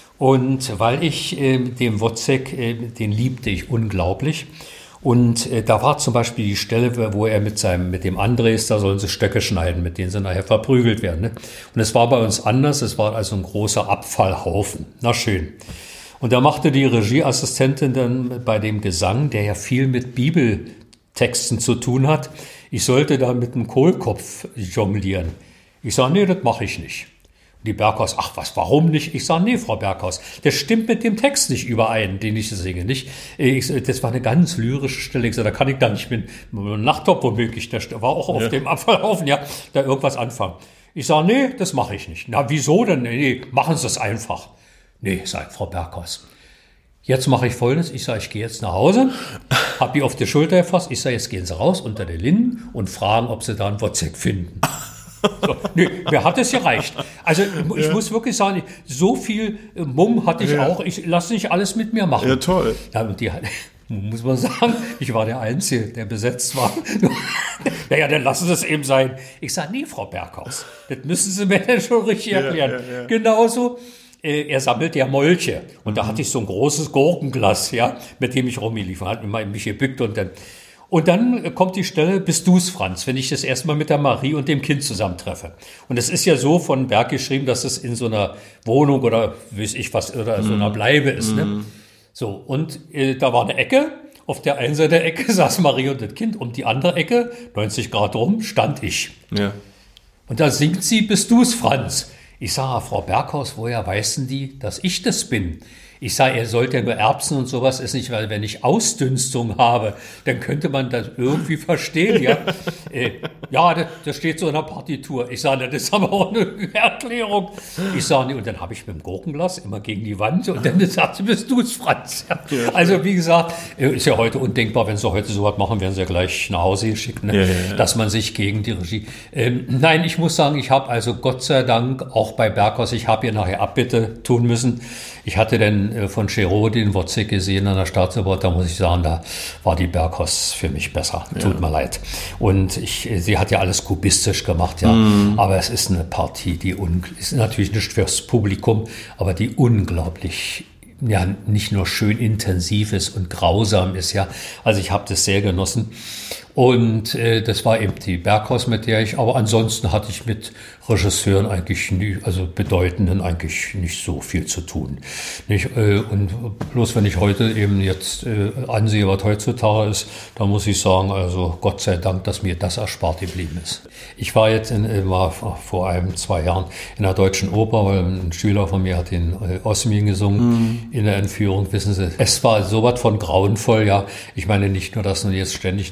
Und weil ich äh, den Wozzeck, äh, den liebte ich unglaublich. Und äh, da war zum Beispiel die Stelle, wo er mit seinem, mit dem Andres, da sollen sie Stöcke schneiden, mit denen sie nachher verprügelt werden. Ne? Und es war bei uns anders. Es war also ein großer Abfallhaufen. Na schön. Und da machte die Regieassistentin dann bei dem Gesang, der ja viel mit Bibeltexten zu tun hat, ich sollte da mit einem Kohlkopf jonglieren. Ich sage, nee, das mache ich nicht. Und die Berghaus, ach was, warum nicht? Ich sage, nee, Frau Berghaus, das stimmt mit dem Text nicht überein, den ich singe, nicht? Ich, das war eine ganz lyrische Stelle. Ich sage, da kann ich da nicht mit einem Nachttopf womöglich, der war auch auf ja. dem Abfallhaufen, ja, da irgendwas anfangen. Ich sage, nee, das mache ich nicht. Na, wieso denn? Nee, machen Sie es einfach. Nee, sagt Frau Berghaus. Jetzt mache ich Folgendes. Ich sage, ich gehe jetzt nach Hause, habe die auf die Schulter gefasst. Ich sage, jetzt gehen Sie raus unter die Linden und fragen, ob Sie da einen Wozzeck finden. So, nee, mir hat es gereicht. Also ich ja. muss wirklich sagen, so viel Mumm hatte ich ja. auch. Ich lasse nicht alles mit mir machen. Ja, toll. Ja, und die muss man sagen, ich war der Einzige, der besetzt war. Naja, dann lassen Sie es eben sein. Ich sage, nee, Frau Berghaus, das müssen Sie mir denn schon richtig erklären. Ja, ja, ja. Genauso. Er sammelt ja Molche. Und da hatte ich so ein großes Gurkenglas, ja, mit dem ich rumlief. Hat mich gebückt und dann, und dann kommt die Stelle, bist du's, Franz, wenn ich das erstmal mit der Marie und dem Kind zusammentreffe. Und es ist ja so von Berg geschrieben, dass es in so einer Wohnung oder, weiß ich was, oder so einer Bleibe ist, ne? So. Und äh, da war eine Ecke. Auf der einen Seite der Ecke saß Marie und das Kind. Um die andere Ecke, neunzig Grad rum, stand ich. Ja. Und da singt sie, bist du's, Franz. Ich sage, Frau Berghaus, woher weiß denn die, dass ich das bin? Ich sage, er sollte ja nur Erbsen und sowas essen, nicht, weil wenn ich Ausdünstung habe, dann könnte man das irgendwie verstehen, ja. äh, ja, das, das steht so in der Partitur. Ich sage, das ist aber auch eine Erklärung. Ich sage, nee, und dann habe ich mit dem Gurkenglas immer gegen die Wand und dann sagt sie, bist du's, Franz. Ja. Also wie gesagt, ist ja heute undenkbar, wenn sie heute so was machen, werden sie ja gleich nach Hause geschickt, ne? Ja, ja, ja. Dass man sich gegen die Regie... Ähm, nein, ich muss sagen, ich habe also Gott sei Dank auch bei Berghaus, ich habe ihr nachher Abbitte tun müssen. Ich hatte dann von Cherot den Wozzeck gesehen an der Staatsoper, da muss ich sagen, da war die Berghaus für mich besser. Ja. Tut mir leid. Und ich, sie hat ja alles kubistisch gemacht, ja. Mm. Aber es ist eine Partie, die un, ist natürlich nicht fürs Publikum, aber die unglaublich, ja, nicht nur schön intensiv ist und grausam ist, ja. Also ich habe das sehr genossen. Und äh, das war eben die Berghaus, mit der ich, aber ansonsten hatte ich mit Regisseuren eigentlich, nie, also bedeutenden eigentlich nicht so viel zu tun. Nicht, äh, und bloß wenn ich heute eben jetzt äh, ansehe, was heutzutage ist, da muss ich sagen, also Gott sei Dank, dass mir das erspart geblieben ist. Ich war jetzt in, äh, war vor einem, zwei Jahren in der Deutschen Oper, weil ein Schüler von mir hat den äh, Osmin gesungen mhm. in der Entführung, wissen Sie. Es war sowas von grauenvoll, ja. Ich meine nicht nur, dass nun jetzt ständig nackte Leute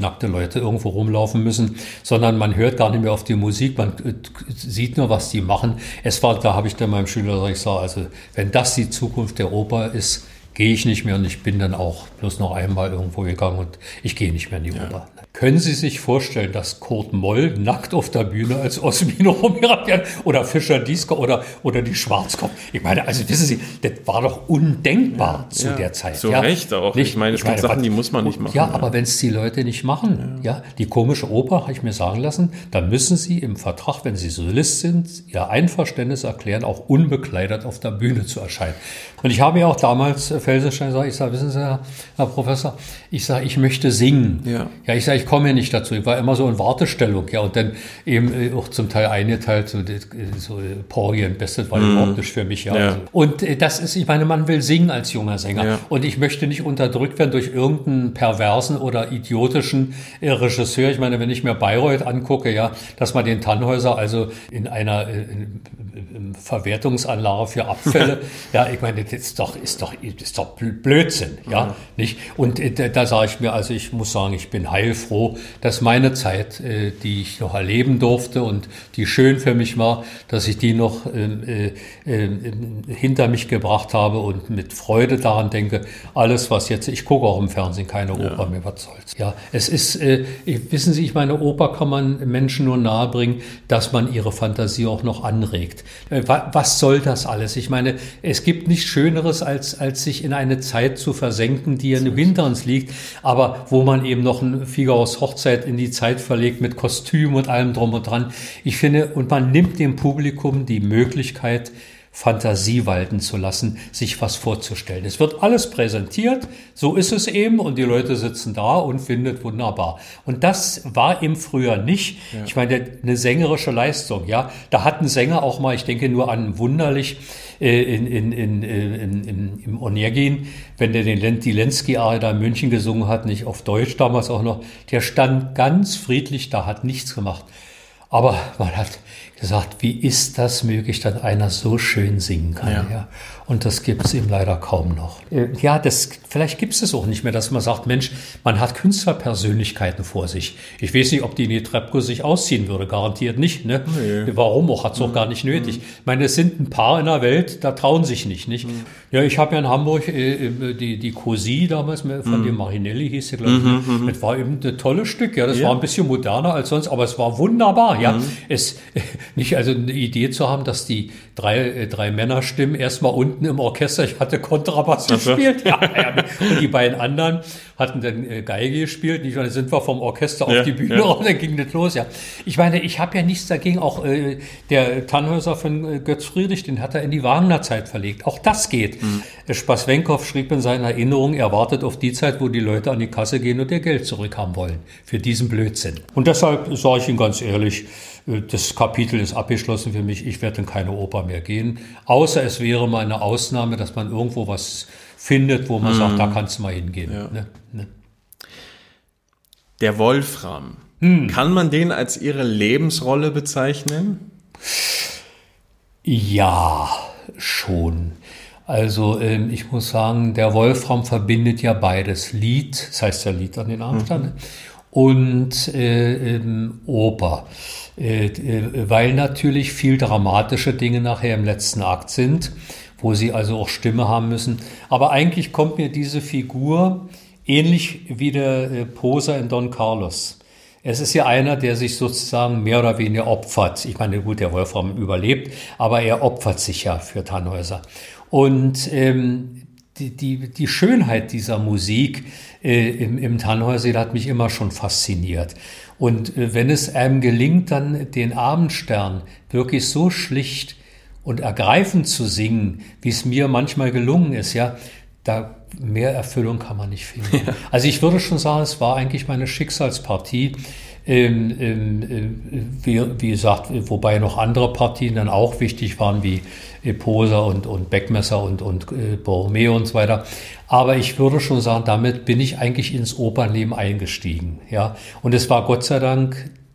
hätte irgendwo rumlaufen müssen, sondern man hört gar nicht mehr auf die Musik, man äh, sieht nur, was die machen. Es war, da habe ich dann meinem Schüler gesagt, also wenn das die Zukunft der Oper ist, gehe ich nicht mehr und ich bin dann auch bloß noch einmal irgendwo gegangen und ich gehe nicht mehr in die ja. Oper. Können Sie sich vorstellen, dass Kurt Moll nackt auf der Bühne als Osmino rumgerannt oder Fischer Diesker oder, oder die Schwarzkopf? Ich meine, also wissen Sie, das war doch undenkbar ja, zu ja, der Zeit. Zu ja. Recht auch. Nicht, ich meine, es gibt Sachen, was, die muss man nicht machen. Ja, ja. aber wenn es die Leute nicht machen, ja. ja, die komische Oper, habe ich mir sagen lassen, dann müssen Sie im Vertrag, wenn Sie Solist sind, Ihr Einverständnis erklären, auch unbekleidet auf der Bühne zu erscheinen. Und ich habe ja auch damals Felsenstein gesagt, ich sage, wissen Sie, Herr, Herr Professor, ich sage, ich möchte singen. Ja, ja ich sage, ich komme nicht dazu. Ich war immer so in Wartestellung, ja, und dann eben äh, auch zum Teil eingeteilt, so, so Porien, Bestes war mm. überhaupt nicht für mich, ja. ja. Und äh, das ist, ich meine, man will singen als junger Sänger. Ja. Und ich möchte nicht unterdrückt werden durch irgendeinen perversen oder idiotischen äh, Regisseur. Ich meine, wenn ich mir Bayreuth angucke, ja, dass man den Tannhäuser also in einer äh, in, in Verwertungsanlage für Abfälle, ja, ich meine, das ist doch, ist doch, ist doch Blödsinn, ja, ja. nicht? Und äh, da sage ich mir, also ich muss sagen, ich bin heilfroh, dass meine Zeit, äh, die ich noch erleben durfte und die schön für mich war, dass ich die noch äh, äh, hinter mich gebracht habe und mit Freude daran denke, alles, was jetzt, ich gucke auch im Fernsehen keine Oper ja. mehr, was soll's. Ja, es ist, äh, wissen Sie, ich meine, Oper kann man Menschen nur nahebringen, dass man ihre Fantasie auch noch anregt. Äh, was soll das alles? Ich meine, es gibt nichts Schöneres, als, als sich in eine Zeit zu versenken, die ja hinter uns liegt, aber wo man eben noch ein Figaros Hochzeit in die Zeit verlegt mit Kostüm und allem drum und dran. Ich finde, und man nimmt dem Publikum die Möglichkeit, Fantasie walten zu lassen, sich was vorzustellen. Es wird alles präsentiert, so ist es eben, und die Leute sitzen da und finden wunderbar. Und das war im Frühjahr nicht. Ja. Ich meine, eine sängerische Leistung, ja. Da hatten Sänger auch mal, ich denke nur an Wunderlich, äh, in, in, in, in, in, im Onegin, wenn der den die Lenski-Arie da in München gesungen hat, nicht auf Deutsch damals auch noch, der stand ganz friedlich da, hat nichts gemacht. Aber man hat gesagt, wie ist das möglich, dass einer so schön singen kann? Ja. Ja. Und das gibt es eben leider kaum noch. Ja, das, vielleicht gibt es das auch nicht mehr, dass man sagt, Mensch, man hat Künstlerpersönlichkeiten vor sich. Ich weiß nicht, ob die Netrebko sich ausziehen würde, garantiert nicht. Ne? Nee. Warum auch, hat es auch mhm. gar nicht nötig. Mhm. Ich meine, es sind ein paar in der Welt, da trauen sich nicht. nicht? Mhm. Ja, ich habe ja in Hamburg äh, die, die Cosi damals, von mhm. dem Marinelli hieß sie, glaube ich. Mhm. Das war eben ein tolles Stück. Ja, das ja. war ein bisschen moderner als sonst, aber es war wunderbar. Ja, mhm. es nicht also eine Idee zu haben, dass die drei, äh, drei Männerstimmen erstmal unten im Orchester, ich hatte Kontrabass also. gespielt, ja, ja, und die beiden anderen hatten dann äh, Geige gespielt, nicht? Und dann sind wir vom Orchester ja, auf die Bühne ja. und dann ging das los, ja. Ich meine, ich habe ja nichts dagegen, auch äh, der Tannhäuser von äh, Götz Friedrich, den hat er in die Wagner-Zeit verlegt, auch das geht. Mhm. Spaswenkow schrieb in seiner Erinnerung, er wartet auf die Zeit, wo die Leute an die Kasse gehen und ihr Geld zurückhaben wollen, für diesen Blödsinn. Und deshalb sage ich Ihnen ganz ehrlich, das Kapitel ist abgeschlossen für mich. Ich werde in keine Oper mehr gehen. Außer es wäre mal eine Ausnahme, dass man irgendwo was findet, wo man mm. sagt, da kannst du mal hingehen. Ja. Ne? Ne? Der Wolfram. Hm. Kann man den als Ihre Lebensrolle bezeichnen? Ja, schon. Also ähm, ich muss sagen, der Wolfram verbindet ja beides. Lied, das heißt ja Lied an den Abstand, mhm. und äh, ähm, Oper. Äh, äh, weil natürlich viel dramatische Dinge nachher im letzten Akt sind, wo sie also auch Stimme haben müssen. Aber eigentlich kommt mir diese Figur ähnlich wie der äh, Poser in Don Carlos. Es ist ja einer, der sich sozusagen mehr oder weniger opfert. Ich meine, gut, der Wolfram überlebt, aber er opfert sich ja für Tannhäuser. Und ähm, die, die, die Schönheit dieser Musik äh, im, im Tannhäuser hat mich immer schon fasziniert. Und äh, wenn es einem gelingt, dann den Abendstern wirklich so schlicht und ergreifend zu singen, wie es mir manchmal gelungen ist, ja, da mehr Erfüllung kann man nicht finden. Ja. Also ich würde schon sagen, es war eigentlich meine Schicksalspartie. Ähm, ähm, wie, wie gesagt, wobei noch andere Partien dann auch wichtig waren, wie äh, Poser und, und Beckmesser und, und äh, Borromeo und so weiter. Aber ich würde schon sagen, damit bin ich eigentlich ins Opernleben eingestiegen. Ja? Und es war Gott sei Dank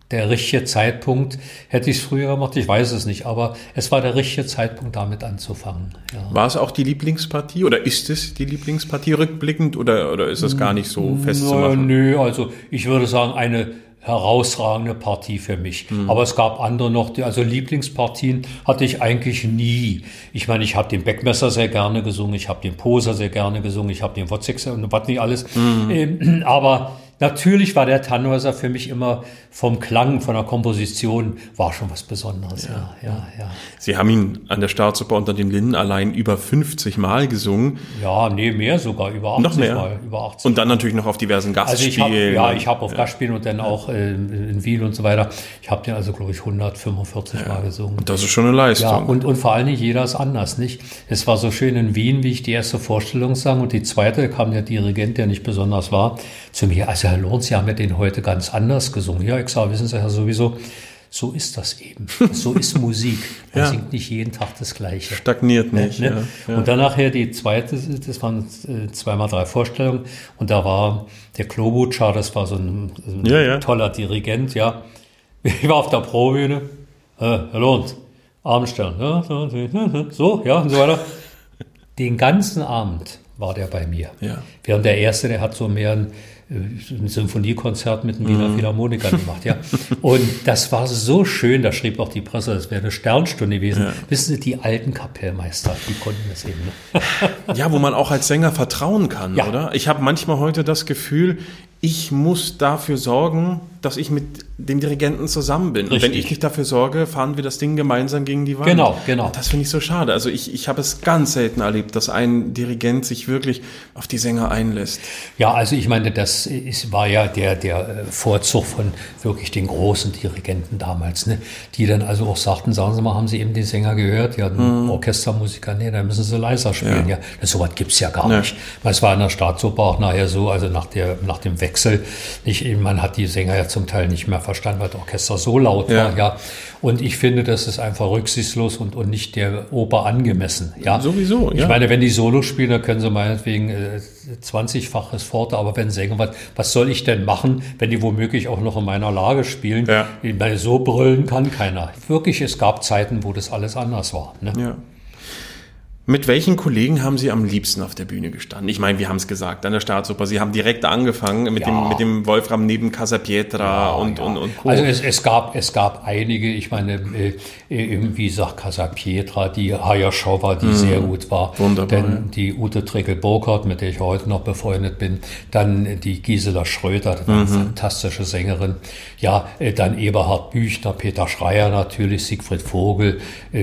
der richtige Zeitpunkt. Hätte ich es früher gemacht, ich weiß es nicht, aber es war der richtige Zeitpunkt, damit anzufangen. Ja. War es auch die Lieblingspartie oder ist es die Lieblingspartie rückblickend oder, oder ist das gar nicht so festzumachen? Nö, also ich würde sagen, eine herausragende Partie für mich. Hm. Aber es gab andere noch, die, also Lieblingspartien hatte ich eigentlich nie. Ich meine, ich habe den Beckmesser sehr gerne gesungen, ich habe den Poser sehr gerne gesungen, ich habe den Wozzeck und was nicht alles. Hm. Ähm, aber natürlich war der Tannhäuser für mich immer vom Klang, von der Komposition, war schon was Besonderes. Ja, ja, ja. ja. Sie haben ihn an der Staatsoper unter den Linden allein über fünfzig Mal gesungen. Ja, nee, mehr sogar, über achtzig noch mehr. Mal. Über achtzig und dann natürlich noch auf diversen Gastspielen. Also ich hab, ja, ich habe auf ja. Gastspielen und dann auch äh, in Wien und so weiter. Ich habe den also, glaube ich, hundertfünfundvierzig ja. Mal gesungen. Das ist schon eine Leistung. Ja, und, und vor allen Dingen jeder ist anders, nicht? Es war so schön in Wien, wie ich die erste Vorstellung sang und die zweite kam der Dirigent, der nicht besonders war, zu mir. Also Herr Lorenz, Sie haben ja den heute ganz anders gesungen. Ja, ich sage, wissen Sie ja sowieso, so ist das eben. So ist Musik. Man ja. singt nicht jeden Tag das Gleiche. Stagniert nicht. Ne? Ja, ja. Und dann nachher die zweite, das waren äh, zweimal drei Vorstellungen. Und da war der Klobuchar, das war so ein, ein ja, ja. toller Dirigent, ja. Ich war auf der Probebühne. Äh, Herr Lorenz, Abendstern. Ja, so, ja, und so weiter. Den ganzen Abend war der bei mir. Ja. Während der erste, der hat so mehr ein, ein Symphoniekonzert mit den Wiener Philharmonikern gemacht, ja. Und das war so schön, da schrieb auch die Presse, das wäre eine Sternstunde gewesen. Ja. Wissen Sie, die alten Kapellmeister, die konnten das eben. Ne? Ja, wo man auch als Sänger vertrauen kann, ja. oder? Ich habe manchmal heute das Gefühl, ich muss dafür sorgen, dass ich mit dem Dirigenten zusammen bin. Richtig. Und wenn ich nicht dafür sorge, fahren wir das Ding gemeinsam gegen die Wand. Genau, genau. Und das finde ich so schade. Also ich, ich habe es ganz selten erlebt, dass ein Dirigent sich wirklich auf die Sänger einlässt. Ja, also ich meine, das ist, war ja der, der Vorzug von wirklich den großen Dirigenten damals, ne? Die dann also auch sagten, sagen Sie mal, haben Sie eben den Sänger gehört? Ja, ein hm. Orchestermusiker, nee, da müssen Sie leiser spielen. Ja, ja. So was gibt's ja gar ja. nicht. Es war in der Staatsoper auch nachher so, also nach der, nach dem Wechsel, nicht, man hat die Sänger ja zum Teil nicht mehr verstanden, weil das Orchester so laut ja. war, ja. Und ich finde, das ist einfach rücksichtslos und, und nicht der Oper angemessen, ja. Sowieso, ja. Ich meine, wenn die Solo spielen, dann können sie meinetwegen äh, zwanzigfaches Forte, aber wenn Sänger, was, was soll ich denn machen, wenn die womöglich auch noch in meiner Lage spielen? Ja. Ich meine, so brüllen kann keiner. Wirklich, es gab Zeiten, wo das alles anders war, ne? Ja. Mit welchen Kollegen haben Sie am liebsten auf der Bühne gestanden? Ich meine, wir haben es gesagt, an der Staatsoper. Sie haben direkt angefangen mit, ja. dem, mit dem Wolfram neben Casapietra ja, und, ja. und, und Co. Also es, es, gab, es gab einige, ich meine, äh, wie sagt Casapietra, die Haya Schauer, die mhm. sehr gut war. Wunderbar. Dann ja. die Ute Treckel-Burkhardt, mit der ich heute noch befreundet bin. Dann die Gisela Schröter, das war eine mhm. fantastische Sängerin. Ja, äh, dann Eberhard Büchner, Peter Schreier natürlich, Siegfried Vogel, äh,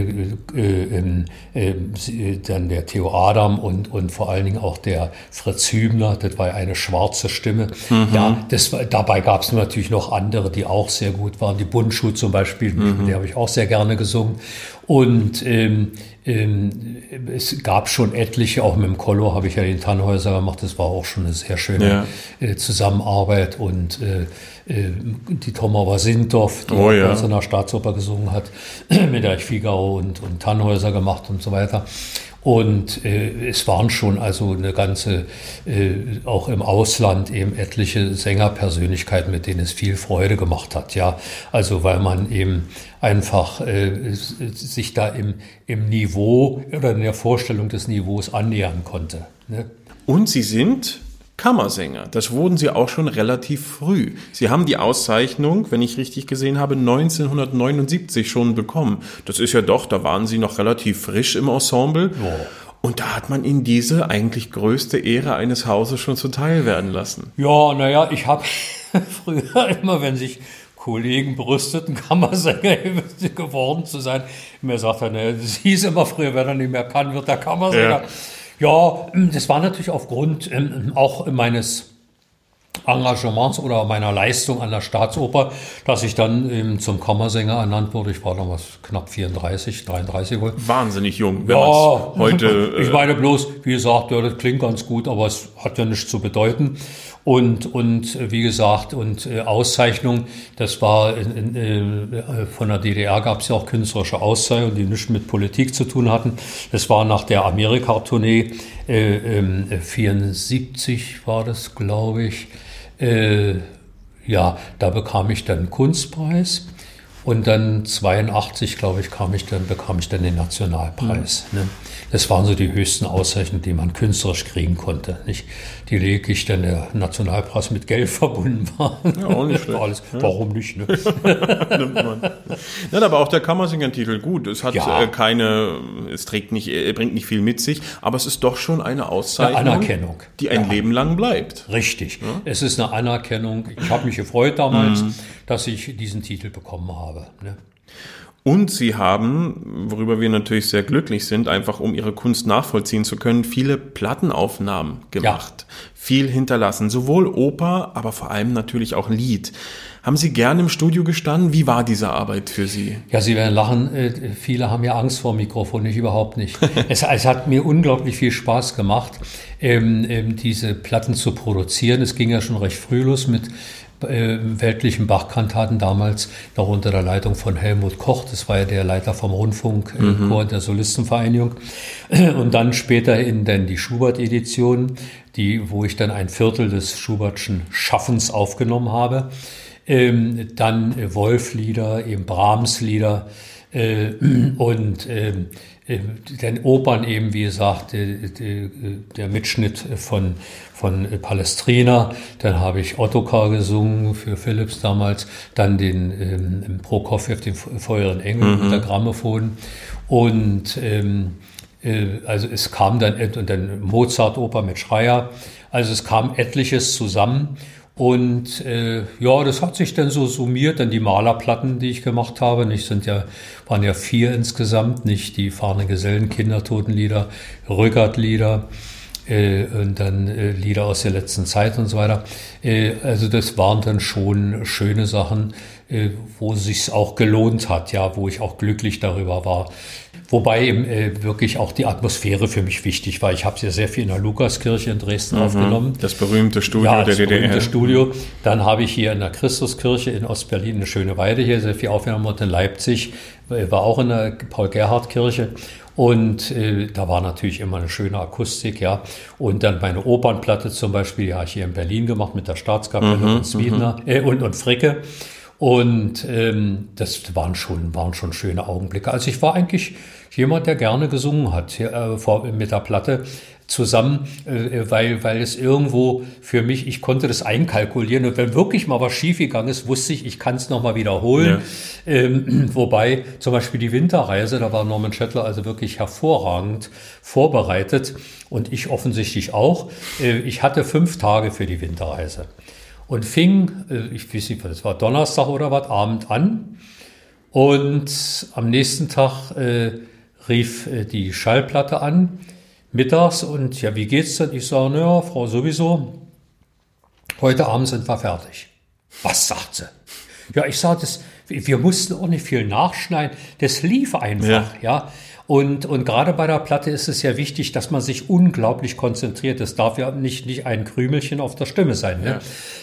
äh, äh, äh, dann der Theo Adam und, und vor allen Dingen auch der Fritz Hübner, das war eine schwarze Stimme. Mhm. Ja, das war, dabei gab es natürlich noch andere, die auch sehr gut waren. Die Bundschuh zum Beispiel, mhm. die habe ich auch sehr gerne gesungen. Und ähm, ähm, es gab schon etliche, auch mit dem Kollo habe ich ja den Tannhäuser gemacht, das war auch schon eine sehr schöne ja. äh, Zusammenarbeit. Und äh, äh, die Tomauer Sindorf, die oh, ja. bei uns in der Staatsoper gesungen hat, mit der ich Figaro und, und Tannhäuser gemacht und so weiter. Und äh, es waren schon also eine ganze, äh, auch im Ausland eben etliche Sängerpersönlichkeiten, mit denen es viel Freude gemacht hat, ja. Also weil man eben einfach äh, sich da im, im Niveau oder in der Vorstellung des Niveaus annähern konnte, ne? Und Sie sind Kammersänger. Das wurden Sie auch schon relativ früh. Sie haben die Auszeichnung, wenn ich richtig gesehen habe, neunzehnhundertneunundsiebzig schon bekommen. Das ist ja doch, da waren Sie noch relativ frisch im Ensemble. Ja. Und da hat man Ihnen diese eigentlich größte Ehre eines Hauses schon zuteil werden lassen. Ja, naja, ich habe früher immer, wenn sich Kollegen brüsteten, Kammersänger geworden zu sein, mir sagt er, ne, das hieß immer früher, wenn er nicht mehr kann, wird er Kammersänger. Ja. Ja, das war natürlich aufgrund ähm, auch meines Engagements oder meiner Leistung an der Staatsoper, dass ich dann ähm, zum Kammersänger ernannt wurde. Ich war damals knapp vierunddreißig, dreiunddreißig wohl. Wahnsinnig jung, wenn ja, man's heute... Äh ich meine bloß, wie gesagt, ja, das klingt ganz gut, aber es hat ja nichts zu bedeuten. Und, und wie gesagt, und äh, Auszeichnung, das war, in, in, äh, von der D D R gab es ja auch künstlerische Auszeichnungen, die nichts mit Politik zu tun hatten. Das war nach der Amerika-Tournee, äh, äh, vierundsiebzig war das, glaube ich, äh, ja, da bekam ich dann einen Kunstpreis. Und dann zweiundachtzig, glaube ich, kam ich dann, bekam ich dann den Nationalpreis. Mhm. Ne? Das waren so die höchsten Auszeichnungen, die man künstlerisch kriegen konnte. Nicht? Die lediglich dann der Nationalpreis mit Geld verbunden war. Ja, auch nicht schlecht. Alles, ja. Warum nicht? Ne? Nimmt man. Nein, aber auch der Kammersinger-Titel, gut, es hat ja. äh, keine, es trägt nicht, äh, bringt nicht viel mit sich, aber es ist doch schon eine Auszeichnung, eine Anerkennung, die ein ja. Leben lang bleibt. Richtig. Ja? Es ist eine Anerkennung. Ich habe mich gefreut damals, mhm. dass ich diesen Titel bekommen habe. Ne? Und sie haben, worüber wir natürlich sehr glücklich sind, einfach um ihre Kunst nachvollziehen zu können, viele Plattenaufnahmen gemacht, ja. viel hinterlassen, sowohl Oper, aber vor allem natürlich auch Lied. Haben Sie gerne im Studio gestanden? Wie war diese Arbeit für Sie? Ja, Sie werden lachen, viele haben ja Angst vor dem Mikrofon, ich überhaupt nicht. es, es hat mir unglaublich viel Spaß gemacht, ähm, ähm, diese Platten zu produzieren. Es ging ja schon recht früh los mit äh, weltlichen Bach-Kantaten damals, noch unter der Leitung von Helmut Koch, das war ja der Leiter vom Rundfunk, äh, mhm. Chor der Solistenvereinigung. Und dann später in dann die Schubert-Edition, die, wo ich dann ein Viertel des Schubertschen Schaffens aufgenommen habe. Ähm, dann äh, Wolf-Lieder, eben Brahms-Lieder äh, und äh, äh, dann Opern eben, wie gesagt, äh, äh, der Mitschnitt von, von Palestrina. Dann habe ich Ottokar gesungen für Philips damals, dann den ähm, Prokofjew, den Feueren Engel mhm. mit der Grammophon und ähm, äh, also es kam dann, und dann Mozart-Oper mit Schreier, also es kam etliches zusammen. Und äh, ja, das hat sich dann so summiert, dann die Malerplatten, die ich gemacht habe, nicht sind ja waren ja vier insgesamt, nicht die Fahrenden Gesellen, Kindertotenlieder, Rückert-Lieder äh, und dann äh, Lieder aus der letzten Zeit und so weiter. Äh, also das waren dann schon schöne Sachen, äh, wo es sich auch gelohnt hat, ja, wo ich auch glücklich darüber war. Wobei eben äh, wirklich auch die Atmosphäre für mich wichtig war. Ich habe ja sehr viel in der Lukaskirche in Dresden mhm, aufgenommen. Das berühmte Studio ja, der D D R. Das berühmte Studio. Dann habe ich hier in der Christuskirche in Ostberlin eine schöne Weide hier sehr viel aufgenommen. Und in Leipzig äh, war auch in der Paul-Gerhardt-Kirche. Und äh, da war natürlich immer eine schöne Akustik, ja. Und dann meine Opernplatte zum Beispiel, die habe ich hier in Berlin gemacht mit der Staatskapelle mhm, und Swiedner äh, und, und Fricke. Und ähm, das waren schon, waren schon schöne Augenblicke. Also ich war eigentlich jemand, der gerne gesungen hat äh, vor, mit der Platte zusammen, äh, weil, weil es irgendwo für mich, ich konnte das einkalkulieren. Und wenn wirklich mal was schiefgegangen ist, wusste ich, ich kann es nochmal wiederholen. Ja. Ähm, wobei zum Beispiel die Winterreise, da war Norman Schettler also wirklich hervorragend vorbereitet und ich offensichtlich auch. Äh, ich hatte fünf Tage für die Winterreise. Und fing, ich weiß nicht, das war Donnerstag oder was, Abend an. Und am nächsten Tag äh, rief äh, die Schallplatte an, mittags. Und ja, wie geht's denn? Ich sage, naja, Frau sowieso, heute Abend sind wir fertig. Was sagt sie? Ja, ich sage, das, wir mussten auch nicht viel nachschneiden. Das lief einfach, ja. ja. Und, und gerade bei der Platte ist es ja wichtig, dass man sich unglaublich konzentriert. Es darf ja nicht, nicht ein Krümelchen auf der Stimme sein, ne? Ja.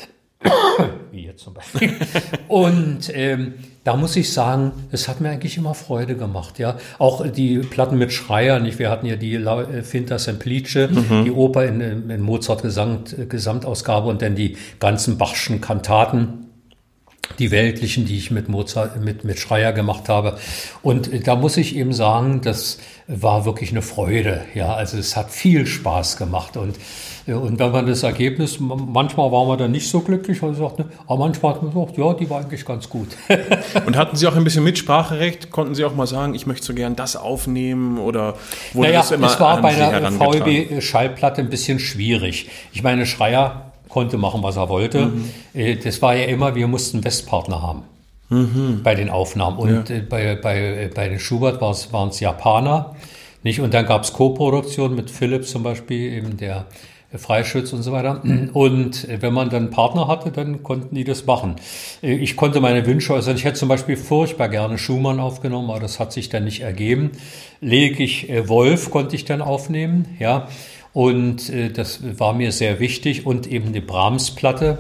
Wie jetzt zum Beispiel. Und ähm, da muss ich sagen, es hat mir eigentlich immer Freude gemacht. Ja, auch die Platten mit Schreier. Nicht? Wir hatten ja die äh, Finta Semplice, mhm. die Oper in, in Mozart Gesamt, äh, Gesamtausgabe und dann die ganzen Bachschen Kantaten. Die weltlichen, die ich mit Mozart, mit, mit Schreier gemacht habe. Und da muss ich eben sagen, das war wirklich eine Freude. Ja, also es hat viel Spaß gemacht. Und, und wenn man das Ergebnis, manchmal waren wir dann nicht so glücklich, weil sagt, aber manchmal hat man gesagt, ja, die war eigentlich ganz gut. Und hatten Sie auch ein bisschen Mitspracherecht? Konnten Sie auch mal sagen, ich möchte so gern das aufnehmen? Oder wurde naja, das immer es war an bei Sie der V E B-Schallplatte ein bisschen schwierig. Ich meine, Schreier konnte machen, was er wollte. Mhm. Das war ja immer, wir mussten Westpartner haben mhm. bei den Aufnahmen. Und ja. bei, bei, bei den Schubert waren es Japaner. Nicht? Und dann gab es Co-Produktion mit Philips zum Beispiel, eben der Freischütz und so weiter. Und wenn man dann einen Partner hatte, dann konnten die das machen. Ich konnte meine Wünsche äußern. Ich hätte zum Beispiel furchtbar gerne Schumann aufgenommen, aber das hat sich dann nicht ergeben. Lediglich Wolf konnte ich dann aufnehmen, ja. Und äh, das war mir sehr wichtig und eben die Brahms-Platte,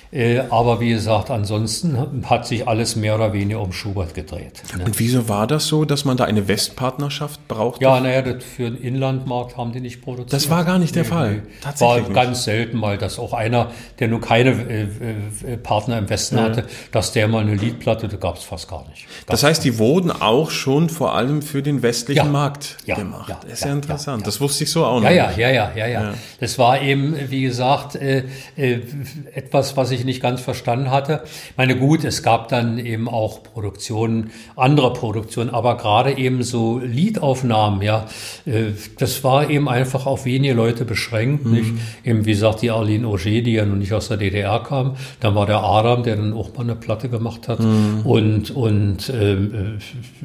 Äh, aber wie gesagt, ansonsten hat sich alles mehr oder weniger um Schubert gedreht. Ne? Und wieso war das so, dass man da eine Westpartnerschaft brauchte? Ja, naja, das für den Inlandmarkt haben die nicht produziert. Das war gar nicht der nee, Fall. Nee. Tatsächlich war nicht. Ganz selten mal, dass auch einer, der nun keine äh, äh, Partner im Westen ja. hatte, dass der mal eine Liedplatte, das gab es fast gar nicht. Gab's das heißt, die wurden auch schon vor allem für den westlichen ja. Markt ja. gemacht. Ja. Das ist ja. ja interessant. Ja. Das wusste ich so auch noch. Ja, ja, ja, ja, ja, ja, ja. Das war eben, wie gesagt, äh, äh, etwas, was ich nicht ganz verstanden hatte. Ich meine, gut, es gab dann eben auch Produktionen, andere Produktionen, aber gerade eben so Liedaufnahmen, ja, äh, das war eben einfach auf wenige Leute beschränkt, mhm. nicht? Eben, wie gesagt, die Arlene Auger, die ja nun nicht aus der D D R kam, dann war der Adam, der dann auch mal eine Platte gemacht hat mhm. und, und ähm,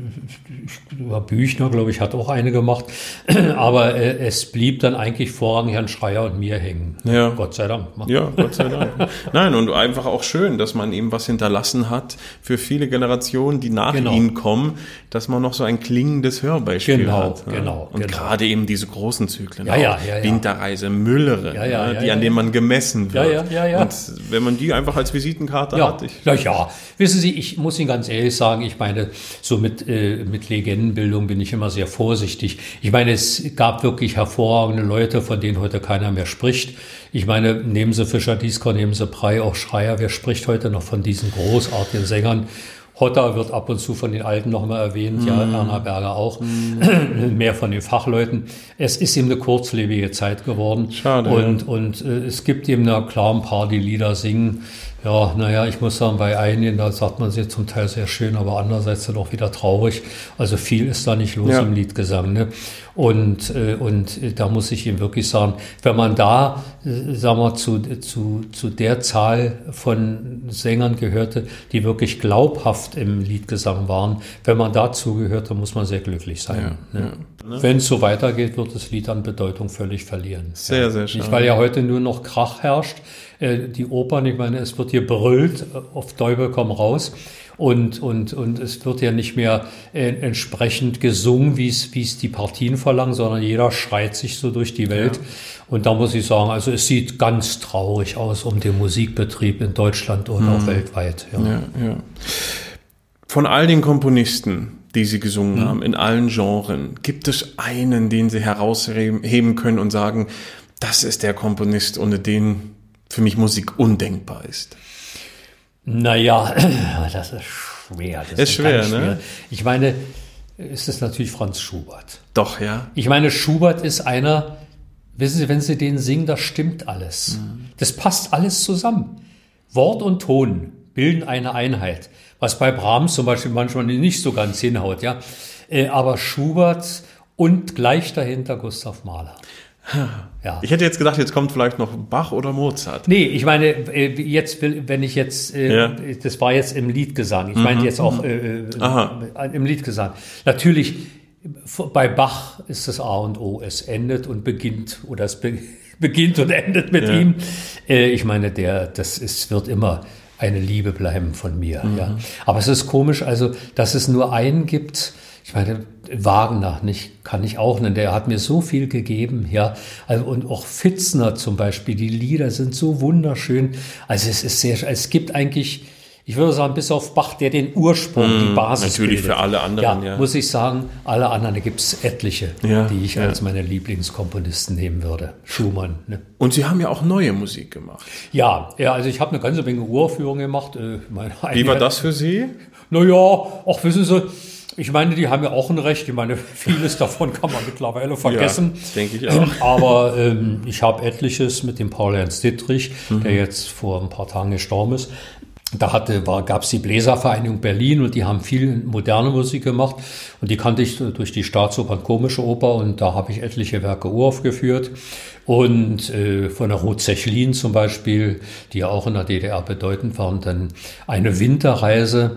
äh, Büchner, glaube ich, hat auch eine gemacht, aber äh, es blieb dann eigentlich vorrangig Herrn Schreier und mir hängen. Ja. Gott sei Dank. Ja, Gott sei Dank. Nein, und einfach auch schön, dass man eben was hinterlassen hat für viele Generationen, die nach genau. ihnen kommen, dass man noch so ein klingendes Hörbeispiel genau, hat. Genau, genau. Und genau. gerade eben diese großen Zyklen, ja, ja, ja, ja. Winterreise, Müllere, ja, ja, ja, ja, die ja, an denen man gemessen wird. Ja, ja, ja, ja. Und wenn man die einfach als Visitenkarte ja. hat. Ich, ja, ja. Wissen Sie, ich muss Ihnen ganz ehrlich sagen, ich meine, so mit, äh, mit Legendenbildung bin ich immer sehr vorsichtig. Ich meine, es gab wirklich hervorragende Leute, von denen heute keiner mehr spricht. Ich meine, nehmen Sie Fischer-Dieskau, nehmen Sie Prey, auch Schreier. Wer spricht heute noch von diesen großartigen Sängern? Hotter wird ab und zu von den Alten noch mal erwähnt, mm. ja, Erna Berger auch, mm. mehr von den Fachleuten. Es ist eben eine kurzlebige Zeit geworden. Schade. Und, ja. und äh, es gibt eben na klar ein paar, die Lieder singen. Ja, naja, ich muss sagen, bei einigen, da sagt man sie zum Teil sehr schön, aber andererseits dann auch wieder traurig. Also viel ist da nicht los ja. im Liedgesang, ne? Und, äh, und äh, da muss ich ihm wirklich sagen, wenn man da, äh, sagen wir, zu, zu, zu der Zahl von Sängern gehörte, die wirklich glaubhaft im Liedgesang waren, wenn man dazu gehört, dann muss man sehr glücklich sein. Ja, ne? Ja. Wenn es so weitergeht, wird das Lied an Bedeutung völlig verlieren. Sehr, ja. sehr schön. Nicht, weil ja heute nur noch Krach herrscht. Die Opern, ich meine, es wird hier brüllt, auf Teufel komm raus. Und, und, und es wird ja nicht mehr äh, entsprechend gesungen, wie es, wie es die Partien verlangen, sondern jeder schreit sich so durch die Welt. Ja. Und da muss ich sagen, also es sieht ganz traurig aus um den Musikbetrieb in Deutschland und mhm. auch weltweit. Ja. Ja, ja. Von all den Komponisten, die Sie gesungen mhm. haben, in allen Genren, gibt es einen, den Sie herausheben können und sagen, das ist der Komponist, ohne den für mich Musik undenkbar ist? Naja, das ist schwer. Das ist, ist schwer, schwer, ne? Ich meine, es ist natürlich Franz Schubert. Doch, ja. Ich meine, Schubert ist einer, wissen Sie, wenn Sie den singen, das stimmt alles. Mhm. Das passt alles zusammen. Wort und Ton bilden eine Einheit. Was bei Brahms zum Beispiel manchmal nicht so ganz hinhaut, ja. Aber Schubert und gleich dahinter Gustav Mahler. Ja. Ich hätte jetzt gedacht, jetzt kommt vielleicht noch Bach oder Mozart. Nee, ich meine, jetzt will, wenn ich jetzt, ja. das war jetzt im Liedgesang, ich mhm. meine jetzt auch äh, im Liedgesang. Natürlich, bei Bach ist das A und O, es endet und beginnt, oder es be- beginnt und endet mit ja. ihm. Ich meine, der, das ist, wird immer eine Liebe bleiben von mir. Mhm. Ja. Aber es ist komisch, also, dass es nur einen gibt. Ich meine, Wagner, nicht, kann ich auch nennen, der hat mir so viel gegeben, ja. Also, und auch Pfitzner zum Beispiel, die Lieder sind so wunderschön. Also es ist sehr, es gibt eigentlich, ich würde sagen, bis auf Bach, der den Ursprung, mm, die Basis natürlich bildet. Für alle anderen, ja, ja. Muss ich sagen, alle anderen, da gibt es etliche, ja, die ich ja. als meine Lieblingskomponisten nehmen würde. Schumann, ne? Und Sie haben ja auch neue Musik gemacht. Ja, ja, also ich habe eine ganze Menge Uraufführungen gemacht. Äh, meine Wie war das für Sie? Naja, auch wissen Sie, ich meine, die haben ja auch ein Recht. Ich meine, vieles davon kann man mittlerweile vergessen. Ja, das denke ich auch. Aber ähm, ich habe etliches mit dem Paul Ernst Dittrich, mhm. der jetzt vor ein paar Tagen gestorben ist. Da hatte, war, gab es die Bläservereinigung Berlin und die haben viel moderne Musik gemacht. Und die kannte ich durch die Staatsoper und Komische Oper. Und da habe ich etliche Werke uraufgeführt. Und äh, von der Ruth Sechlin zum Beispiel, die ja auch in der D D R bedeutend waren, dann eine Winterreise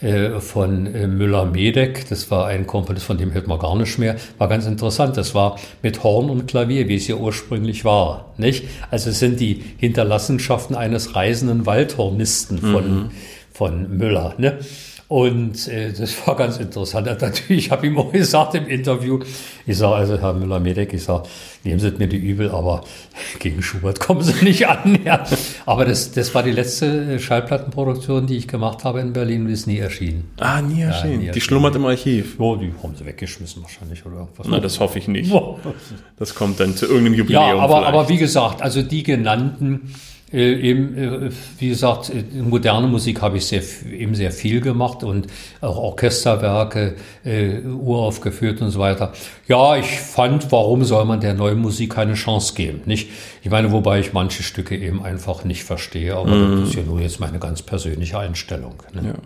von Müller-Medeck, das war ein Komponist, von dem hört man gar nicht mehr, war ganz interessant, das war mit Horn und Klavier, wie es ja ursprünglich war, nicht? Also es sind die Hinterlassenschaften eines reisenden Waldhornisten von, mhm. von Müller, ne? Und äh, das war ganz interessant. Natürlich, ich habe ihm auch gesagt im Interview, ich sage, also Herr Müller-Medeck, ich sage, nehmen Sie mir die übel, aber gegen Schubert kommen Sie nicht an. Ja. Aber das, das war die letzte Schallplattenproduktion, die ich gemacht habe in Berlin, die ist nie erschienen. Ah, nie erschienen. Ja, nie die erschienen. Schlummert im Archiv. Oh, die haben sie weggeschmissen wahrscheinlich oder irgendwas. Na, das hoffe ich nicht. Das kommt dann zu irgendeinem Jubiläum. Ja, aber, aber wie gesagt, also die genannten, äh, eben, äh, wie gesagt, äh, moderne Musik habe ich sehr, eben sehr viel gemacht und auch Orchesterwerke äh, uraufgeführt und so weiter. Ja, ich fand, warum soll man der neuen Musik keine Chance geben, nicht? Ich meine, wobei ich manche Stücke eben einfach nicht verstehe, aber mm. das ist ja nur jetzt meine ganz persönliche Einstellung. Ne? Ja.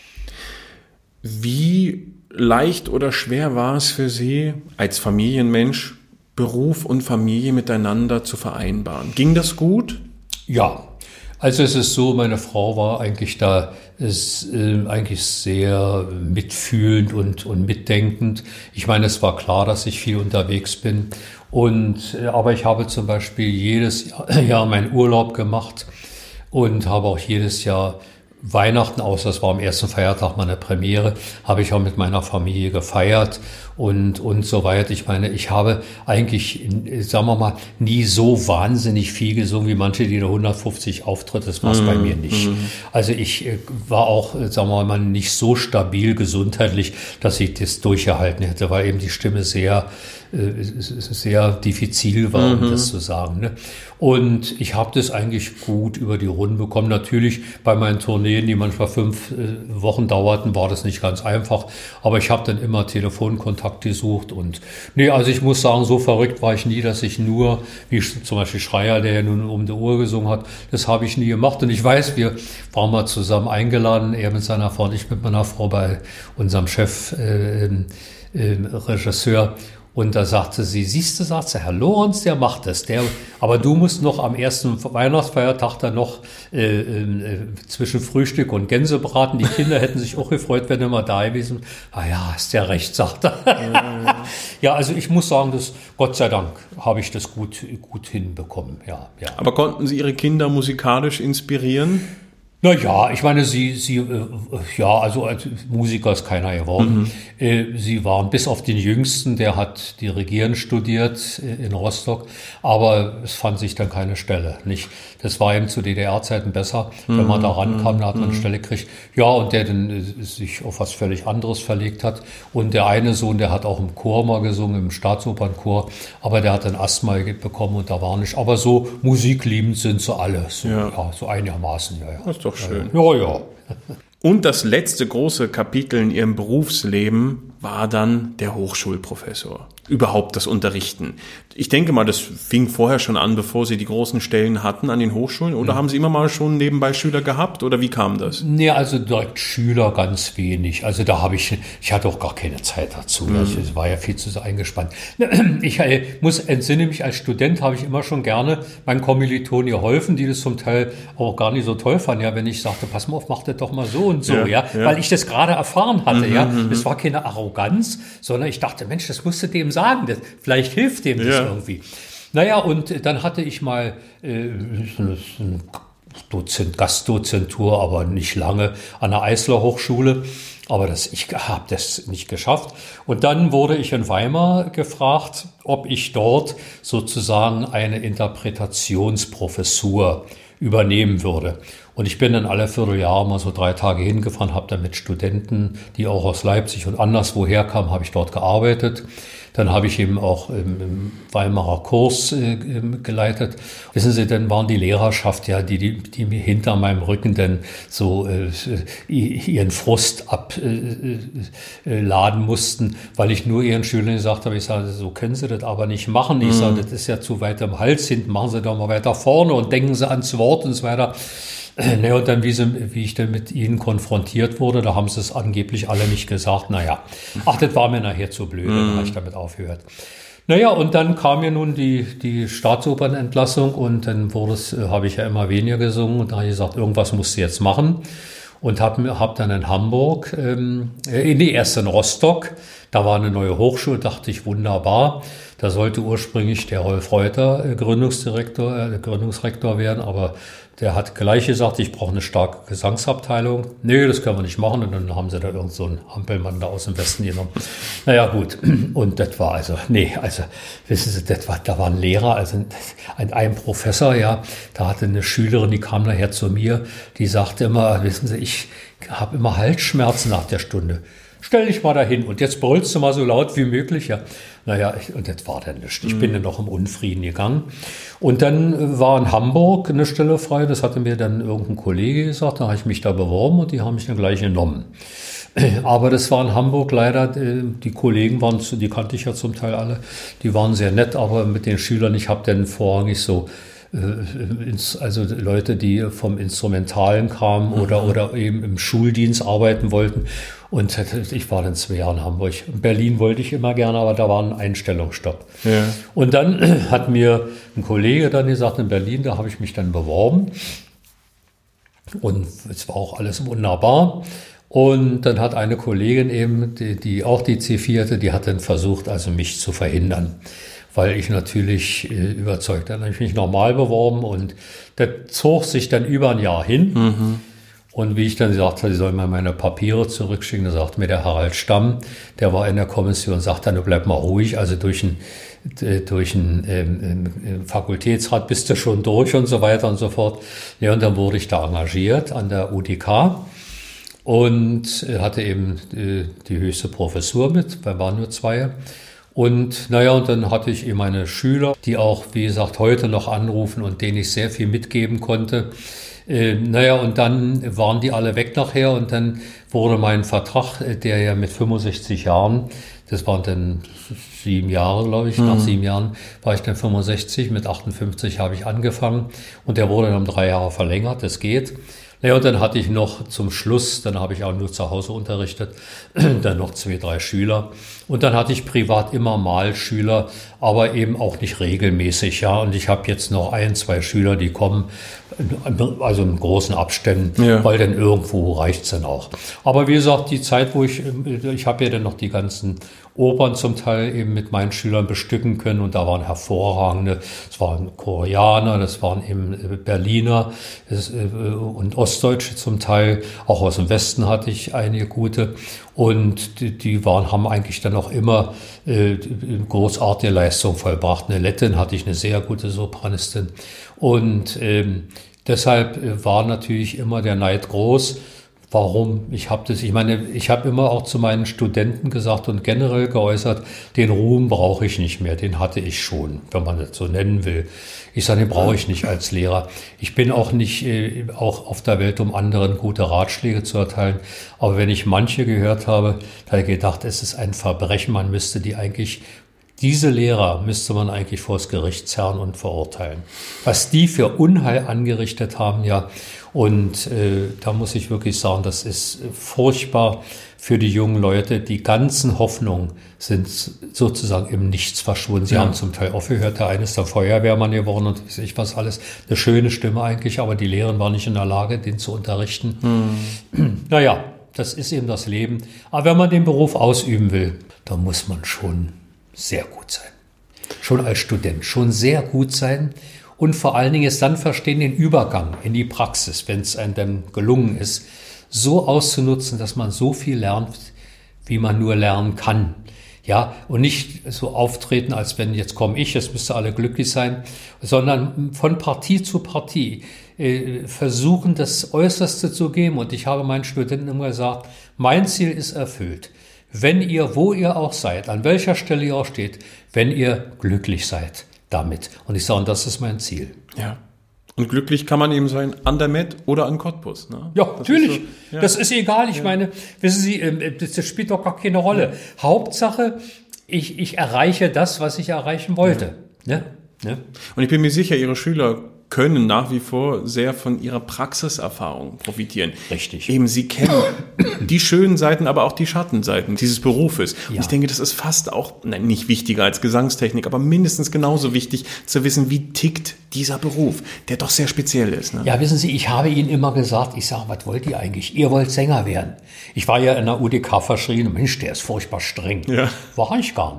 Wie leicht oder schwer war es für Sie als Familienmensch, Beruf und Familie miteinander zu vereinbaren? Ging das gut? Ja, also es ist so, meine Frau war eigentlich da, ist äh, eigentlich sehr mitfühlend und, und mitdenkend. Ich meine, es war klar, dass ich viel unterwegs bin. Und, äh, aber ich habe zum Beispiel jedes Jahr, Jahr meinen Urlaub gemacht und habe auch jedes Jahr Weihnachten, außer es war am ersten Feiertag meine Premiere, habe ich auch mit meiner Familie gefeiert und, und so weiter. Ich meine, ich habe eigentlich, sagen wir mal, nie so wahnsinnig viel gesungen wie manche, die da hundertfünfzig Auftritte, das war es mm, bei mir nicht. Mm. Also ich war auch, sagen wir mal, nicht so stabil gesundheitlich, dass ich das durchgehalten hätte, weil eben die Stimme sehr, sehr diffizil war, um mm-hmm. das zu sagen. Ne? Und ich habe das eigentlich gut über die Runden bekommen. Natürlich bei meinen Tourneen, die manchmal fünf Wochen dauerten, war das nicht ganz einfach. Aber ich habe dann immer Telefonkontakt gesucht. Und nee, also ich muss sagen, so verrückt war ich nie, dass ich nur, wie zum Beispiel Schreier, der ja nun um die Uhr gesungen hat, das habe ich nie gemacht. Und ich weiß, wir waren mal zusammen eingeladen, er mit seiner Frau und ich mit meiner Frau bei unserem Chef, äh, äh, Regisseur. Und da sagte sie, siehst du, sagt sie, Herr Lorenz, der macht das. Der, aber du musst noch am ersten Weihnachtsfeiertag dann noch äh, äh, zwischen Frühstück und Gänsebraten. Die Kinder hätten sich auch gefreut, wenn du mal da gewesen. Ah ja, hast ja recht, sagt er. Ja, ja, also ich muss sagen, dass, Gott sei Dank habe ich das gut, gut hinbekommen. Ja, ja. Aber konnten Sie Ihre Kinder musikalisch inspirieren? Na ja, ich meine, sie, sie, äh, ja, also als Musiker ist keiner geworden. Mhm. Äh, sie waren bis auf den Jüngsten, der hat Dirigieren studiert äh, in Rostock, aber es fand sich dann keine Stelle, nicht? Das war eben zu D D R-Zeiten besser, mhm. wenn man da rankam, da hat man eine Stelle gekriegt. Ja, und der dann äh, sich auf was völlig anderes verlegt hat. Und der eine Sohn, der hat auch im Chor mal gesungen, im Staatsopernchor, aber der hat dann Asthma bekommen und da war nicht. Aber so musikliebend sind sie alle, so, ja. Ja, so einigermaßen, ja, ja. Das ist doch schön. Ja, ja. Und das letzte große Kapitel in Ihrem Berufsleben war dann der Hochschulprofessor. Überhaupt das Unterrichten. Ich denke mal, das fing vorher schon an, bevor Sie die großen Stellen hatten an den Hochschulen. Oder mhm. haben Sie immer mal schon nebenbei Schüler gehabt? Oder wie kam das? Nee, also direkt Schüler ganz wenig. Also da habe ich, ich hatte auch gar keine Zeit dazu. Mhm. Ich war ja viel zu sehr eingespannt. Ich äh, muss, entsinne mich, als Student habe ich immer schon gerne meinen Kommilitonen geholfen, die das zum Teil auch gar nicht so toll fanden. Ja, wenn ich sagte, pass mal auf, mach das doch mal so und so. Ja, ja, ja. Weil ich das gerade erfahren hatte. Mhm, ja, das war keine Arroganz, sondern ich dachte, Mensch, das musst du dem sagen, das, vielleicht hilft dem das ja. irgendwie. Naja, und dann hatte ich mal äh, eine Dozent, Gastdozentur, aber nicht lange, an der Eisler Hochschule. Aber das, ich habe das nicht geschafft. Und dann wurde ich in Weimar gefragt, ob ich dort sozusagen eine Interpretationsprofessur übernehmen würde. Und ich bin dann alle Vierteljahre mal so drei Tage hingefahren, habe dann mit Studenten, die auch aus Leipzig und anderswoher kamen, habe ich dort gearbeitet. Dann habe ich eben auch im, im Weimarer Kurs äh, geleitet. Wissen Sie, dann waren die Lehrerschaft ja, die, die, die mir hinter meinem Rücken dann so äh, ihren Frust abladen äh, äh, mussten, weil ich nur ihren Schülern gesagt habe, ich sage, so können Sie das aber nicht machen. Ich mhm. sage, das ist ja zu weit am Hals hinten, machen Sie doch mal weiter vorne und denken Sie ans Wort und so weiter. Ne, und dann, wie, sie, wie ich dann mit ihnen konfrontiert wurde, da haben sie es angeblich alle nicht gesagt. Naja, ach, das war mir nachher zu blöd, dann habe ich damit aufgehört. Naja, und dann kam ja nun die, die Staatsopernentlassung und dann wurde es, habe ich ja immer weniger gesungen und da habe ich gesagt, irgendwas musst du jetzt machen. Und habe hab dann in Hamburg, ähm, nee, erst in Rostock, da war eine neue Hochschule, dachte ich, wunderbar. Da sollte ursprünglich der Rolf Reuter äh, Gründungsdirektor, äh, Gründungsrektor werden, aber Der hat gleich gesagt, ich brauche eine starke Gesangsabteilung. Nee, das können wir nicht machen. Und dann haben sie da irgend so einen Hampelmann da aus dem Westen genommen. Naja, gut. Und das war also, nee, also, wissen Sie, das war, da war ein Lehrer, also ein, ein Professor, ja, da hatte eine Schülerin, die kam nachher zu mir, die sagte immer, wissen Sie, ich habe immer Halsschmerzen nach der Stunde. Stell dich mal dahin und jetzt brüllst du mal so laut wie möglich. Ja. Naja, ich, und das war dann nicht. Ich mhm. bin dann noch im Unfrieden gegangen. Und dann war in Hamburg eine Stelle frei, das hatte mir dann irgendein Kollege gesagt, da habe ich mich da beworben und die haben mich dann gleich genommen. Aber das war in Hamburg leider, die Kollegen waren, die kannte ich ja zum Teil alle, die waren sehr nett, aber mit den Schülern, ich habe dann vorrangig so, also Leute, die vom Instrumentalen kamen oder, mhm. oder eben im Schuldienst arbeiten wollten. Und ich war dann zwei Jahre in Hamburg. In Berlin wollte ich immer gerne, aber da war ein Einstellungsstopp. Ja. Und dann hat mir ein Kollege dann gesagt, in Berlin, da habe ich mich dann beworben. Und es war auch alles wunderbar. Und dann hat eine Kollegin eben, die, die auch die C vier hatte, die hat dann versucht, also mich zu verhindern. Weil ich natürlich äh, überzeugt habe. Dann habe ich mich normal beworben und das zog sich dann über ein Jahr hin. Mhm. Und wie ich dann gesagt habe, sie sollen mir meine Papiere zurückschicken, da sagt mir der Harald Stamm, der war in der Kommission, sagt dann, du bleib mal ruhig, also durch einen durch einen ähm, Fakultätsrat bist du schon durch und so weiter und so fort. Ja, und dann wurde ich da engagiert an der U D K und hatte eben äh, die höchste Professur mit, wir waren nur zwei. Und naja, und dann hatte ich eben meine Schüler, die auch, wie gesagt, heute noch anrufen und denen ich sehr viel mitgeben konnte. Äh, naja, und dann waren die alle weg nachher und dann wurde mein Vertrag, der ja mit fünfundsechzig Jahren, das waren dann sieben Jahre, glaube ich, mhm. nach sieben Jahren war ich dann fünfundsechzig, mit achtundfünfzig habe ich angefangen und der wurde dann um drei Jahre verlängert, das geht. Naja, und dann hatte ich noch zum Schluss, dann habe ich auch nur zu Hause unterrichtet, dann noch zwei, drei Schüler. Und dann hatte ich privat immer mal Schüler, aber eben auch nicht regelmäßig, ja. Und ich habe jetzt noch ein, zwei Schüler, die kommen, also in großen Abständen, ja. Weil dann irgendwo reicht's dann auch. Aber wie gesagt, die Zeit, wo ich, ich habe ja dann noch die ganzen Opern zum Teil eben mit meinen Schülern bestücken können und da waren hervorragende, es waren Koreaner, das waren eben Berliner und Ostdeutsche zum Teil, auch aus dem Westen hatte ich einige gute und die, die waren, haben eigentlich dann auch immer äh, großartige Leistung vollbracht. Eine Lettin hatte ich, eine sehr gute Sopranistin und ähm, deshalb war natürlich immer der Neid groß. Warum? Ich habe das, ich meine, ich habe immer auch zu meinen Studenten gesagt und generell geäußert, den Ruhm brauche ich nicht mehr, den hatte ich schon, wenn man das so nennen will. Ich sage, den brauche ich nicht als Lehrer. Ich bin auch nicht äh, auch auf der Welt, um anderen gute Ratschläge zu erteilen. Aber wenn ich manche gehört habe, da habe ich gedacht, es ist ein Verbrechen, man müsste die eigentlich, diese Lehrer müsste man eigentlich vors Gericht zerren und verurteilen. Was die für Unheil angerichtet haben, ja. Und äh, da muss ich wirklich sagen, das ist furchtbar für die jungen Leute. Die ganzen Hoffnungen sind sozusagen im Nichts verschwunden. Sie ja. haben zum Teil aufgehört, der eine ist der Feuerwehrmann geworden und weiß ich was alles. Eine schöne Stimme eigentlich, aber die Lehrerin war nicht in der Lage, den zu unterrichten. Hm. Naja, das ist eben das Leben. Aber wenn man den Beruf ausüben will, dann muss man schon sehr gut sein. Schon als Student, schon sehr gut sein. Und vor allen Dingen es dann verstehen, den Übergang in die Praxis, wenn es einem dann gelungen ist, so auszunutzen, dass man so viel lernt, wie man nur lernen kann. Ja, und nicht so auftreten, als wenn jetzt komme ich, jetzt müsst ihr alle glücklich sein, sondern von Partie zu Partie äh, versuchen, das Äußerste zu geben. Und ich habe meinen Studenten immer gesagt, mein Ziel ist erfüllt. Wenn ihr, wo ihr auch seid, an welcher Stelle ihr auch steht, wenn ihr glücklich seid damit. Und ich sage, und das ist mein Ziel. Ja. Und glücklich kann man eben sein an der Met oder an Cottbus. Ne? Ja, das natürlich. Ist so, ja. Das ist egal. Ich ja. meine, wissen Sie, das spielt doch gar keine Rolle. Ja. Hauptsache, ich, ich erreiche das, was ich erreichen wollte. Ja. Ne? Ne? Und ich bin mir sicher, Ihre Schüler können nach wie vor sehr von ihrer Praxiserfahrung profitieren. Richtig. Eben, sie kennen die schönen Seiten, aber auch die Schattenseiten dieses Berufes. Ja. Und ich denke, das ist fast auch, nein, nicht wichtiger als Gesangstechnik, aber mindestens genauso wichtig zu wissen, wie tickt dieser Beruf, der doch sehr speziell ist. Ne? Ja, wissen Sie, ich habe Ihnen immer gesagt, ich sage, was wollt ihr eigentlich? Ihr wollt Sänger werden. Ich war ja in der U D K verschrien, Mensch, der ist furchtbar streng. Ja. War ich gar nicht.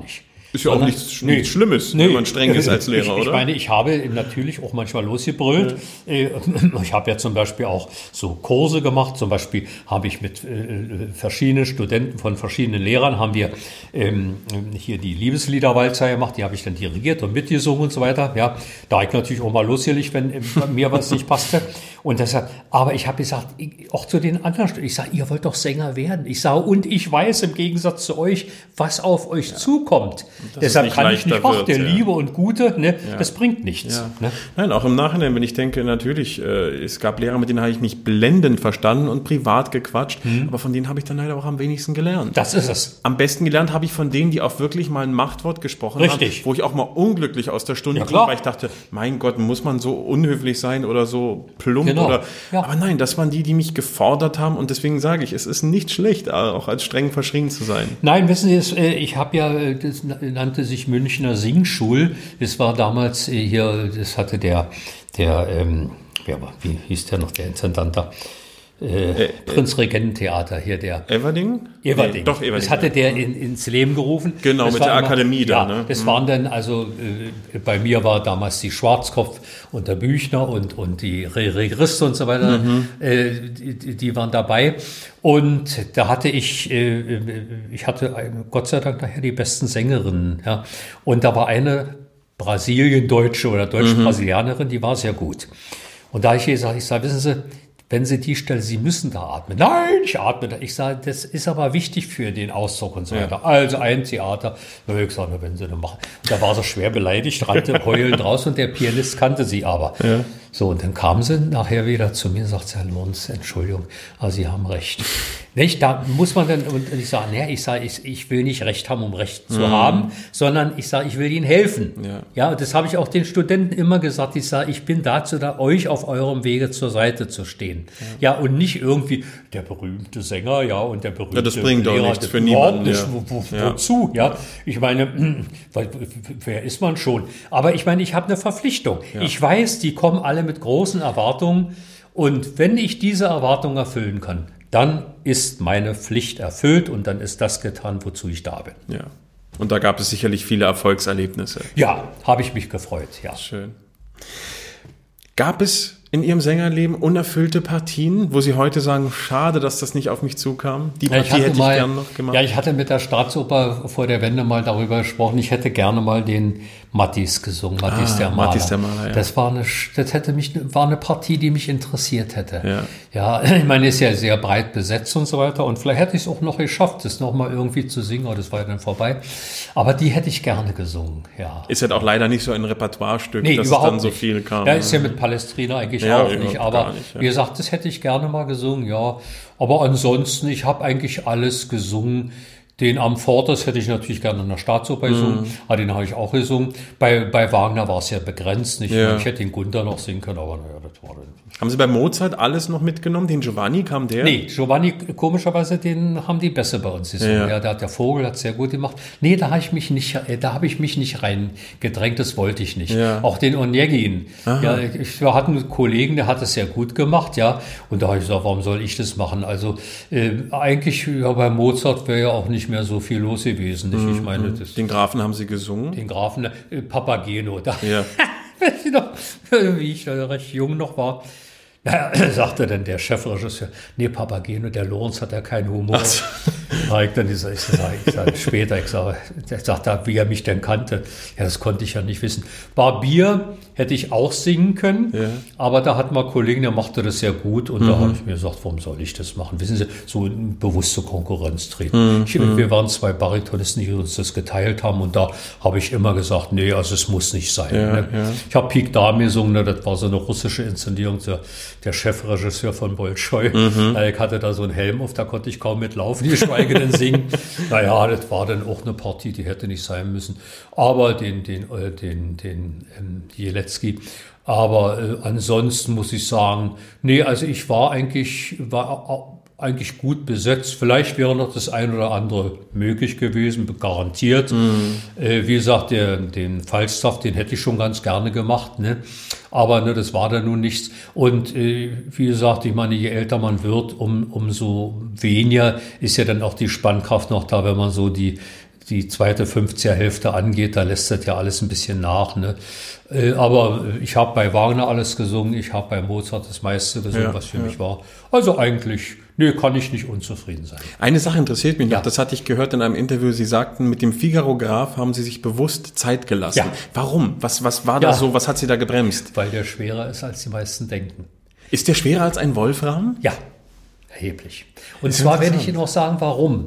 Ist ja auch Sondern- nichts, nichts Schlimmes, wenn man streng ist als Lehrer, ich, oder? Ich meine, ich habe natürlich auch manchmal losgebrüllt. Äh, Ich habe ja zum Beispiel auch so Kurse gemacht. Zum Beispiel habe ich mit äh, verschiedenen Studenten von verschiedenen Lehrern haben wir ähm, hier die Liebesliederwalzer gemacht. Die habe ich dann dirigiert und mitgesungen und so weiter. Ja, da habe ich natürlich auch mal losgelegt, wenn äh, mir was nicht passte. Und deshalb, aber ich habe gesagt, ich, auch zu den anderen, Stu- ich sage, ihr wollt doch Sänger werden. Ich sage, und ich weiß im Gegensatz zu euch, was auf euch zukommt. es Deshalb nicht kann ich nicht leichter ach, wird, der ja. Liebe und Gute, ne, das bringt nichts. Ja. Ne? Nein, auch im Nachhinein, wenn ich denke, natürlich, äh, es gab Lehrer, mit denen habe ich mich blendend verstanden und privat gequatscht, aber von denen habe ich dann leider auch am wenigsten gelernt. Das ist es. Am besten gelernt habe ich von denen, die auch wirklich mal ein Machtwort gesprochen Richtig. haben, wo ich auch mal unglücklich aus der Stunde Ja, ging, klar. weil ich dachte, mein Gott, muss man so unhöflich sein oder so plump Genau. oder. Ja. Aber nein, das waren die, die mich gefordert haben und deswegen sage ich, es ist nicht schlecht, auch als streng verschrien zu sein. Nein, wissen Sie, es, äh, ich habe ja, äh, das nannte sich Münchner Singschul. Das war damals äh, hier, das hatte der, der, ähm, wer war, wie hieß der noch, der Intendant da? Äh, Prinzregententheater hier, der Everding? Everding. Nee, doch, Everding. Das hatte der in, ins Leben gerufen. Genau, das mit war der Akademie da, Ja, ne? das waren dann, also äh, bei mir war damals die Schwarzkopf und der Büchner und, und die Re- Regriste und so weiter, Mhm. äh, die, die waren dabei. Und da hatte ich, äh, ich hatte eine, Gott sei Dank nachher die besten Sängerinnen. Ja. Und da war eine Brasilien-Deutsche oder Deutsch-Brasilianerin, die war sehr gut. Und da habe ich gesagt, ich sage, wissen Sie, wenn Sie die Stelle, Sie müssen da atmen. Nein, ich atme da. Ich sage, das ist aber wichtig für den Ausdruck und so weiter. Also ein Theater. Da habe ich gesagt, na, wenn Sie das machen. Und da war sie schwer beleidigt, rannte heulend raus und der Pianist kannte sie aber. Ja. So, und dann kam sie nachher wieder zu mir und sagt, Herr Lorenz, Entschuldigung, aber Sie haben recht. Nicht? Da muss man dann, und ich sage, nee, ich sage, ich, ich will nicht Recht haben, um Recht zu haben, sondern ich sage, ich will Ihnen helfen. Ja. Ja, und das habe ich auch den Studenten immer gesagt. Ich sage, ich bin dazu da, euch auf eurem Wege zur Seite zu stehen. Ja, ja, und nicht irgendwie der berühmte Sänger, ja, und der berühmte Ja, das bringt doch Lehrer, nichts das für überhaupt niemanden, nicht. ja. Wo, wo, Ja. Wozu? Ja, ich meine, weil, wer ist man schon? Aber ich meine, ich habe eine Verpflichtung. Ich weiß, die kommen alle mit großen Erwartungen. Und wenn ich diese Erwartungen erfüllen kann, dann ist meine Pflicht erfüllt und dann ist das getan, wozu ich da bin. Ja. Und da gab es sicherlich viele Erfolgserlebnisse. Ja, habe ich mich gefreut, ja. Schön. Gab es in Ihrem Sängerleben unerfüllte Partien, wo Sie heute sagen, schade, dass das nicht auf mich zukam? Die Ja, Partie hätte ich mal, gern noch gemacht. Ja, ich hatte mit der Staatsoper vor der Wende mal darüber gesprochen. Ich hätte gerne mal den Mattis gesungen, Mattis Ah, der Maler. Mattis der Maler, ja. Das war eine, das hätte mich, war eine Partie, die mich interessiert hätte. Ja. Ja, ich meine, ist ja sehr breit besetzt und so weiter. Und vielleicht hätte ich es auch noch geschafft, das noch mal irgendwie zu singen, aber das war ja dann vorbei. Aber die hätte ich gerne gesungen, ja. Ist halt auch leider nicht so ein Repertoirestück, Nee, dass es überhaupt dann so nicht. viel kam. Ja, ist ja mit Palestrina eigentlich Ja, auch überhaupt nicht. gar Aber nicht, ja. wie gesagt, das hätte ich gerne mal gesungen, ja. Aber ansonsten, ich habe eigentlich alles gesungen. Den Amfortas hätte ich natürlich gerne in der Staatsoper gesungen, Mhm. aber den habe ich auch gesungen. Bei, bei Wagner war es ja begrenzt. Nicht? Ja. Ich hätte den Gunther noch singen können, aber naja, das war dann. Haben Sie bei Mozart alles noch mitgenommen? Den Giovanni, kam der? Nee, Giovanni, komischerweise, den haben die besser bei uns gesungen. Ja. Ja, da hat der Vogel hat sehr gut gemacht. Nee, da habe ich mich nicht, äh, da habe ich mich nicht reingedrängt, das wollte ich nicht. Ja. Auch den Onegin. Ja, ich, wir hatten einen Kollegen, der hat es sehr gut gemacht, ja. Und da habe ich gesagt, warum soll ich das machen? Also, äh, eigentlich, ja, bei Mozart wäre ja auch nicht mehr so viel los gewesen, nicht? Ich meine, das, Den Grafen haben Sie gesungen? den Grafen, äh, Papageno, da, Ja. weiß ich noch, wie ich da recht jung noch war. Naja, sagte dann der Chefregisseur, nee, Papageno, der Lorenz hat ja keinen Humor. Da ich dann gesagt, ich sage, ich sage später, ich sage, der sagt da, wie er mich denn kannte. Ja, das konnte ich ja nicht wissen. Barbier hätte ich auch singen können, Ja. aber da hat mal ein Kollegen, der machte das sehr gut und da habe ich mir gesagt, warum soll ich das machen? Wissen Sie, so in bewusste Konkurrenz treten. Ich, wir waren zwei Baritonisten, die uns das geteilt haben und da habe ich immer gesagt, nee, also es muss nicht sein. Ja, ne? ja. Ich habe Pik Dame gesungen, ne, das war so eine russische Inszenierung, der, der Chefregisseur von Bolschoi. Äh, Ich hatte da so einen Helm auf, da konnte ich kaum mitlaufen, geschweige denn singen. Naja, das war dann auch eine Partie, die hätte nicht sein müssen. Aber den, den, äh, den, den ähm, Jelecki. Aber äh, ansonsten muss ich sagen, nee, also ich war eigentlich, war eigentlich gut besetzt. Vielleicht wäre noch das ein oder andere möglich gewesen, garantiert. Äh, wie gesagt, der, den Falstaff, den hätte ich schon ganz gerne gemacht, ne? Aber ne, das war da nun nichts. Und äh, wie gesagt, ich meine, je älter man wird, um, umso weniger ist ja dann auch die Spannkraft noch da, wenn man so die die zweite fünfziger-Hälfte angeht, da lässt das ja alles ein bisschen nach. Ne? Äh, aber ich habe bei Wagner alles gesungen, ich habe bei Mozart das meiste gesungen, Ja, was für ja. mich war. Also eigentlich, nee, kann ich nicht unzufrieden sein. Eine Sache interessiert mich noch, Ja. das hatte ich gehört in einem Interview, Sie sagten, mit dem Figaro-Graf haben Sie sich bewusst Zeit gelassen. Ja. Warum? Was, was war da Ja. so, was hat Sie da gebremst? Weil der schwerer ist, als die meisten denken. Ist der schwerer als ein Wolfram? Ja, erheblich. Und Das ist zwar werde interessant. ich Ihnen auch sagen, warum.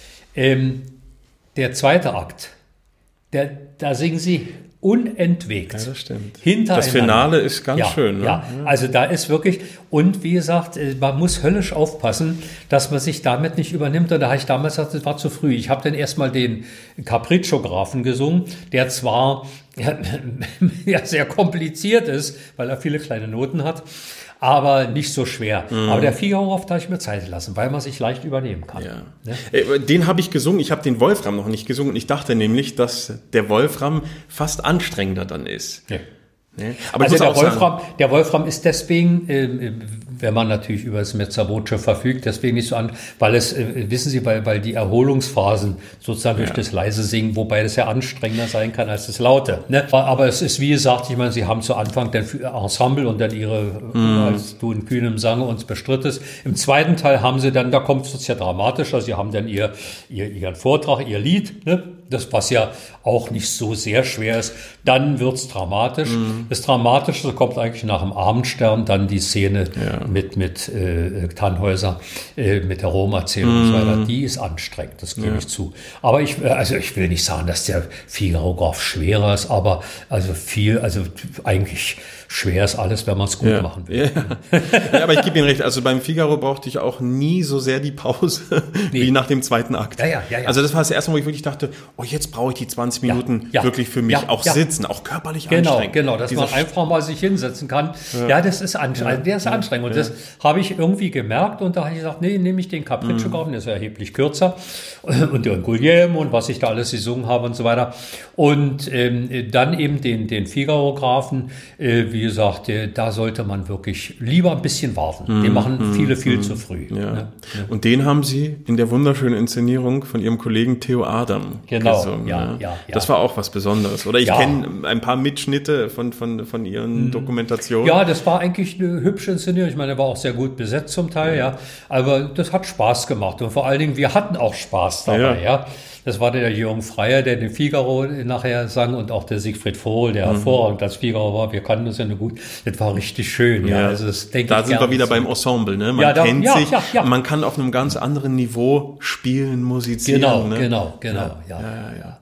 Ähm, der zweite Akt, der, da singen Sie unentwegt. Ja, das stimmt. Hintereinander. Das Finale ist ganz ja, schön. Ne? Ja, also da ist wirklich, und wie gesagt, äh, man muss höllisch aufpassen, dass man sich damit nicht übernimmt. Und da habe ich damals gesagt, das war zu früh. Ich habe dann erstmal den Capriccio-Grafen gesungen, der zwar ja, ja, sehr kompliziert ist, weil er viele kleine Noten hat, aber nicht so schwer. Mhm. Aber der Figaro, da habe ich mir Zeit lassen, weil man sich leicht übernehmen kann. Ja. Ne? Äh, Den habe ich gesungen, ich habe den Wolfram noch nicht gesungen. Ich dachte nämlich, dass der Wolfram fast anstrengender dann ist. Ja. Ne? Aber Also ich muss der auch sagen, Wolfram, der Wolfram ist deswegen, äh, wenn man natürlich über das Mezza-Voce verfügt, deswegen nicht so an, weil es, äh, wissen Sie, weil, weil die Erholungsphasen sozusagen durch Ja. das leise Singen, wobei das ja anstrengender sein kann als das laute. Ne? Aber es ist, wie gesagt, ich meine, Sie haben zu Anfang dann für Ensemble und dann Ihre, Mhm. als du in kühnem Sange uns bestrittest. Im zweiten Teil haben Sie dann, da kommt es ja dramatischer, Sie haben dann Ihr, Ihr, Ihren Vortrag, Ihr Lied, ne? Das, was ja auch nicht so sehr schwer ist. Dann wird's dramatisch. Mhm. Das Dramatische kommt eigentlich nach dem Abendstern, dann die Szene Ja. mit, mit äh, Tannhäuser, äh, mit der Rom-Erzählung und so weiter. Die ist anstrengend, das gebe Mhm. Ja. ich zu. Aber ich, äh, also ich will nicht sagen, dass der Figaro-Graf schwerer ist, aber also viel, also eigentlich schwer ist alles, wenn man es gut ja. machen will. Ja. Ja, aber ich gebe Ihnen recht, also beim Figaro brauchte ich auch nie so sehr die Pause Nee. wie nach dem zweiten Akt. Ja, ja, ja, ja. Also das war das erste Mal, wo ich wirklich dachte, oh, jetzt brauche ich die zwanzig Ja, Minuten ja, wirklich für mich ja, auch ja. sitzen, auch körperlich Genau, anstrengend. genau, dass Dieser man einfach mal sich hinsetzen kann. Ja, das ist anstrengend, der ist anstrengend. Und das habe ich irgendwie gemerkt und da habe ich gesagt, nee, nehme ich den Capriccio-Grafen, der ist ja erheblich kürzer und den Guglielmo und was ich da alles gesungen habe und so weiter. Und ähm, dann eben den, den Figaro-Grafen, äh, wie gesagt, äh, da sollte man wirklich lieber ein bisschen warten. Den machen viele viel zu früh. Ja. Ne? Und den haben Sie in der wunderschönen Inszenierung von Ihrem Kollegen Theo Adam Genau, gesungen. ja, ne? ja, ja. Das war auch was Besonderes. Oder ich Ja. kenne ein paar Mitschnitte von, von, von Ihren Dokumentationen. Ja, das war eigentlich eine hübsche Inszenierung. Ich meine, er war auch sehr gut besetzt zum Teil, ja. Aber das hat Spaß gemacht. Und vor allen Dingen, wir hatten auch Spaß dabei, Ja. ja. Das war der Jürgen Freier, der den Figaro nachher sang und auch der Siegfried Vohl, Mhm. der hervorragend als Figaro war. Wir kannten uns ja nur gut. Das war richtig schön, ja. Ja. Also das denke Da ich sind wir gerne wieder so. beim Ensemble, ne? Man Ja, da- kennt ja, sich, ja, ja. man kann auf einem ganz anderen Niveau spielen, musizieren. Genau, ne? genau, genau, ja. Ja, ja, ja.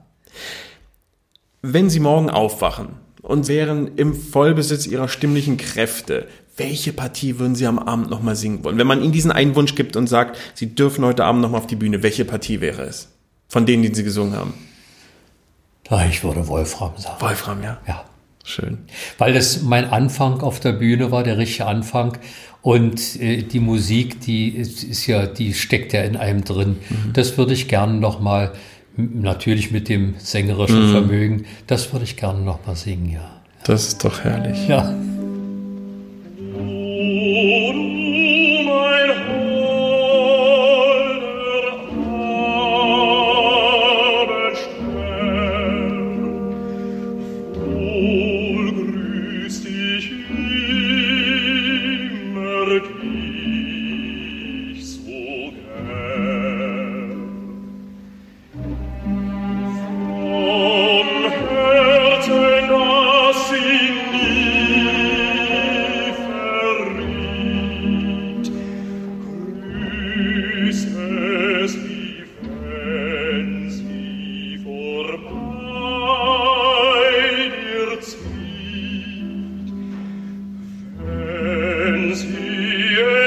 Wenn Sie morgen aufwachen und wären im Vollbesitz Ihrer stimmlichen Kräfte, welche Partie würden Sie am Abend nochmal singen wollen? Wenn man Ihnen diesen einen Wunsch gibt und sagt, Sie dürfen heute Abend nochmal auf die Bühne, welche Partie wäre es? Von denen, die Sie gesungen haben. Ah, ich würde Wolfram sagen. Wolfram, ja? Ja. Schön. Weil das mein Anfang auf der Bühne war, der richtige Anfang. Und äh, die Musik, die ist, ist ja, die steckt ja in einem drin. Mhm. Das würde ich gerne noch mal, m- natürlich mit dem sängerischen Mhm. Vermögen, das würde ich gerne noch mal singen, ja. Das ist doch herrlich. Ja. O du, mein holder Abendstern, wohl grüßt dich immer dich so gern. Vom Herzen, das ihn nie verriet, grüß es, wie wenn sie vorbei dir zieht. Wenn sie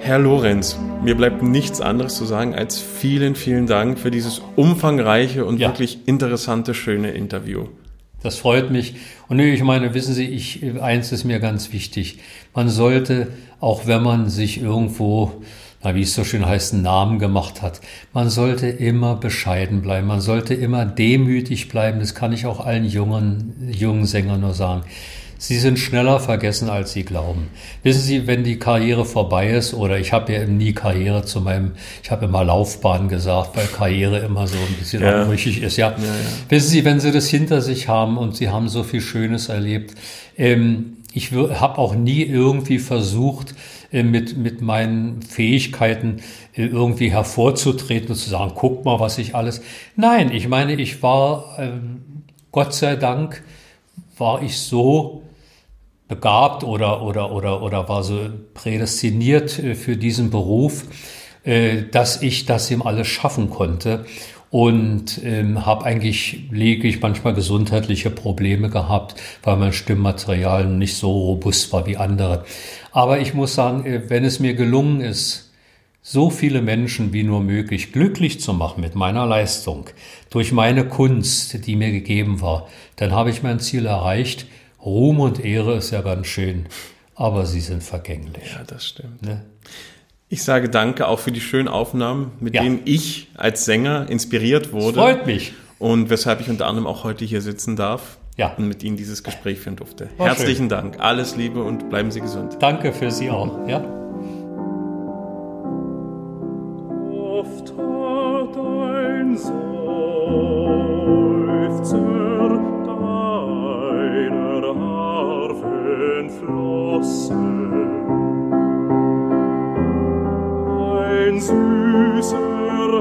Herr Lorenz, mir bleibt nichts anderes zu sagen als vielen, vielen Dank für dieses umfangreiche und Ja. wirklich interessante, schöne Interview. Das freut mich. Und ich meine, wissen Sie, ich, eins ist mir ganz wichtig. Man sollte, auch wenn man sich irgendwo, na, wie es so schön heißt, einen Namen gemacht hat, man sollte immer bescheiden bleiben. Man sollte immer demütig bleiben. Das kann ich auch allen jungen, jungen Sängern nur sagen. Sie sind schneller vergessen, als Sie glauben. Wissen Sie, wenn die Karriere vorbei ist, oder ich habe ja eben nie Karriere zu meinem, ich habe immer Laufbahn gesagt, weil Karriere immer so ein bisschen Ja. anrüchig ist. Ja. Ja, ja. Wissen Sie, wenn Sie das hinter sich haben und Sie haben so viel Schönes erlebt, ähm, ich habe auch nie irgendwie versucht, äh, mit, mit meinen Fähigkeiten äh, irgendwie hervorzutreten und zu sagen, guck mal, was ich alles. Nein, ich meine, ich war, äh, Gott sei Dank, war ich so begabt oder, oder, oder, oder war so prädestiniert äh, für diesen Beruf, äh, dass ich das ihm alles schaffen konnte. Und ähm, habe eigentlich lediglich manchmal gesundheitliche Probleme gehabt, weil mein Stimmmaterial nicht so robust war wie andere. Aber ich muss sagen, äh, wenn es mir gelungen ist, so viele Menschen wie nur möglich glücklich zu machen mit meiner Leistung, durch meine Kunst, die mir gegeben war, dann habe ich mein Ziel erreicht. Ruhm und Ehre ist ja ganz schön, aber sie sind vergänglich. Ja, das stimmt. Ne? Ich sage danke auch für die schönen Aufnahmen, mit Ja. denen ich als Sänger inspiriert Das wurde. freut mich. Und weshalb ich unter anderem auch heute hier sitzen darf Ja. und mit Ihnen dieses Gespräch führen durfte. War Herzlichen Dank, alles Liebe und bleiben Sie gesund. Danke für Sie auch. Ja. Oft hat ein Seufzer deiner Harfen flossen, ein süßer,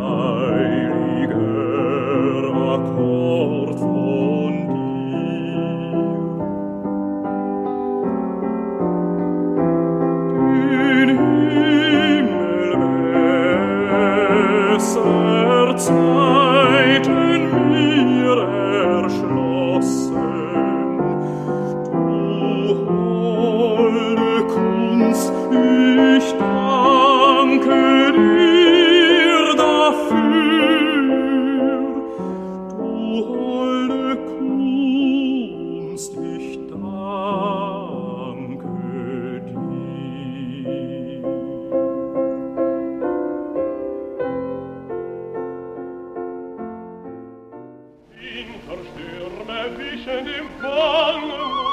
heiliger Akkord von dir. Den Himmel besser Zeiten mir erschlossen. Du holde Kunst, ich danke dir dafür. Du holde Kunst, ich danke dir. Winterstürme wischen im Wangen